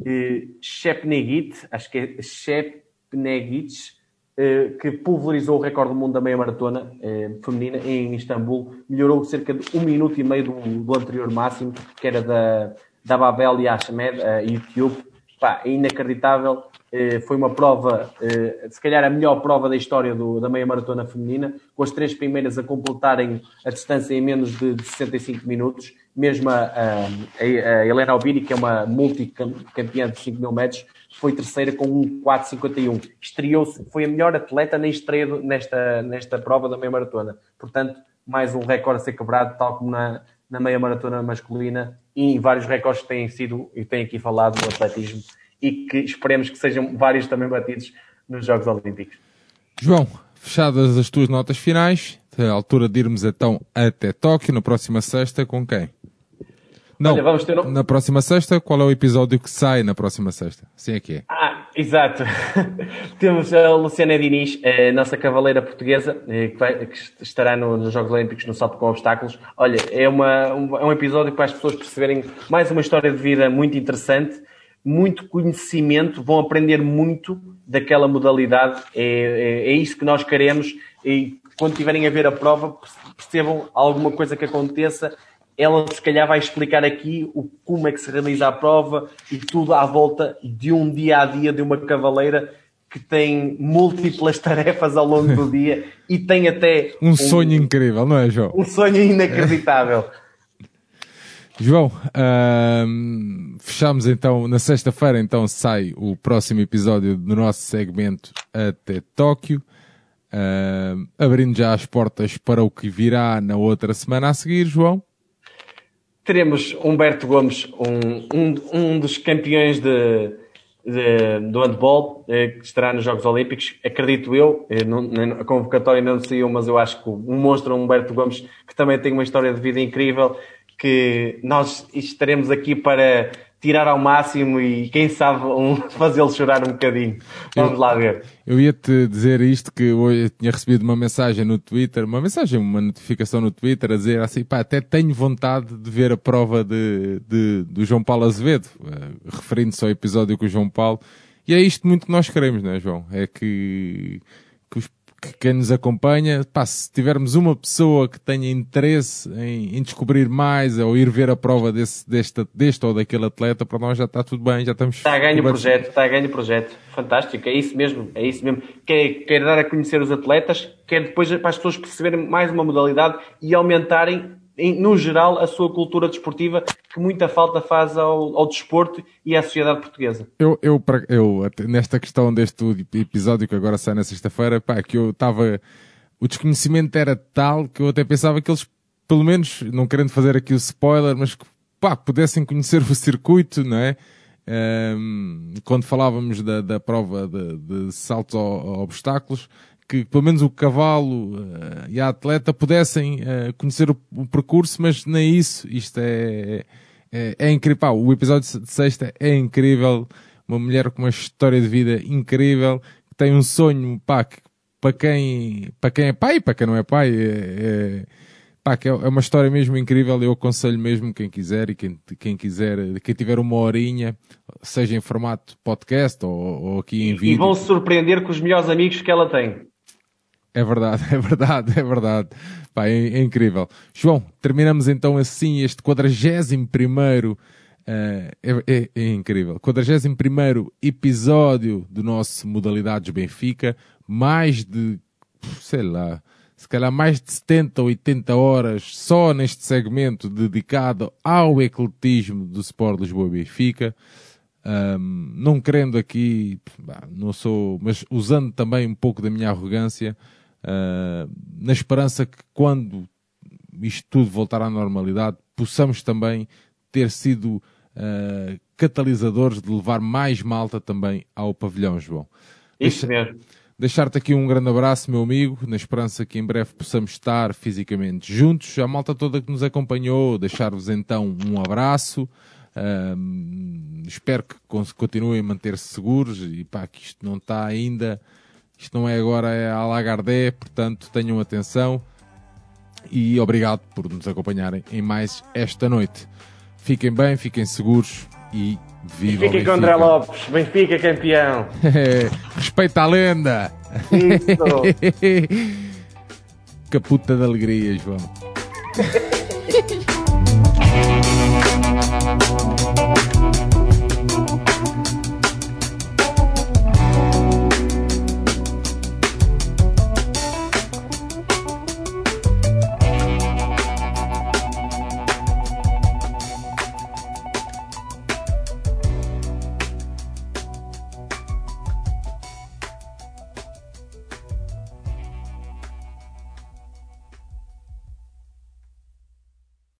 Shepnegit, acho que é Shepnegit, que pulverizou o recorde do mundo da meia maratona feminina em Istambul, melhorou cerca de 1 minuto e meio do anterior máximo, que era da Babel Yashmed, YouTube. Pá, é inacreditável. Foi uma prova, se calhar a melhor prova da história da meia maratona feminina, com as 3 primeiras a completarem a distância em menos de 65 minutos. Mesmo a Helena Albini, que é uma multicampeã de 5 mil metros, foi terceira com 1:4:51. Estreou-se, foi a melhor atleta na estreia nesta prova da meia maratona. Portanto, mais um recorde a ser quebrado, tal como na meia maratona masculina, e vários recordes que têm sido, e tenho aqui falado, no atletismo, e que esperemos que sejam vários também batidos nos Jogos Olímpicos. João, fechadas as tuas notas finais, é a altura de irmos então até Tóquio, na próxima sexta, com quem? Não, olha, vamos ter... na próxima sexta, qual é o episódio que sai na próxima sexta? Assim é que é. Exato. Temos a Luciana Diniz, a nossa cavaleira portuguesa, que estará nos Jogos Olímpicos no salto com obstáculos. Olha, é um episódio para as pessoas perceberem mais uma história de vida muito interessante, muito conhecimento, vão aprender muito daquela modalidade. É isso que nós queremos, e quando estiverem a ver a prova, percebam alguma coisa que aconteça. Ela, se calhar, vai explicar aqui como é que se realiza a prova e tudo à volta de um dia-a-dia de uma cavaleira que tem múltiplas tarefas ao longo do dia e tem até... Um sonho incrível, não é, João? Um sonho inacreditável. João, fechamos então, na sexta-feira então sai o próximo episódio do nosso segmento Até Tóquio, abrindo já as portas para o que virá na outra semana a seguir, João. Teremos Humberto Gomes, um dos campeões do handball, que estará nos Jogos Olímpicos, acredito eu. A convocatória não saiu, mas eu acho que um monstro, Humberto Gomes, que também tem uma história de vida incrível, que nós estaremos aqui para tirar ao máximo e, quem sabe, fazê-lo chorar um bocadinho. Vamos lá ver. Eu ia-te dizer isto, que hoje eu tinha recebido uma mensagem no Twitter, uma notificação no Twitter a dizer assim, pá, até tenho vontade de ver a prova do João Paulo Azevedo, referindo-se ao episódio com o João Paulo. E é isto muito que nós queremos, não é, João? É que quem nos acompanha, pá, se tivermos uma pessoa que tenha interesse em descobrir mais ou ir ver a prova deste ou daquele atleta, para nós já está tudo bem, já estamos... Está a ganho o projeto. Fantástico, é isso mesmo. Quer dar a conhecer os atletas, quer depois para as pessoas perceberem mais uma modalidade e aumentarem, no geral, a sua cultura desportiva, que muita falta faz ao desporto e à sociedade portuguesa. Eu nesta questão deste episódio que agora sai na sexta-feira, pá, que eu estava... O desconhecimento era tal que eu até pensava que eles, pelo menos, não querendo fazer aqui o spoiler, mas que, pá, pudessem conhecer o circuito, não é? Quando falávamos da prova de saltos a obstáculos, que pelo menos o cavalo e a atleta pudessem conhecer o percurso, mas nem isso. Isto é incrível. Pá, o episódio de sexta é incrível. Uma mulher com uma história de vida incrível, que tem um sonho, pá, que para quem é pai e para quem não é pai, pá, que é uma história mesmo incrível. Eu aconselho mesmo quem quiser e quem quiser, quem tiver uma horinha, seja em formato podcast ou aqui em vídeo. E vão se surpreender com os melhores amigos que ela tem. É verdade. Pá, é incrível. João, terminamos então assim este 41º, é incrível, 41º episódio do nosso Modalidades Benfica. Mais de, sei lá, se calhar mais de 70 ou 80 horas só neste segmento dedicado ao ecletismo do Sport Lisboa e Benfica. Não querendo aqui, não sou, mas usando também um pouco da minha arrogância, na esperança que quando isto tudo voltar à normalidade, possamos também ter sido catalisadores de levar mais malta também ao pavilhão, João. Isso mesmo. Deixar-te aqui um grande abraço, meu amigo, na esperança que em breve possamos estar fisicamente juntos. A malta toda que nos acompanhou, deixar-vos então um abraço. Espero que continuem a manter-se seguros e pá, que isto não está ainda, isto não é agora, é a Lagardé, portanto tenham atenção e obrigado por nos acompanharem em mais esta noite. Fiquem bem, fiquem seguros e vivam Fiquem com André Lopes, Benfica campeão. Respeita a lenda. Caputa de alegria, João.